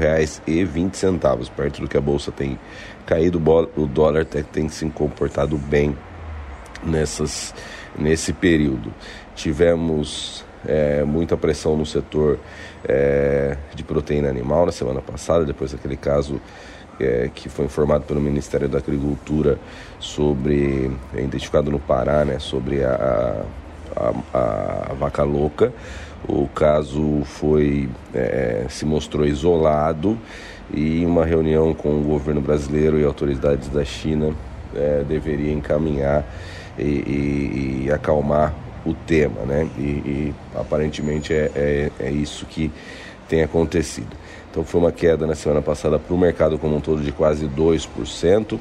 5,20, perto do que a Bolsa tem caído. O dólar até tem se comportado bem nesse período. Tivemos muita pressão no setor de proteína animal na semana passada, depois daquele caso que foi informado pelo Ministério da Agricultura identificado no Pará, né, sobre a vaca louca. O caso se mostrou isolado e uma reunião com o governo brasileiro e autoridades da China deveria encaminhar e acalmar o tema, né? E aparentemente é isso que tem acontecido. Então foi uma queda na semana passada para o mercado como um todo de quase 2%.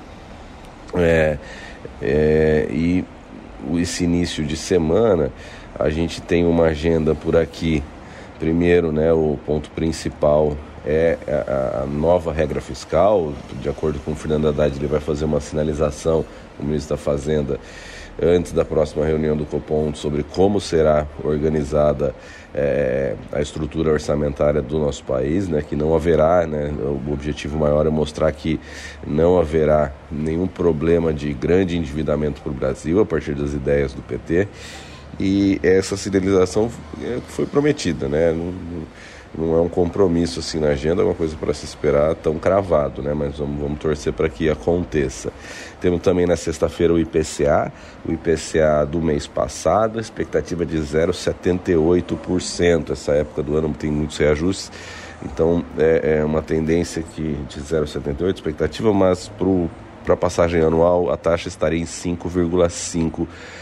E esse início de semana a gente tem uma agenda por aqui. Primeiro, né, o ponto principal é a nova regra fiscal. De acordo com o Fernando Haddad, ele vai fazer uma sinalização, o ministro da Fazenda, antes da próxima reunião do Copom, sobre como será organizada a estrutura orçamentária do nosso país, né, que não haverá, né, o objetivo maior é mostrar que não haverá nenhum problema de grande endividamento para o Brasil a partir das ideias do PT. E essa sinalização foi prometida, né? Não é um compromisso assim na agenda, é uma coisa para se esperar tão cravado, né? Mas vamos torcer para que aconteça. Temos também na sexta-feira o IPCA do mês passado, expectativa de 0,78%. Essa época do ano tem muitos reajustes, então é uma tendência de 0,78% expectativa, mas para a passagem anual a taxa estaria em 5,5%.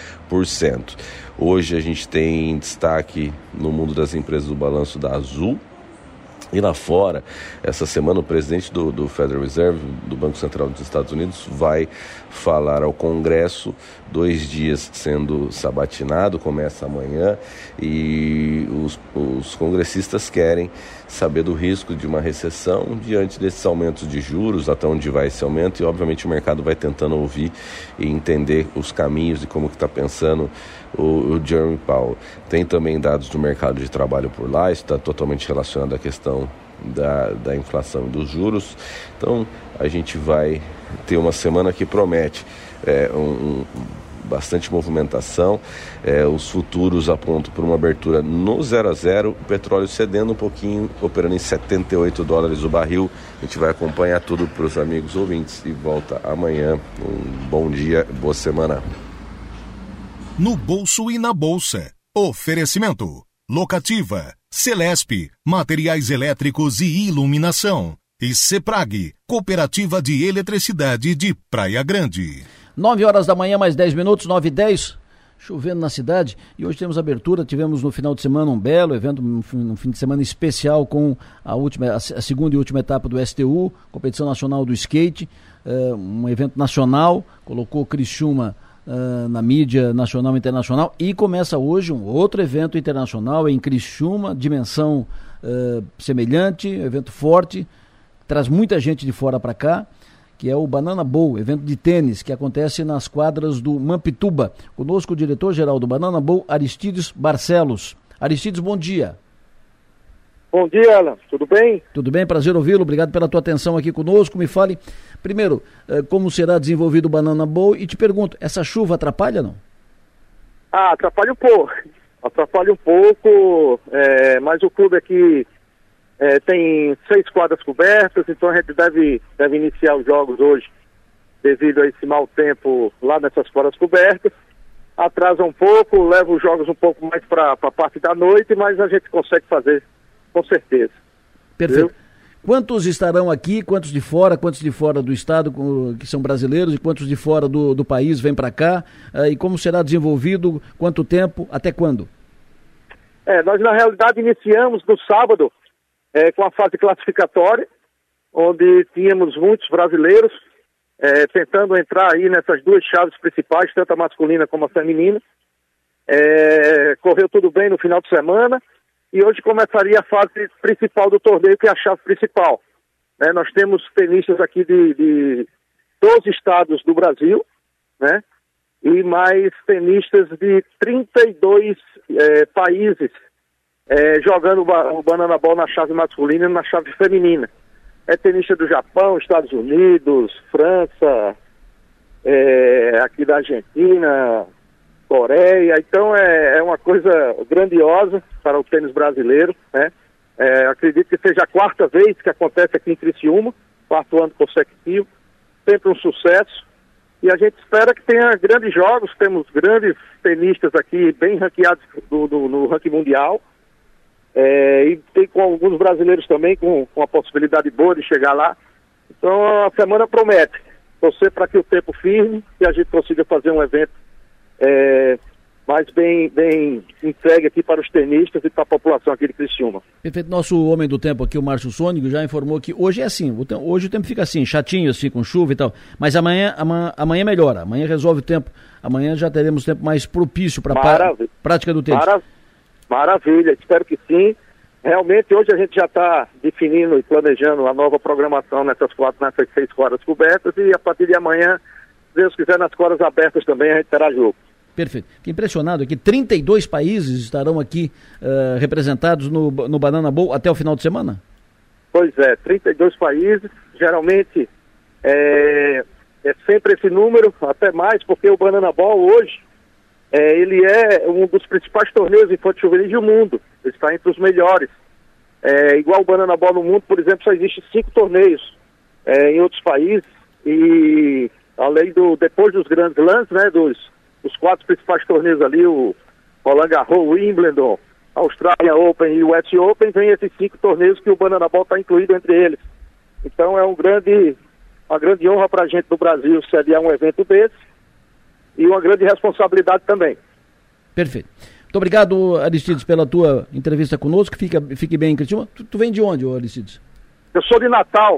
Hoje a gente tem destaque no mundo das empresas do balanço da Azul. E lá fora, essa semana o presidente do Federal Reserve, do Banco Central dos Estados Unidos, vai falar ao Congresso, 2 dias sendo sabatinado, começa amanhã, e os congressistas querem saber do risco de uma recessão diante desses aumentos de juros, até onde vai esse aumento, e obviamente o mercado vai tentando ouvir e entender os caminhos e como que está pensando o Jerome Powell. Tem também dados do mercado de trabalho por lá, isso está totalmente relacionado à questão da inflação e dos juros. Então a gente vai ter uma semana que promete bastante movimentação. Os futuros apontam por uma abertura no 0 a 0, o petróleo cedendo um pouquinho, operando em $78 o barril. A gente vai acompanhar tudo para os amigos ouvintes e volta amanhã. Um bom dia, boa semana. No bolso e na bolsa. Oferecimento. Locativa. Celesp, materiais elétricos e iluminação. E Ceprag, Cooperativa de Eletricidade de Praia Grande. 9h da manhã, mais 10 minutos, 9h10. Chovendo na cidade, e hoje temos abertura. Tivemos no final de semana um belo evento, um fim de semana especial com a segunda e última etapa do STU, Competição Nacional do Skate, um evento nacional, colocou Criciúma na mídia nacional e internacional, e começa hoje um outro evento internacional em Criciúma, dimensão semelhante, evento forte, traz muita gente de fora para cá, que é o Banana Bowl, evento de tênis, que acontece nas quadras do Mampituba. Conosco o diretor-geral do Banana Bowl, Aristides Barcelos. Aristides, bom dia. Bom dia, Alan. Tudo bem? Tudo bem, prazer ouvi-lo. Obrigado pela tua atenção aqui conosco. Me fale, primeiro, como será desenvolvido o Banana Bowl, e te pergunto, essa chuva atrapalha, não? Atrapalha um pouco. Mas o clube aqui tem 6 quadras cobertas, então a gente deve iniciar os jogos hoje devido a esse mau tempo lá nessas quadras cobertas. Atrasa um pouco, leva os jogos um pouco mais para a parte da noite, mas a gente consegue fazer, com certeza. Perfeito. Entendeu? Quantos estarão aqui, quantos de fora do estado, que são brasileiros, e quantos de fora do país vêm para cá? E como será desenvolvido, quanto tempo, até quando? Nós na realidade iniciamos no sábado, com a fase classificatória, onde tínhamos muitos brasileiros tentando entrar aí nessas 2 chaves principais, tanto a masculina como a feminina. Correu tudo bem no final de semana, e hoje começaria a fase principal do torneio, que é a chave principal. Nós temos tenistas aqui de 12 estados do Brasil, né? E mais tenistas de 32 países, jogando o Banana Bowl na chave masculina e na chave feminina. Tenista do Japão, Estados Unidos, França, aqui da Argentina, Coreia. Então é uma coisa grandiosa para o tênis brasileiro, né? Acredito que seja a 4ª vez que acontece aqui em Criciúma, 4º ano consecutivo, sempre um sucesso. E a gente espera que tenha grandes jogos. Temos grandes tenistas aqui, bem ranqueados no ranking mundial. E tem com alguns brasileiros também com a possibilidade boa de chegar lá. Então a semana promete. Torcer para que o tempo firme e a gente consiga fazer um evento mais bem entregue aqui para os tenistas e para a população aqui de Criciúma. Perfeito. Nosso homem do tempo aqui, o Márcio Sônico, já informou que hoje é assim, hoje o tempo fica assim, chatinho, assim, com chuva e tal, mas amanhã melhora, amanhã resolve o tempo, amanhã já teremos tempo mais propício para a prática do tênis. Maravilha, espero que sim. Realmente hoje a gente já está definindo e planejando a nova programação nessas 6 quadras cobertas, e a partir de amanhã, se Deus quiser, nas quadras abertas também a gente terá jogo. Perfeito. Fiquei impressionado aqui, 32 países estarão aqui representados no Banana Bowl até o final de semana? Pois 32 países, geralmente é sempre esse número, até mais, porque o Banana Bowl hoje, ele é um dos principais torneios infantil juvenil do mundo. Ele está entre os melhores. Igual o Banana Bowl no mundo, por exemplo, só existe 5 torneios em outros países. E além depois dos grandes lances, né, dos 4 principais torneios ali, o Roland Garros, o Wimbledon, Australian Open e o US Open, vem esses 5 torneios que o Banana Bowl está incluído entre eles. Então é uma grande honra para a gente do Brasil sediar um evento desse, e uma grande responsabilidade também. Perfeito. Muito obrigado, Aristides, pela tua entrevista conosco. Fique bem em Criciúma. Tu vem de onde, Aristides? Eu sou de Natal.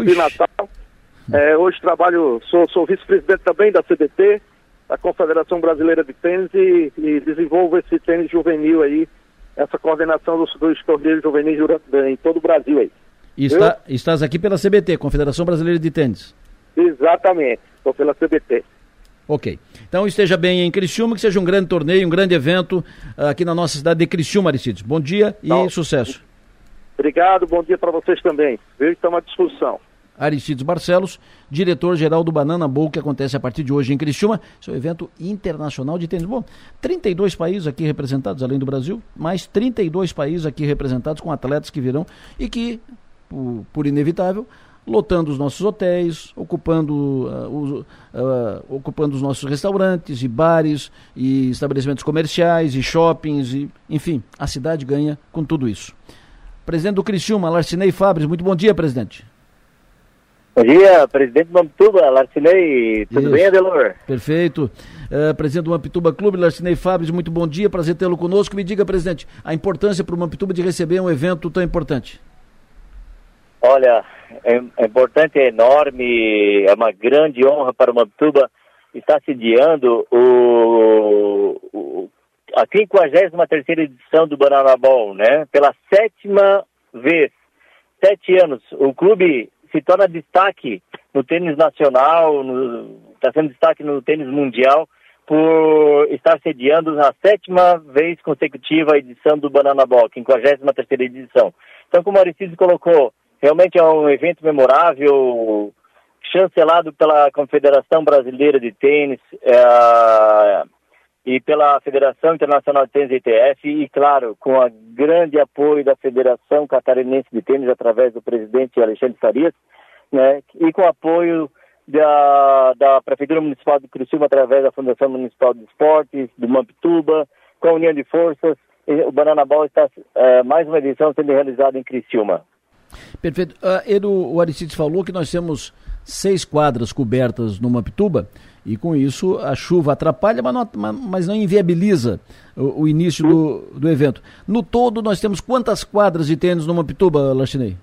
Hoje trabalho, sou vice-presidente também da CBT, da Confederação Brasileira de Tênis, e desenvolvo esse tênis juvenil aí, essa coordenação dos torneios juvenis em todo o Brasil aí. E estás aqui pela CBT, Confederação Brasileira de Tênis? Exatamente, estou pela CBT. Ok. Então esteja bem em Criciúma, que seja um grande torneio, um grande evento aqui na nossa cidade de Criciúma, Aristides. Bom dia e sucesso. Obrigado, bom dia para vocês também. Estamos à disposição. Aristides Barcelos, diretor-geral do Banana Bowl, que acontece a partir de hoje em Criciúma. Esse é um evento internacional de tênis. Bom, 32 países aqui representados, além do Brasil, mais 32 países aqui representados com atletas que virão e que, por inevitável, lotando os nossos hotéis, ocupando os nossos restaurantes e bares e estabelecimentos comerciais e shoppings, e, enfim, a cidade ganha com tudo isso. Presidente do Criciúma, Larcinei Fabres, muito bom dia, presidente. Bom dia, presidente do Mampituba, Larcinei, tudo bem, Adelor? Perfeito. Presidente do Mampituba Clube, Larcinei Fabres, muito bom dia, prazer tê-lo conosco. Me diga, presidente, a importância para o Mampituba de receber um evento tão importante. Olha, é importante, é enorme, é uma grande honra para o Mampituba estar sediando a 53ª edição do Banana Ball, né? Pela 7ª vez, 7 anos, o clube se torna destaque no tênis nacional, está sendo destaque no tênis mundial por estar sediando a 7ª vez consecutiva a edição do Banana Ball, 53ª edição. Então, como o Aristides colocou, realmente é um evento memorável, chancelado pela Confederação Brasileira de Tênis e pela Federação Internacional de Tênis ITF e, claro, com o grande apoio da Federação Catarinense de Tênis através do presidente Alexandre Farias, né, e com o apoio da Prefeitura Municipal de Criciúma através da Fundação Municipal de Esportes, do Mampituba, com a união de forças, o Banana Ball está mais uma edição sendo realizada em Criciúma. Perfeito. O Aristides falou que nós temos 6 quadras cobertas no Mampituba e com isso a chuva atrapalha, mas não inviabiliza o início do evento. No todo nós temos quantas quadras de tênis no Mampituba, Larcinei?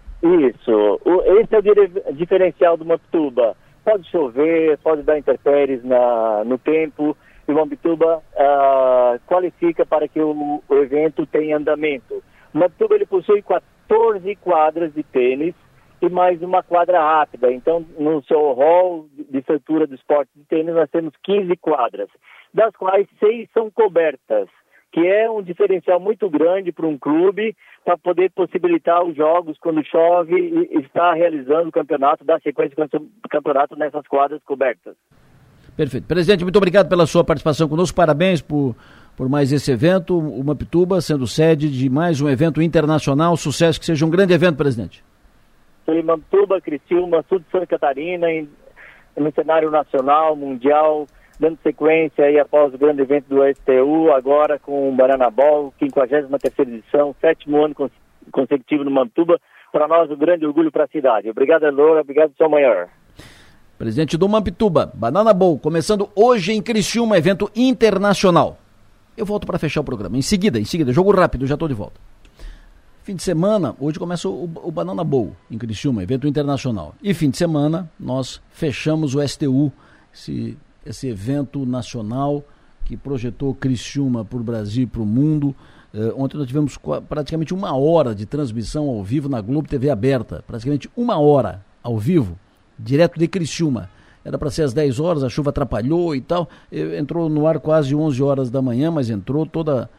Isso. Esse é o diferencial do Mampituba. Pode chover, pode dar intempéries no tempo e o Mampituba qualifica para que o evento tenha andamento. O Mampituba ele possui 14 quadras de tênis e mais uma quadra rápida. Então, no seu hall de estrutura do esporte de tênis, nós temos 15 quadras, das quais 6 são cobertas, que é um diferencial muito grande para um clube, para poder possibilitar os jogos quando chove e estar realizando o campeonato, dar sequência do campeonato nessas quadras cobertas. Perfeito. Presidente, muito obrigado pela sua participação conosco, parabéns por mais esse evento, o Mampituba sendo sede de mais um evento internacional, sucesso, que seja um grande evento, presidente. Mampituba, Criciúma, sul de Santa Catarina, no cenário nacional, mundial, dando sequência aí após o grande evento do STU, agora com o Banana Ball, 53ª edição, 7º ano consecutivo no Mampituba, para nós um grande orgulho para a cidade. Obrigado, Elora, obrigado, seu maior. Presidente do Mampituba, Banana Ball, começando hoje em Criciúma, evento internacional. Eu volto para fechar o programa. Em seguida, jogo rápido, já estou de volta. Fim de semana, hoje começa o Banana Bowl em Criciúma, evento internacional. E fim de semana, nós fechamos o STU, esse evento nacional que projetou Criciúma para o Brasil e para o mundo. Ontem nós tivemos praticamente 1 hora de transmissão ao vivo na Globo TV aberta. Praticamente 1 hora ao vivo, direto de Criciúma. Era para ser às 10 horas, a chuva atrapalhou e tal. Entrou no ar quase 11 horas da manhã, mas entrou toda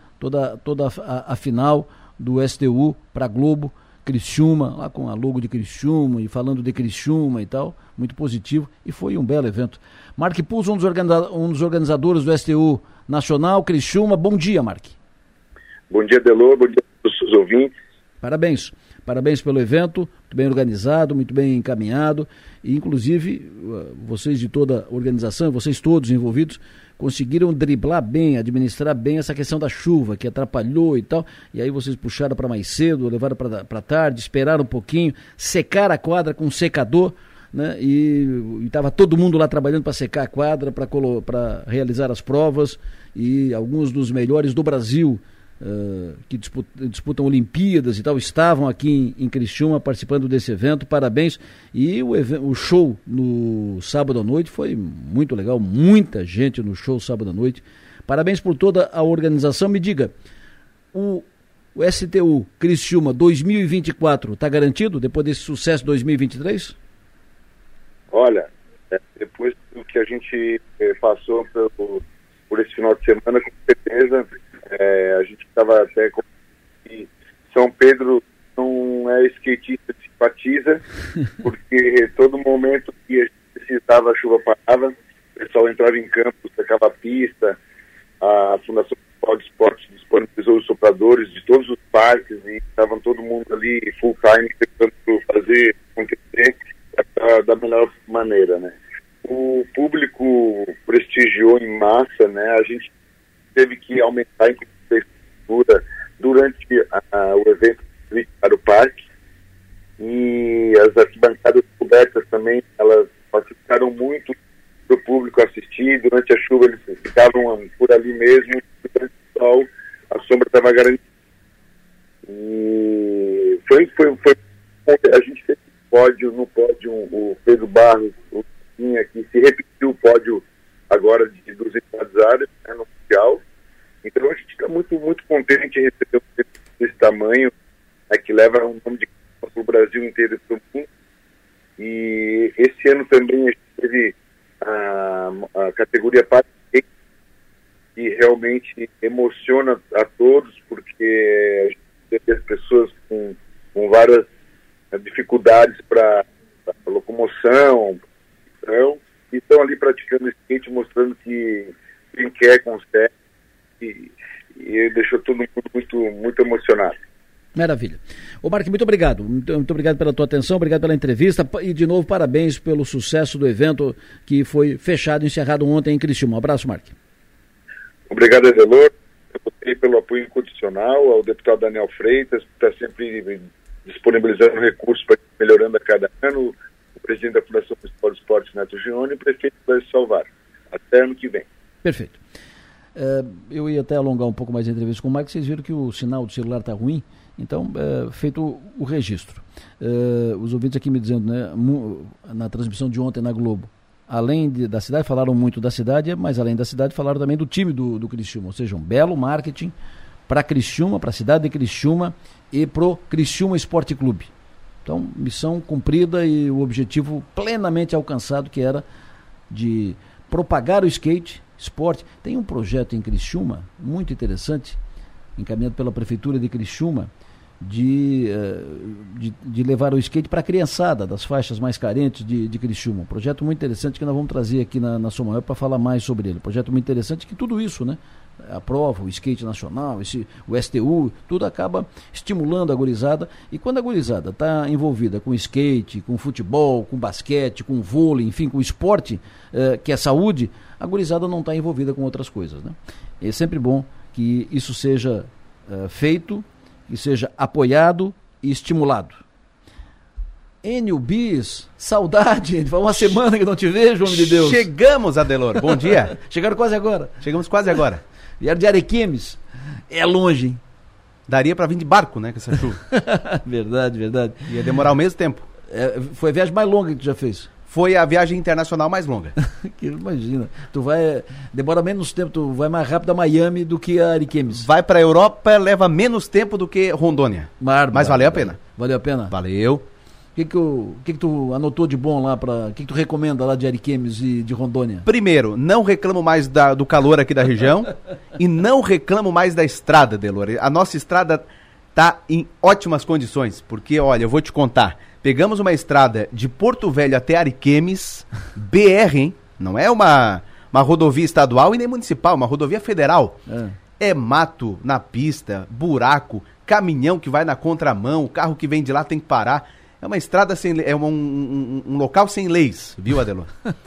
a final do STU para Globo, Criciúma, lá com a logo de Criciúma e falando de Criciúma e tal, muito positivo, e foi um belo evento. Mark Pulso, um dos organizadores do STU Nacional, Criciúma, bom dia, Mark. Bom dia, Delor, bom dia aos seus ouvintes. Parabéns pelo evento, muito bem organizado, muito bem encaminhado, e inclusive vocês de toda a organização, vocês todos envolvidos, conseguiram driblar bem, administrar bem essa questão da chuva, que atrapalhou e tal, e aí vocês puxaram para mais cedo, levaram para tarde, esperaram um pouquinho, secaram a quadra com um secador, né? E estava todo mundo lá trabalhando para secar a quadra, para realizar as provas, e alguns dos melhores do Brasil, que disputam Olimpíadas e tal, estavam aqui em Criciúma participando desse evento, parabéns. E o show no sábado à noite foi muito legal, muita gente no show sábado à noite, parabéns por toda a organização. Me diga, o STU Criciúma 2024 está garantido depois desse sucesso 2023? Olha, depois do que a gente passou por esse final de semana, com certeza. A gente estava até com que São Pedro não é skatista, simpatiza, porque todo momento que a gente precisava, a chuva parava, o pessoal entrava em campo, sacava a pista, a Fundação Municipal de Esportes disponibilizou os sopradores de todos os parques e estavam todo mundo ali full time tentando fazer acontecer da melhor maneira, né? O público prestigiou em massa, né? A gente teve que aumentar a infraestrutura durante o evento para o parque, e as arquibancadas cobertas também, elas facilitaram muito para o público assistir. Durante a chuva eles ficavam por ali mesmo, durante o sol a sombra estava garantida. E foi a gente fez no pódio o Pedro Barros, o Tinha, que se repetiu o pódio agora de 200 áreas, né, no Mundial. Então a gente está muito, muito contente em receber um evento desse tamanho, né, que leva um nome de para o Brasil inteiro e para o mundo. E esse ano também a gente teve a categoria Parque, que realmente emociona a todos, porque a gente tem as pessoas com várias dificuldades para locomoção, e estão ali praticando skate, mostrando que quem quer consegue, e deixou todo mundo muito, muito emocionado. Maravilha. Ô Mark, muito obrigado. Muito obrigado pela tua atenção, obrigado pela entrevista e, de novo, parabéns pelo sucesso do evento que foi fechado e encerrado ontem em Criciúma. Um abraço, Mark. Obrigado, Adelor. Eu gostei pelo apoio incondicional ao deputado Daniel Freitas, que está sempre disponibilizando recursos para melhorando a cada ano, o presidente da Fundação Municipal de Esportes, Neto Gione, e o prefeito vai salvar. Até ano que vem. Perfeito. Eu ia até alongar um pouco mais a entrevista com o Mark, vocês viram que o sinal do celular está ruim. Então, feito o registro. Os ouvintes aqui me dizendo, né, na transmissão de ontem na Globo, além da cidade, falaram muito da cidade, mas além da cidade falaram também do time do Criciúma, ou seja, um belo marketing para Criciúma, para a cidade de Criciúma e pro Criciúma Esporte Clube. Então, missão cumprida e o objetivo plenamente alcançado, que era de propagar o skate, esporte. Tem um projeto em Criciúma muito interessante, encaminhado pela Prefeitura de Criciúma, de levar o skate para a criançada das faixas mais carentes de Criciúma. Um projeto muito interessante que nós vamos trazer aqui na Som Maior para falar mais sobre ele. Um projeto muito interessante que tudo isso, né? A prova, o skate nacional, o STU, tudo acaba estimulando a gurizada. E quando a gurizada está envolvida com skate, com futebol, com basquete, com vôlei, enfim, com esporte, que é saúde, a gurizada não está envolvida com outras coisas, né? É sempre bom que isso seja feito, que seja apoiado e estimulado. Enio Bis, saudade, foi uma semana que não te vejo, homem de Deus. Chegamos, Adelor, bom dia. Chegaram quase agora. Chegamos quase agora. Vieram de Ariquemes, é longe, hein? Daria pra vir de barco, né, com essa chuva. Verdade. Ia demorar o mesmo tempo. Foi a viagem mais longa que tu já fez? Foi a viagem internacional mais longa. Imagina, demora menos tempo, tu vai mais rápido a Miami do que a Ariquemes. Vai pra Europa, leva menos tempo do que Rondônia. Mas valeu a pena. Valeu a pena? Valeu. O que tu anotou de bom lá, o que tu recomenda lá de Ariquemes e de Rondônia? Primeiro, não reclamo mais do calor aqui da região e não reclamo mais da estrada, Delor. A nossa estrada tá em ótimas condições, porque, olha, eu vou te contar. Pegamos uma estrada de Porto Velho até Ariquemes, BR, hein? Não é uma rodovia estadual e nem municipal, uma rodovia federal. É mato na pista, buraco, caminhão que vai na contramão, o carro que vem de lá tem que parar. É uma estrada sem... É um local sem leis, viu, Adelor?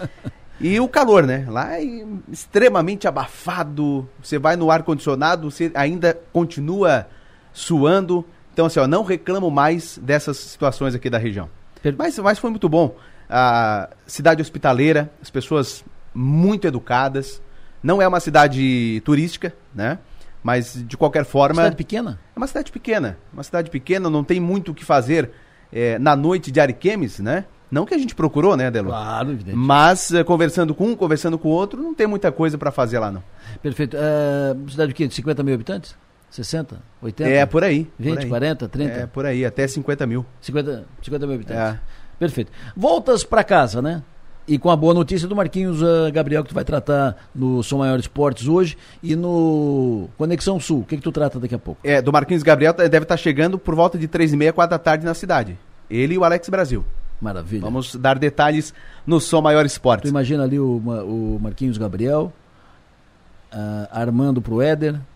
E o calor, né? Lá é extremamente abafado, você vai no ar-condicionado, você ainda continua suando. Então, assim, não reclamo mais dessas situações aqui da região. Mas foi muito bom. A cidade hospitaleira, as pessoas muito educadas. Não é uma cidade turística, né? Mas, de qualquer forma... Cidade pequena? É uma cidade pequena. Uma cidade pequena, não tem muito o que fazer na noite de Ariquemes, né? Não que a gente procurou, né, Adelo? Claro, evidente. Mas, conversando com um, conversando com o outro, não tem muita coisa para fazer lá, não. Perfeito. Cidade de quê? De 50 mil habitantes? 60? 80? É, por aí. 20, por aí. 40, 30? É, por aí, até 50 mil. 50 mil habitantes. Perfeito. Voltas para casa, né? E com a boa notícia do Marquinhos Gabriel, que tu vai tratar no Som Maior Esportes hoje e no Conexão Sul. O que tu trata daqui a pouco? Do Marquinhos Gabriel deve estar chegando por volta de 3h30, 4 da tarde na cidade. Ele e o Alex Brasil. Maravilha. Vamos dar detalhes no Som Maior Esportes. Tu imagina ali o Marquinhos Gabriel armando pro Éder,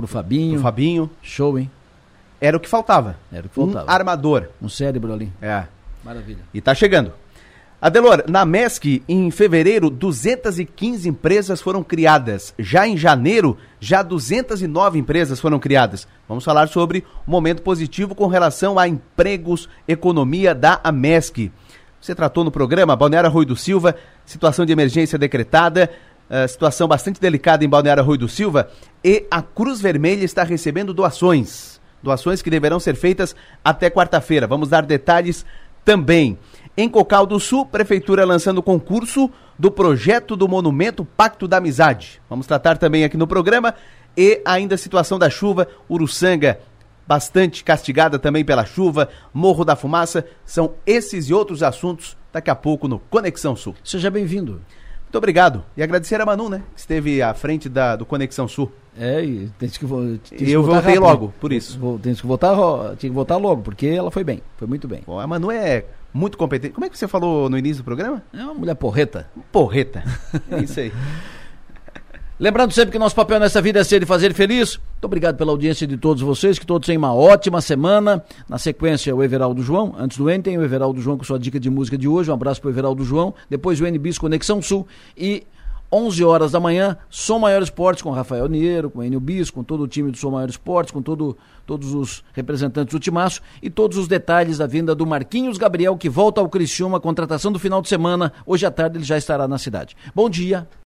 Pro Fabinho. Show, hein? Era o que faltava. Era o que faltava. Um armador. Um cérebro ali. É. Maravilha. E tá chegando. Adelor, na MESC, em fevereiro, 215 empresas foram criadas. Já em janeiro, 209 empresas foram criadas. Vamos falar sobre o momento positivo com relação a empregos, economia da AMESC. Você tratou no programa Balneário Arroio do Silva, situação de emergência decretada, situação bastante delicada em Balneário Arroio do Silva, e a Cruz Vermelha está recebendo doações que deverão ser feitas até quarta-feira. Vamos dar detalhes também. Em Cocal do Sul, Prefeitura lançando concurso do projeto do Monumento Pacto da Amizade. Vamos tratar também aqui no programa. E ainda a situação da chuva, Uruçanga, bastante castigada também pela chuva, Morro da Fumaça. São esses e outros assuntos daqui a pouco no Conexão Sul. Seja bem-vindo. Muito obrigado. E agradecer a Manu, né? Que esteve à frente do Conexão Sul. E tem que eu voltei rápido, logo, por isso. Tinha que voltar logo, porque ela foi bem. Foi muito bem. Bom, a Manu é muito competente. Como é que você falou no início do programa? É uma mulher porreta. Porreta. É isso aí. Lembrando sempre que nosso papel nessa vida é ser e fazer feliz. Muito obrigado pela audiência de todos vocês, que todos tenham uma ótima semana. Na sequência, o Everaldo João. Antes do N, tem o Everaldo João com sua dica de música de hoje. Um abraço pro Everaldo João. Depois o NBIS Conexão Sul. E 11 horas da manhã, Som Maior Esportes com Rafael Niero, com o Enio Bis, com todo o time do Som Maior Esportes, com todos os representantes do Timaço e todos os detalhes da vinda do Marquinhos Gabriel, que volta ao Criciúma, contratação do final de semana. Hoje à tarde ele já estará na cidade. Bom dia.